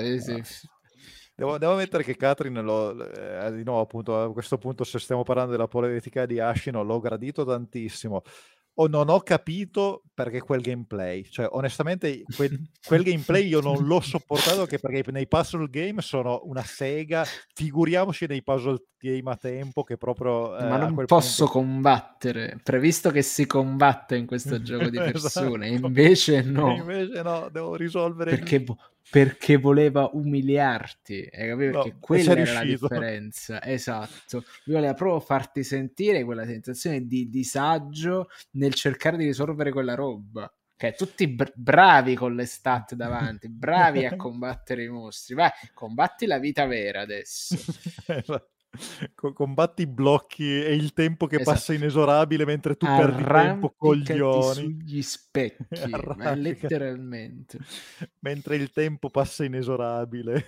Devo ammettere che Catherine, di nuovo appunto a questo punto se stiamo parlando della politica di Ashino, l'ho gradito tantissimo. O non ho capito perché quel gameplay, cioè onestamente quel gameplay io non l'ho sopportato, che perché nei puzzle game sono una sega, figuriamoci nei puzzle game a tempo che proprio Ma a non quel posso punto combattere, previsto che si combatte in questo gioco di persone, esatto, invece e no. invece no, devo risolvere Perché, perché voleva umiliarti, hai capito? Perché no, e c'è quella era la riuscito. differenza, esatto. Lui voleva proprio farti sentire quella sensazione di disagio nel cercare di risolvere quella roba. Che tutti bravi con le stat davanti, bravi a combattere i mostri. Vai, combatti la vita vera adesso. Combatti i blocchi e il tempo che passa Esatto. inesorabile mentre tu perdi tempo, Arrampicati coglioni. sugli specchi, ma Arrampica letteralmente. mentre il tempo passa inesorabile.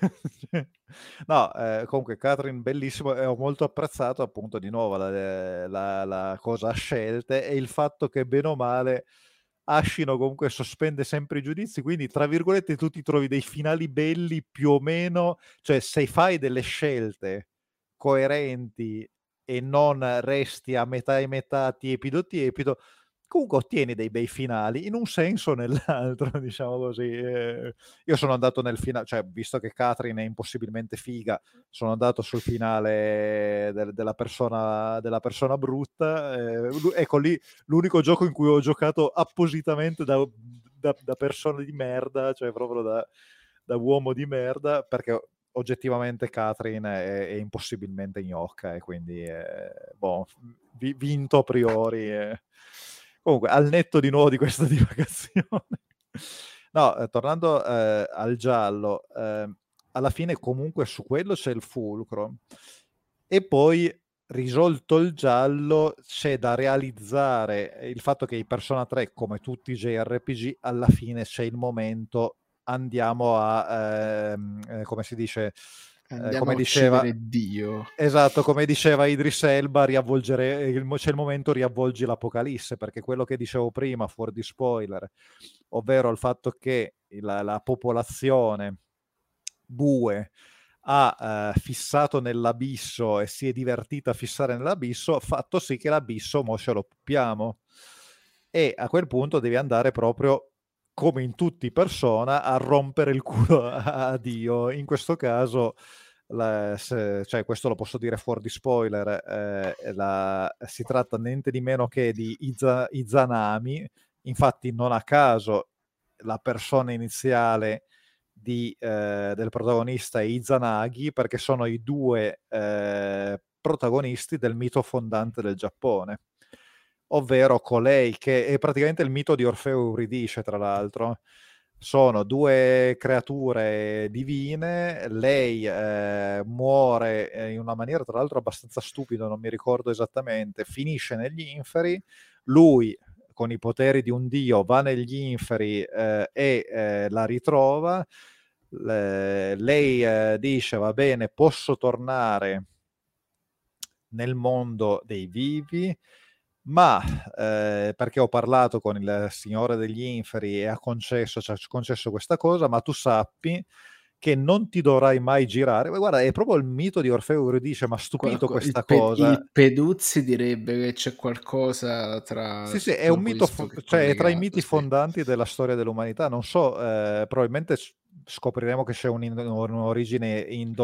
No, comunque Catherine bellissimo e ho molto apprezzato appunto di nuovo la cosa a scelte e il fatto che bene o male Ashino comunque sospende sempre i giudizi, quindi tra virgolette tu ti trovi dei finali belli più o meno, cioè se fai delle scelte coerenti e non resti a metà e metà, tiepido tiepido, comunque ottieni dei bei finali in un senso o nell'altro, diciamo così. Io sono andato nel finale, cioè visto che Catherine è impossibilmente figa, sono andato sul finale della persona brutta. Ecco lì l'unico gioco in cui ho giocato appositamente da persona di merda, cioè proprio da uomo di merda, perché oggettivamente Catherine è impossibilmente gnocca e quindi boh, vinto a priori. Comunque, al netto di nuovo di questa divagazione, no, tornando al giallo, alla fine comunque su quello c'è il fulcro e poi risolto il giallo c'è da realizzare il fatto che i Persona 3 come tutti i JRPG alla fine c'è il momento andiamo a come si dice Andiamo come a diceva uccidere Dio. esatto, come diceva Idris Elba, c'è il momento riavvolgi l'Apocalisse, perché quello che dicevo prima, fuori di spoiler, ovvero il fatto che la popolazione bue ha fissato nell'abisso e si è divertita a fissare nell'abisso, ha fatto sì che l'abisso mo ce lo puppiamo. E a quel punto devi andare proprio, come in tutti i Persona, a rompere il culo a Dio. In questo caso cioè questo lo posso dire fuori di spoiler, si tratta niente di meno che di Izanami, infatti non a caso la persona iniziale del protagonista è Izanagi, perché sono i due protagonisti del mito fondante del Giappone, ovvero colei che è praticamente il mito di Orfeo e Euridice, tra l'altro. Sono due creature divine, lei muore in una maniera tra l'altro abbastanza stupida, non mi ricordo esattamente, finisce negli inferi, lui con i poteri di un dio va negli inferi e la ritrova, lei dice va bene, posso tornare nel mondo dei vivi, ma perché ho parlato con il Signore degli Inferi e ci ha concesso questa cosa, ma tu sappi che non ti dovrai mai girare. Ma guarda, è proprio il mito di Orfeo e Euridice, ma stupito questa cosa. Il Peduzzi direbbe che c'è qualcosa tra Sì, sì, è un tutto mito, questo che è cioè è tra i collegato, miti sì. fondanti della storia dell'umanità. Non so, probabilmente scopriremo che c'è un'origine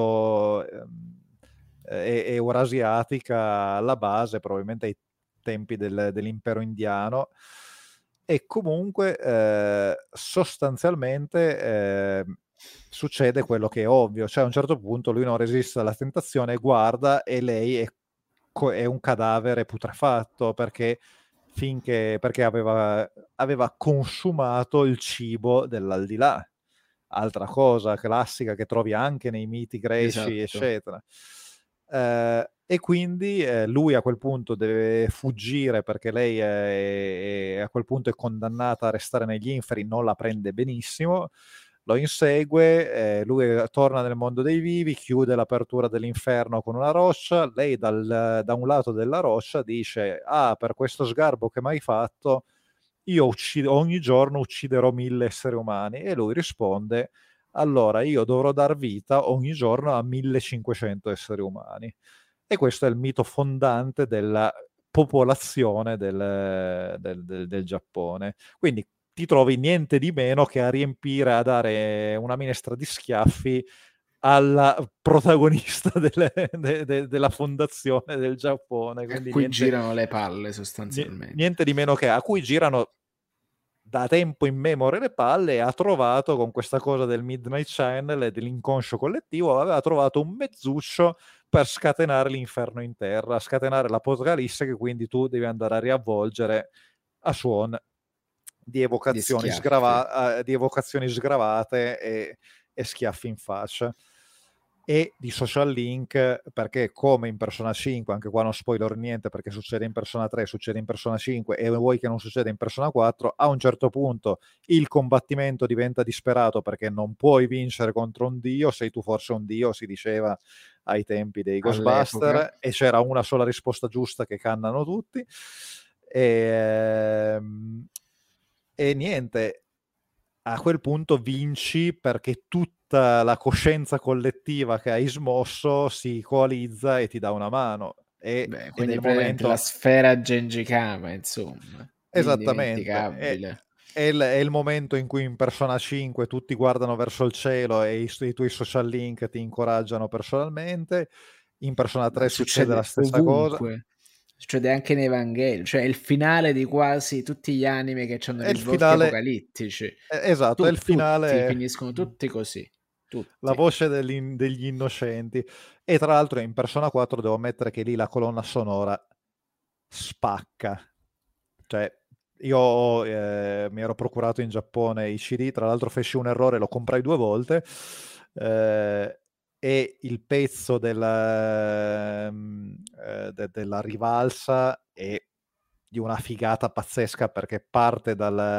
eurasiatica alla base, probabilmente ai tempi dell'impero indiano. E comunque, sostanzialmente, succede quello che è ovvio, cioè a un certo punto lui non resiste alla tentazione, guarda e lei è un cadavere putrefatto perché aveva consumato il cibo dell'aldilà, altra cosa classica che trovi anche nei miti greci, Esatto. eccetera. E quindi lui a quel punto deve fuggire perché lei a quel punto è condannata a restare negli inferi, non la prende benissimo, lo insegue, lui torna nel mondo dei vivi, chiude l'apertura dell'inferno con una roccia, lei da un lato della roccia dice per questo sgarbo che mi hai fatto io ogni giorno ucciderò 1000 esseri umani, e lui risponde allora io dovrò dar vita ogni giorno a 1500 esseri umani. E questo è il mito fondante della popolazione del Giappone. Quindi ti trovi niente di meno che a riempire, a dare una minestra di schiaffi alla protagonista della fondazione del Giappone. A Quindi cui girano le palle sostanzialmente. niente di meno che a cui girano da tempo immemore le palle, e ha trovato con questa cosa del Midnight Channel e dell'inconscio collettivo, aveva trovato un mezzuccio per scatenare l'inferno in terra, scatenare l'apocalisse che quindi tu devi andare a riavvolgere a suon di Di evocazioni, schiaffi. di evocazioni sgravate e schiaffi in faccia. e di social link, perché come in Persona 5, anche qua non spoiler niente perché succede in Persona 3, succede in Persona 5 e vuoi che non succeda in Persona 4, a un certo punto il combattimento diventa disperato perché non puoi vincere contro un dio, sei tu forse un dio, si diceva ai tempi dei all'epoca. Ghostbuster, e c'era una sola risposta giusta che cannano tutti. E, e niente, a quel punto vinci perché tutta la coscienza collettiva che hai smosso si coalizza e ti dà una mano. Beh, Ed è quindi il praticamente la momento, sfera Gengikama, insomma, esattamente, indimenticabile. è il momento in cui in Persona 5 tutti guardano verso il cielo e i tuoi social link ti incoraggiano personalmente. In Persona Ma 3 succede la succede stessa cosa. ovunque. Succede anche in Evangelion, cioè è il finale di quasi tutti gli anime che hanno È il risvolti finale, apocalittici. esatto, è il Tutti finale, finiscono tutti così. la Tutti. voce degli innocenti. E tra l'altro in Persona 4 devo ammettere che lì la colonna sonora spacca. Cioè, io mi ero procurato in Giappone i CD, tra l'altro feci un errore, lo comprai 2 volte, e il pezzo della rivalsa è di una figata pazzesca perché parte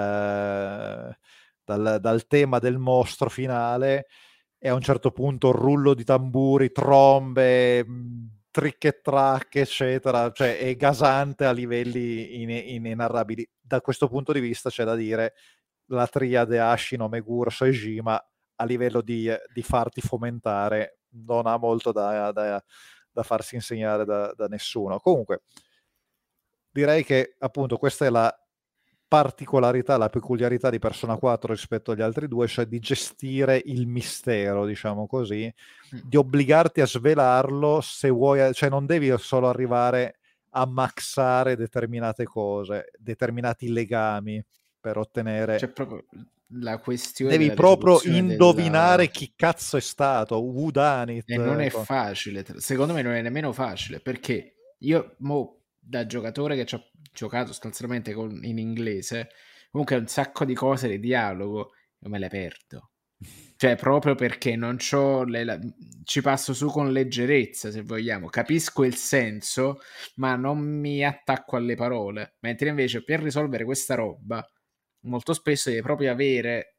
dal tema del mostro finale e a un certo punto rullo di tamburi, trombe, trick e track, eccetera, cioè è gasante a livelli inenarrabili. Da questo punto di vista c'è da dire la triade Ashino, Meguro, Soejima a livello di farti fomentare non ha molto da farsi insegnare da nessuno. Comunque, direi che appunto questa è la particolarità, la peculiarità di Persona 4 rispetto agli altri due, cioè di gestire il mistero, diciamo così, di obbligarti a svelarlo se vuoi, cioè non devi solo arrivare a maxare determinate cose, determinati legami per ottenere. C'è proprio la questione Devi della proprio risoluzione indovinare della... chi cazzo è stato, who done it, E non è ecco. facile, secondo me non è nemmeno facile, perché io, mo, da giocatore che ci ha giocato sostanzialmente in inglese, comunque un sacco di cose di dialogo, io me le perdo. Cioè, proprio perché non c'ho ci passo su con leggerezza, se vogliamo. Capisco il senso, ma non mi attacco alle parole. Mentre invece per risolvere questa roba, molto spesso devi proprio avere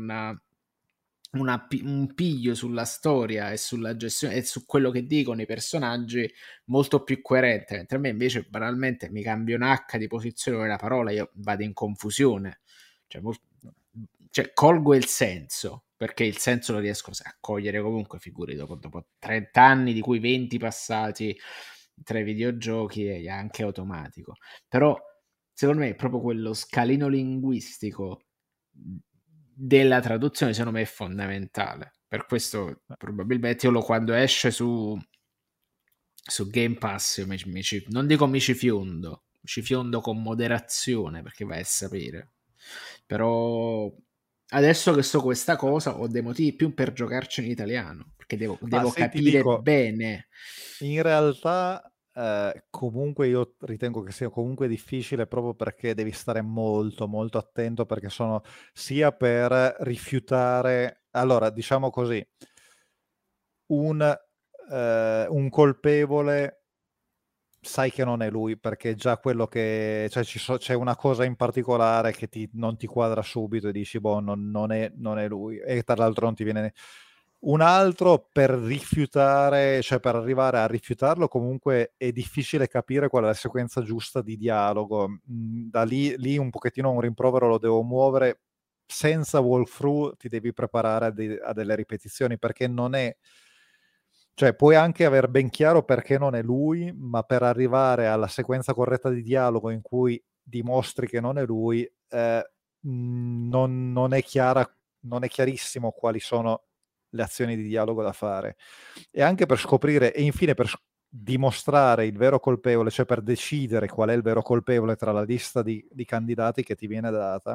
un piglio sulla storia e sulla gestione e su quello che dicono i personaggi molto più coerente. Mentre a me invece banalmente mi cambia un H di posizione una parola, io vado in confusione. Cioè, cioè, colgo il senso, perché il senso lo riesco a cogliere comunque, figuri, dopo 30 anni, di cui 20 passati tra i videogiochi e anche automatico. Però, secondo me, è proprio quello scalino linguistico della traduzione, secondo me, è fondamentale. Per questo, probabilmente, io quando esce su Game Pass, io non dico mi ci fiondo con moderazione, perché vai a sapere. Però adesso che so questa cosa ho dei motivi più per giocarci in italiano, perché Ma devo se ti capire dico, bene. in realtà comunque io ritengo che sia comunque difficile proprio perché devi stare molto molto attento perché sono sia per rifiutare, allora diciamo così, un colpevole sai che non è lui perché già quello che, cioè c'è una cosa in particolare che non ti quadra subito e dici boh non è lui, e tra l'altro non ti viene un altro per rifiutare, cioè per arrivare a rifiutarlo comunque è difficile capire qual è la sequenza giusta di dialogo. Da lì un pochettino un rimprovero lo devo muovere. Senza walkthrough ti devi preparare a delle ripetizioni perché non è, cioè puoi anche aver ben chiaro perché non è lui, ma per arrivare alla sequenza corretta di dialogo in cui dimostri che non è lui, non è chiara, non è chiarissimo quali sono le azioni di dialogo da fare. E anche per scoprire, e infine per dimostrare il vero colpevole, cioè per decidere qual è il vero colpevole tra la lista di candidati che ti viene data,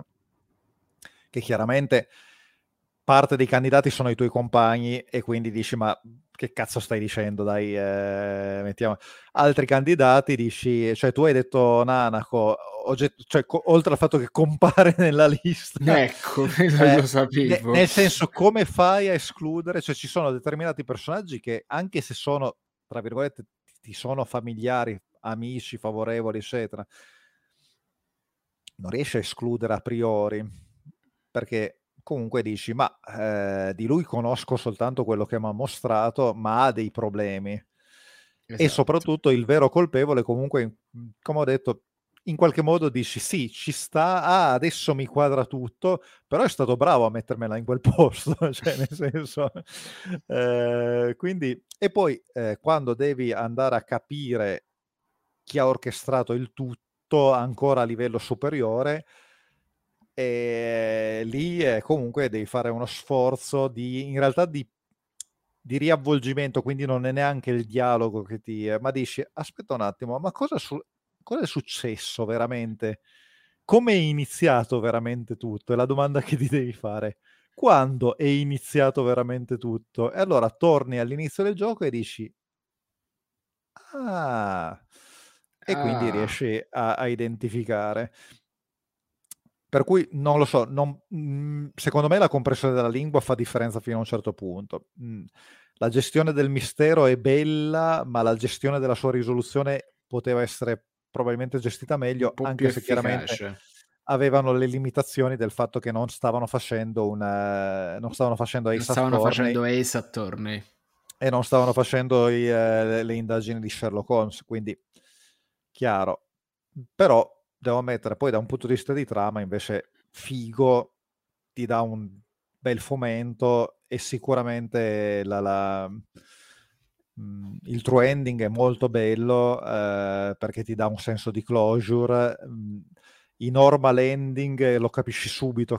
che chiaramente parte dei candidati sono i tuoi compagni e quindi dici ma che cazzo stai dicendo, dai, mettiamo altri candidati, dici, cioè tu hai detto Nanaco, cioè, oltre al fatto che compare nella lista, Ecco, lo sapevo. nel senso, come fai a escludere, cioè ci sono determinati personaggi che anche se sono, tra virgolette, ti sono familiari, amici, favorevoli, eccetera, non riesci a escludere a priori, perché comunque dici, ma di lui conosco soltanto quello che mi ha mostrato, ma ha dei problemi. E Esatto. soprattutto il vero colpevole comunque, come ho detto, in qualche modo dici, sì, ci sta, adesso mi quadra tutto, però è stato bravo a mettermela in quel posto, cioè nel senso... quindi, e poi quando devi andare a capire chi ha orchestrato il tutto ancora a livello superiore, e lì comunque devi fare uno sforzo in realtà di riavvolgimento, quindi non è neanche il dialogo che ti... ma dici, aspetta un attimo, ma cosa è successo veramente? Come è iniziato veramente tutto? È la domanda che ti devi fare. Quando è iniziato veramente tutto? E allora torni all'inizio del gioco e dici, ah, e quindi Ah, riesci a identificare. Per cui non lo so, secondo me la compressione della lingua fa differenza fino a un certo punto. La gestione del mistero è bella, ma la gestione della sua risoluzione poteva essere probabilmente gestita un meglio, po' più anche se chiaramente efficace. avevano le limitazioni del fatto che non stavano facendo non stavano facendo Non Ace stavano Attorney facendo Ace Attorney. e non stavano facendo le indagini di Sherlock Holmes, quindi chiaro. Però devo ammettere, poi da un punto di vista di trama, invece, figo, ti dà un bel fomento e sicuramente il true ending è molto bello perché ti dà un senso di closure. I normal ending lo capisci subito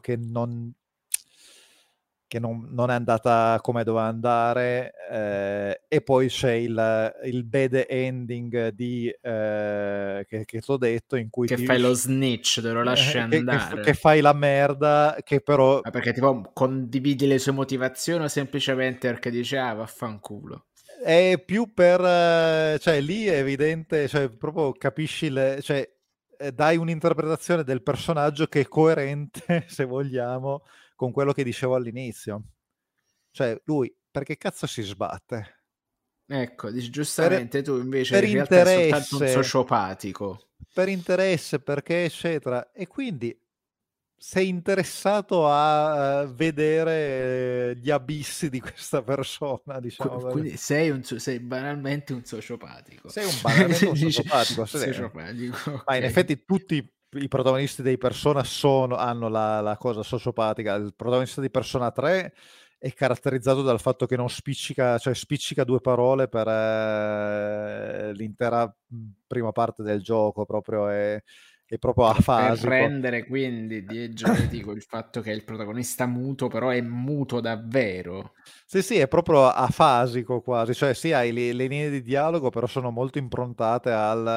che non è andata come doveva andare, e poi c'è il bad ending che ti ho detto, in cui Che fai lo snitch, te lo lasci che andare. fai la merda, che però Ma perché tipo condividi le sue motivazioni o semplicemente perché dice ah vaffanculo? è più per... cioè lì è evidente, cioè proprio capisci, cioè dai un'interpretazione del personaggio che è coerente, se vogliamo, con quello che dicevo all'inizio. Cioè lui, perché cazzo si sbatte? Ecco, dici Per, giustamente tu invece per in realtà è soltanto un interesse, sociopatico. perché eccetera. E quindi sei interessato a vedere gli abissi di questa persona, diciamo così. Quindi sei banalmente un sociopatico. Sei banalmente un Dici, sociopatico, sì. sociopatico, Ma in ok. effetti tutti i protagonisti di Persona hanno la cosa sociopatica. Il protagonista di Persona 3 è caratterizzato dal fatto che non spiccica, cioè spiccica due parole per l'intera prima parte del gioco, proprio è proprio Per afasico. rendere quindi diegetico il fatto che è il protagonista muto, però è muto davvero. Sì, sì, è proprio afasico quasi, cioè sì, hai le linee di dialogo, però sono molto improntate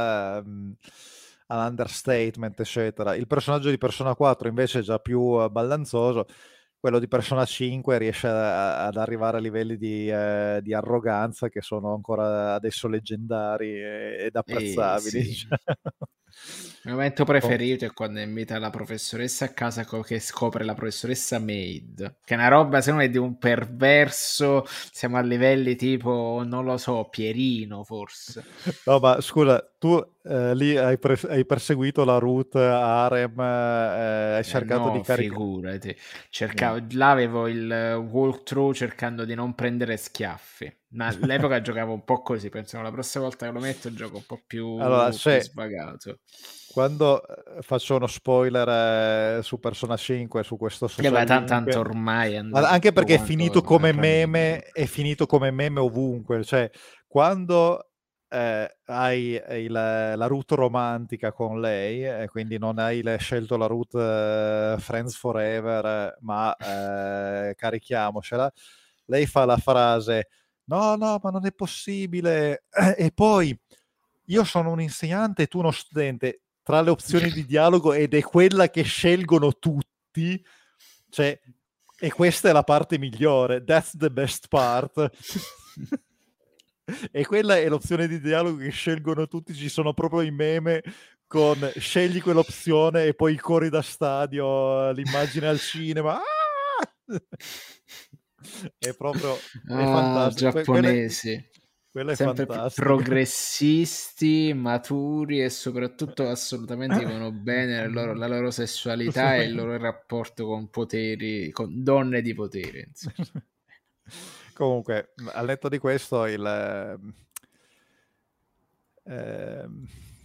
all'understatement, eccetera. Il personaggio di Persona 4 invece è già più baldanzoso, quello di Persona 5 riesce ad arrivare a livelli di arroganza che sono ancora adesso leggendari ed apprezzabili. Sì. Diciamo. Il mio momento Oh. preferito è quando invita la professoressa a casa che scopre la professoressa Maid, che è una roba secondo me di un perverso, siamo a livelli tipo, non lo so, Pierino forse. No, ma scusa, tu lì hai perseguito la route Harem, hai cercato di No, caricare... figurati. Niente. Là avevo il walkthrough cercando di non prendere schiaffi. Ma all'epoca giocavo un po' così, pensavo la prossima volta che lo metto gioco un po' Allora, più se svagato. quando faccio uno spoiler su Persona 5, su questo social Beh, link, tanto ormai è ma andato anche tutto perché quanto a ramenicolo. è finito come meme ovunque, cioè quando hai la route romantica con lei, quindi non hai scelto la route Friends Forever, ma carichiamocela, lei fa la frase, no, no, ma non è possibile, e poi io sono un insegnante e tu uno studente, tra le opzioni di dialogo, ed è quella che scelgono tutti, cioè, e questa è la parte migliore, that's the best part. E quella è l'opzione di dialogo che scelgono tutti, ci sono proprio i meme con scegli quell'opzione e poi corri da stadio, l'immagine al cinema. È proprio, è Ah, fantastico. giapponesi, Quella è sempre più fantastica. progressisti, maturi e soprattutto assolutamente vivono bene la loro sessualità e il loro rapporto con poteri, con donne di potere, insomma. Comunque, al netto di questo, ehm,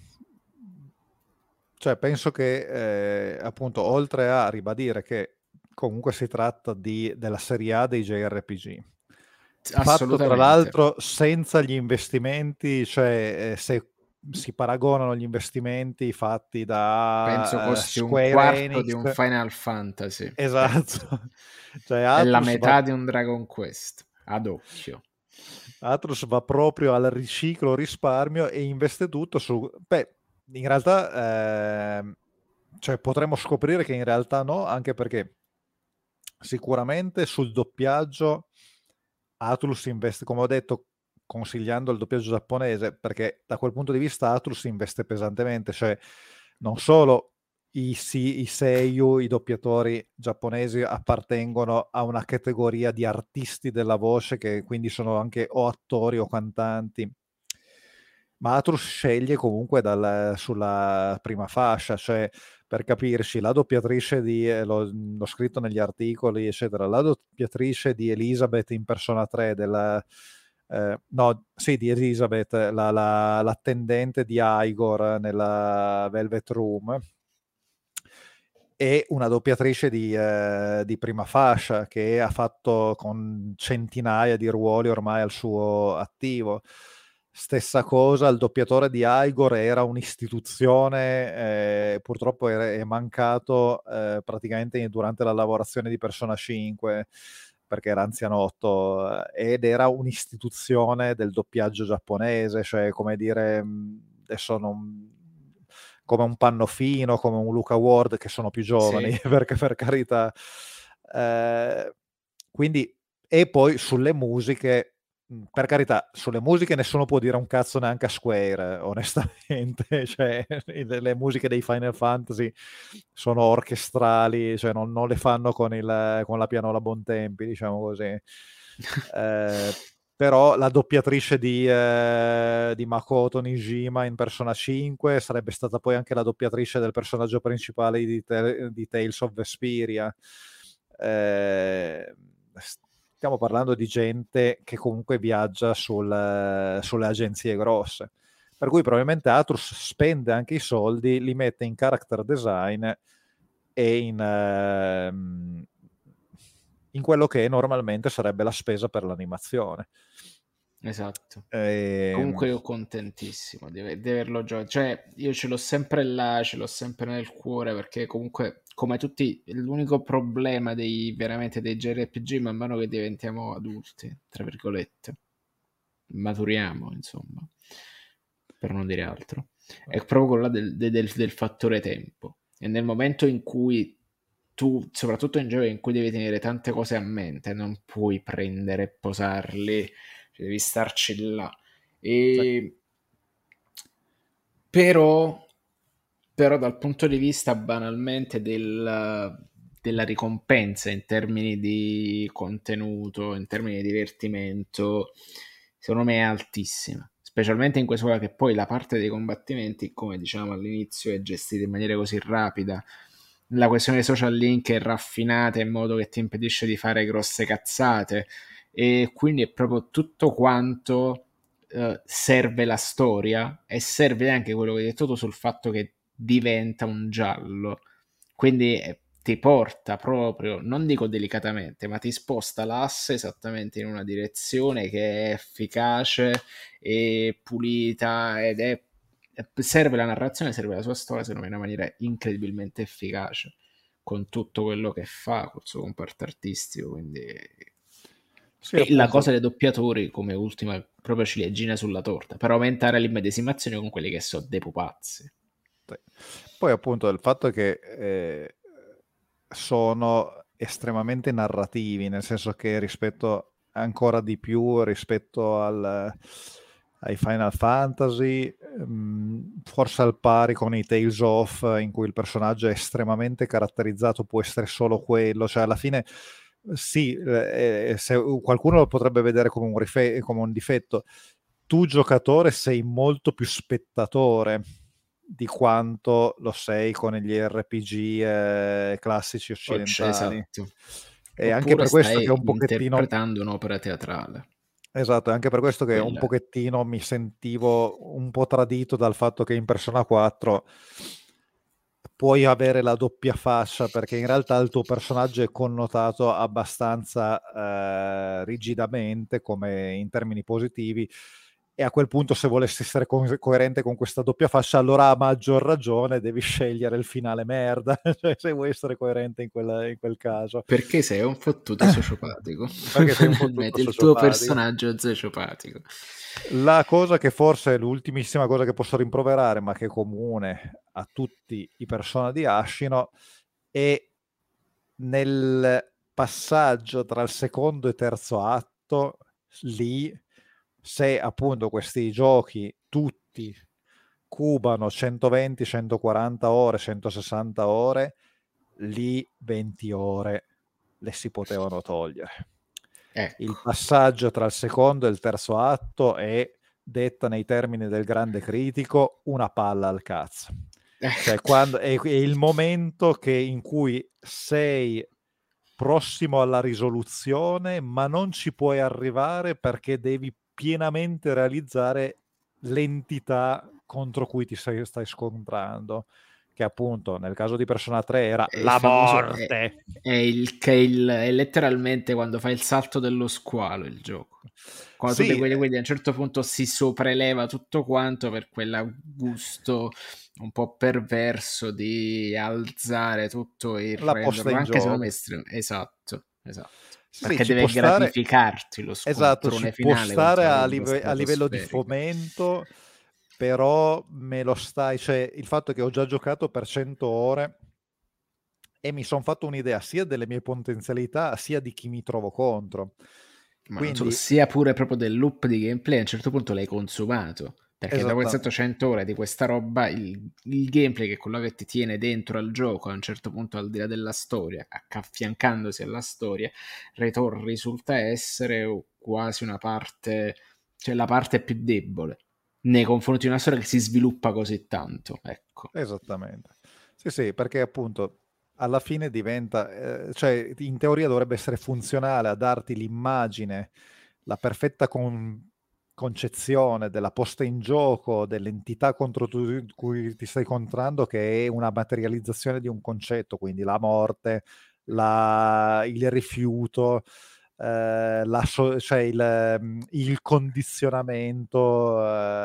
cioè penso che appunto, oltre a ribadire che comunque si tratta della serie A dei JRPG, fatto tra Assolutamente. l'altro senza gli investimenti, cioè se si paragonano gli investimenti fatti Penso da costi un Square quarto di Enix, un Final Fantasy, penso. esatto, cioè È la metà di un Dragon Quest, ad occhio. Atlus va proprio al riciclo, risparmio e investe tutto su... Beh, in realtà, cioè potremmo scoprire che in realtà no, anche perché sicuramente sul doppiaggio Atlus investe, come ho detto, consigliando il doppiaggio giapponese, perché da quel punto di vista Atlus investe pesantemente, cioè non solo i seiyuu, i doppiatori giapponesi appartengono a una categoria di artisti della voce che quindi sono anche o attori o cantanti, ma Atlus sceglie comunque sulla prima fascia, cioè per capirci, la doppiatrice l'ho scritto negli articoli, eccetera, la doppiatrice di Elizabeth in Persona 3, no, sì, di Elizabeth, l'attendente di Igor nella Velvet Room, e una doppiatrice di prima fascia che ha fatto con centinaia di ruoli ormai al suo attivo. Stessa cosa, il doppiatore di Igor era un'istituzione, purtroppo è mancato praticamente durante la lavorazione di Persona 5 perché era anzianotto, ed era un'istituzione del doppiaggio giapponese, cioè come dire, adesso non come un Pannofino, come un Luca Ward, che sono più giovani, Sì. perché per carità. Quindi, e poi sulle musiche, per carità, sulle musiche nessuno può dire un cazzo neanche a Square, onestamente, cioè le musiche dei Final Fantasy sono orchestrali, cioè non le fanno con la pianola Bontempi, diciamo così. Però la doppiatrice di Makoto Nijima in Persona 5 sarebbe stata poi anche la doppiatrice del personaggio principale di Tales of Vesperia. Stiamo parlando di gente che comunque viaggia sulle agenzie grosse, per cui probabilmente Atlus spende anche i soldi, li mette in character design e in quello che normalmente sarebbe la spesa per l'animazione. Esatto. Ehm, Comunque io contentissimo di averlo giocato, cioè io ce l'ho sempre là, ce l'ho sempre nel cuore perché comunque come tutti l'unico problema veramente dei JRPG man mano che diventiamo adulti, tra virgolette, maturiamo insomma, per non dire altro, è proprio quello là del fattore tempo e nel momento in cui tu, soprattutto in giochi in cui devi tenere tante cose a mente, non puoi prendere e posarli, cioè devi starci là. sì, E però, però dal punto di vista banalmente della ricompensa in termini di contenuto, in termini di divertimento, secondo me è altissima. Specialmente in questo caso che poi la parte dei combattimenti, come diciamo all'inizio, è gestita in maniera così rapida. La questione dei social link è raffinata in modo che ti impedisce di fare grosse cazzate e quindi è proprio tutto quanto serve la storia e serve anche quello che hai detto tu sul fatto che diventa un giallo. Quindi ti porta proprio, non dico delicatamente, ma ti sposta l'asse esattamente in una direzione che è efficace e pulita serve la narrazione, serve la sua storia, secondo me, in una maniera incredibilmente efficace con tutto quello che fa, col suo comparto artistico, quindi sì, e la cosa appunto. dei doppiatori come ultima proprio ciliegina sulla torta, per aumentare l'immedesimazione con quelli che sono dei pupazzi. Sì. Poi appunto il fatto è che sono estremamente narrativi, nel senso che rispetto ancora di più rispetto ai Final Fantasy, forse al pari con i Tales of, in cui il personaggio è estremamente caratterizzato, può essere solo quello, cioè alla fine sì, se qualcuno lo potrebbe vedere come come un difetto, tu giocatore sei molto più spettatore di quanto lo sei con gli RPG classici occidentali. Esatto. E anche Oppure per questo che stai un pochettino... interpretando un'opera teatrale. Esatto, è anche per questo che un Quella. pochettino mi sentivo un po' tradito dal fatto che in Persona 4 puoi avere la doppia fascia, perché in realtà il tuo personaggio è connotato abbastanza rigidamente, come in termini positivi, e a quel punto, se volessi essere coerente con questa doppia fascia, allora a maggior ragione devi scegliere il finale merda, cioè se vuoi essere coerente in quel caso. Perché sei un fottuto sociopatico. Perché sei un fottuto Il tuo sociopatico. personaggio è sociopatico. La cosa che forse è l'ultimissima cosa che posso rimproverare, ma che è comune a tutti i persona di Ashino, è nel passaggio tra il secondo e terzo atto, lì, se appunto questi giochi tutti cubano 120, 140 ore, 160 ore, lì 20 ore le si potevano togliere. Ecco. Il passaggio tra il secondo e il terzo atto è, detta nei termini del grande critico, una palla al cazzo. Cioè, quando è il momento in cui sei prossimo alla risoluzione, ma non ci puoi arrivare perché devi pienamente realizzare l'entità contro cui ti stai scontrando, che appunto nel caso di Persona 3 era È il la famoso morte. è letteralmente quando fai il salto dello squalo il gioco. Quando tu Sì, quindi a un certo punto si sopraeleva tutto quanto per quel gusto un po' perverso di alzare tutto e la posta renderlo in anche secondo me gioco. esatto. Sì, Perché ci può deve stare, gratificarti lo esatto, ci scontrone può finale contro stare la a, roba a livello di stratosferica. fomento, però me lo stai, cioè il fatto che ho già giocato per 100 ore e mi sono fatto un'idea sia delle mie potenzialità sia di chi mi trovo contro. Ma non solo, Quindi, sia pure proprio del loop di gameplay, a un certo punto l'hai consumato. Perché dopo esattamente, 100 ore di questa roba, il gameplay, che è quello che ti tiene dentro al gioco, a un certo punto, al di là della storia, affiancandosi alla storia, risulta essere quasi una parte, cioè la parte più debole nei confronti di una storia che si sviluppa così tanto. Ecco. esattamente. Sì, sì, perché appunto alla fine diventa, cioè in teoria dovrebbe essere funzionale a darti l'immagine, la perfetta concezione della posta in gioco, dell'entità contro cui ti stai incontrando, che è una materializzazione di un concetto, quindi la morte, il rifiuto, cioè il condizionamento,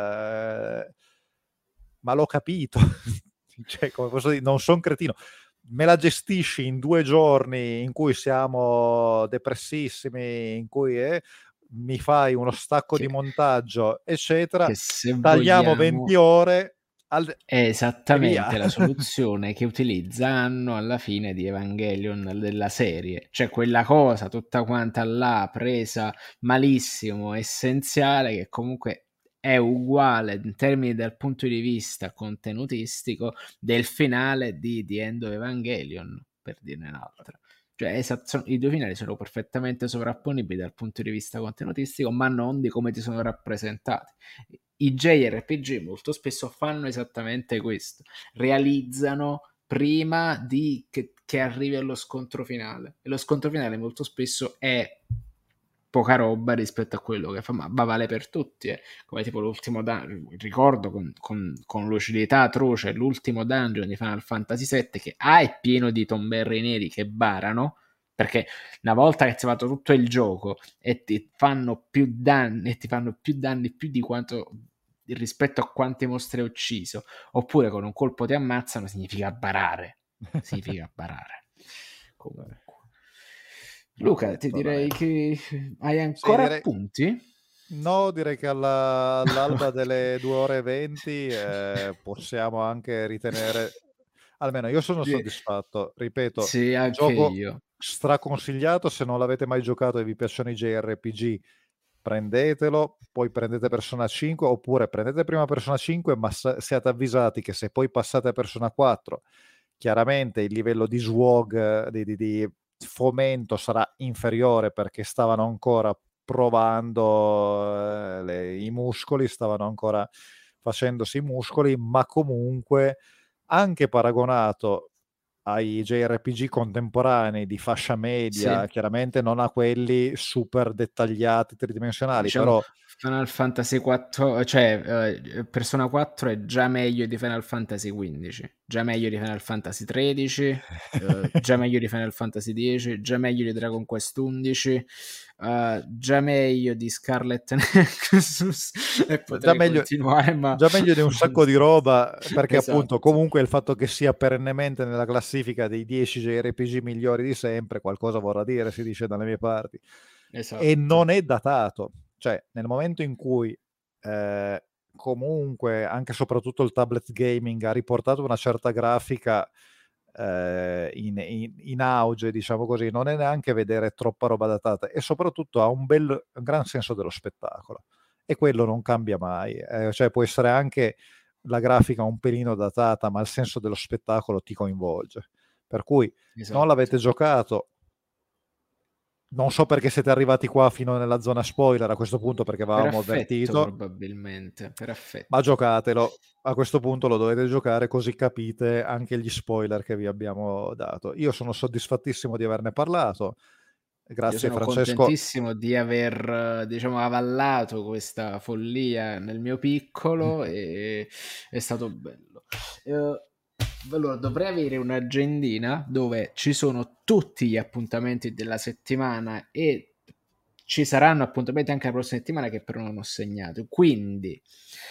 ma l'ho capito. Cioè, come posso dire, non sono cretino. Me la gestisci in 2 giorni in cui siamo depressissimi, in cui mi fai uno stacco di Che, montaggio, eccetera, che se tagliamo vogliamo 20 ore è e via. esattamente la soluzione che utilizzano alla fine di Evangelion della serie, cioè quella cosa tutta quanta là presa malissimo, essenziale, che comunque è uguale in termini dal punto di vista contenutistico del finale di The End of Evangelion, per dirne un'altra. Cioè, i due finali sono perfettamente sovrapponibili dal punto di vista contenutistico, ma non di come ti sono rappresentati. I JRPG molto spesso fanno esattamente questo, realizzano prima che arrivi allo scontro finale, e lo scontro finale molto spesso è poca roba rispetto a quello che fa, ma vale per tutti, come tipo l'ultimo dungeon, ricordo con lucidità atroce l'ultimo dungeon di Final Fantasy VII, che è pieno di tomberri neri che barano, perché una volta che ti hai fatto tutto il gioco e ti fanno più danni più di quanto rispetto a quanti mostri hai ucciso, oppure con un colpo ti ammazzano, significa barare. Comunque. No, Luca, ti direi assolutamente. che hai Sì, ancora appunti? no, direi che all'alba delle 2 ore e 20 possiamo anche ritenere, almeno io sono Di- soddisfatto, ripeto, Sì, anche gioco, io. straconsigliato. Se non l'avete mai giocato e vi piacciono i JRPG, prendetelo, poi prendete Persona 5, oppure prendete prima Persona 5, ma siate avvisati che se poi passate a Persona 4, chiaramente il livello di swag, di fomento sarà inferiore, perché stavano ancora provando i muscoli, stavano ancora facendosi i muscoli, ma comunque anche paragonato ai JRPG contemporanei di fascia media, Sì. chiaramente non a quelli super dettagliati tridimensionali, Diciamo però Final Fantasy 4, cioè Persona 4 è già meglio di Final Fantasy 15, già meglio di Final Fantasy 13, già meglio di Final Fantasy 10, già meglio di Dragon Quest 11, già meglio di Scarlet Nexus e già potrei meglio, continuare, ma già meglio di un sacco di roba, perché appunto esatto, comunque il fatto che sia perennemente nella classifica dei 10 JRPG migliori di sempre qualcosa vorrà dire, si dice dalle mie parti, e esatto, non è datato, cioè nel momento in cui comunque anche e soprattutto il tablet gaming ha riportato una certa grafica in auge, diciamo così, non è neanche vedere troppa roba datata, e soprattutto ha un gran senso dello spettacolo, e quello non cambia mai, cioè può essere anche la grafica un pelino datata, ma il senso dello spettacolo ti coinvolge, per cui non esatto. l'avete giocato, non so perché siete arrivati qua fino nella zona spoiler a questo punto, perché Per avevamo affetto avvertito, probabilmente, per ma affetto. giocatelo. A questo punto lo dovete giocare, così capite anche gli spoiler che vi abbiamo dato. Io sono soddisfattissimo di averne parlato. Io Grazie sono Francesco. contentissimo di aver, diciamo, avallato questa follia nel mio piccolo e è stato bello. Eh, allora, dovrei avere un'agendina dove ci sono tutti gli appuntamenti della settimana e ci saranno appuntamenti anche la prossima settimana che però non ho segnato. Quindi,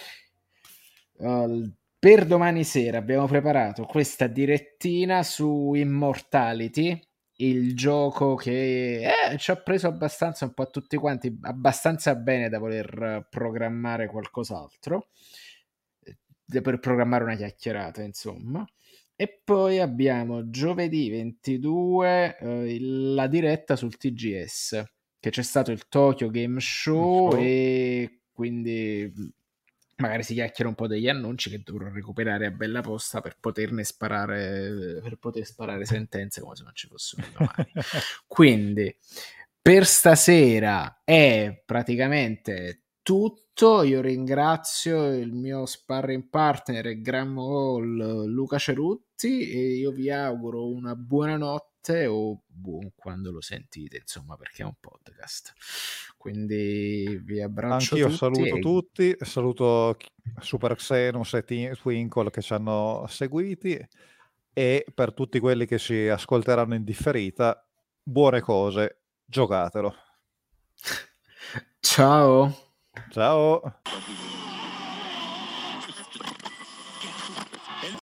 per domani sera abbiamo preparato questa direttina su Immortality, il gioco che ci ha preso abbastanza un po' a tutti quanti, abbastanza bene da voler programmare qualcos'altro, per programmare una chiacchierata, insomma. E poi abbiamo giovedì 22 la diretta sul TGS, che c'è stato il Tokyo Game Show So. e quindi magari si chiacchiera un po' degli annunci che dovrò recuperare a bella posta per poterne sparare, per poter sparare sentenze come se non ci fosse un domani. Quindi per stasera è praticamente tutto. Io ringrazio il mio sparring partner e Grammo Hall, Luca Cerutti, e io vi auguro una buona notte o buon quando lo sentite, insomma, perché è un podcast. Quindi vi abbraccio Anch'io tutti saluto e tutti, saluto Super Xenus e Twinkle che ci hanno seguiti, e per tutti quelli che ci ascolteranno in differita, buone cose, giocatelo. ciao. Ciao!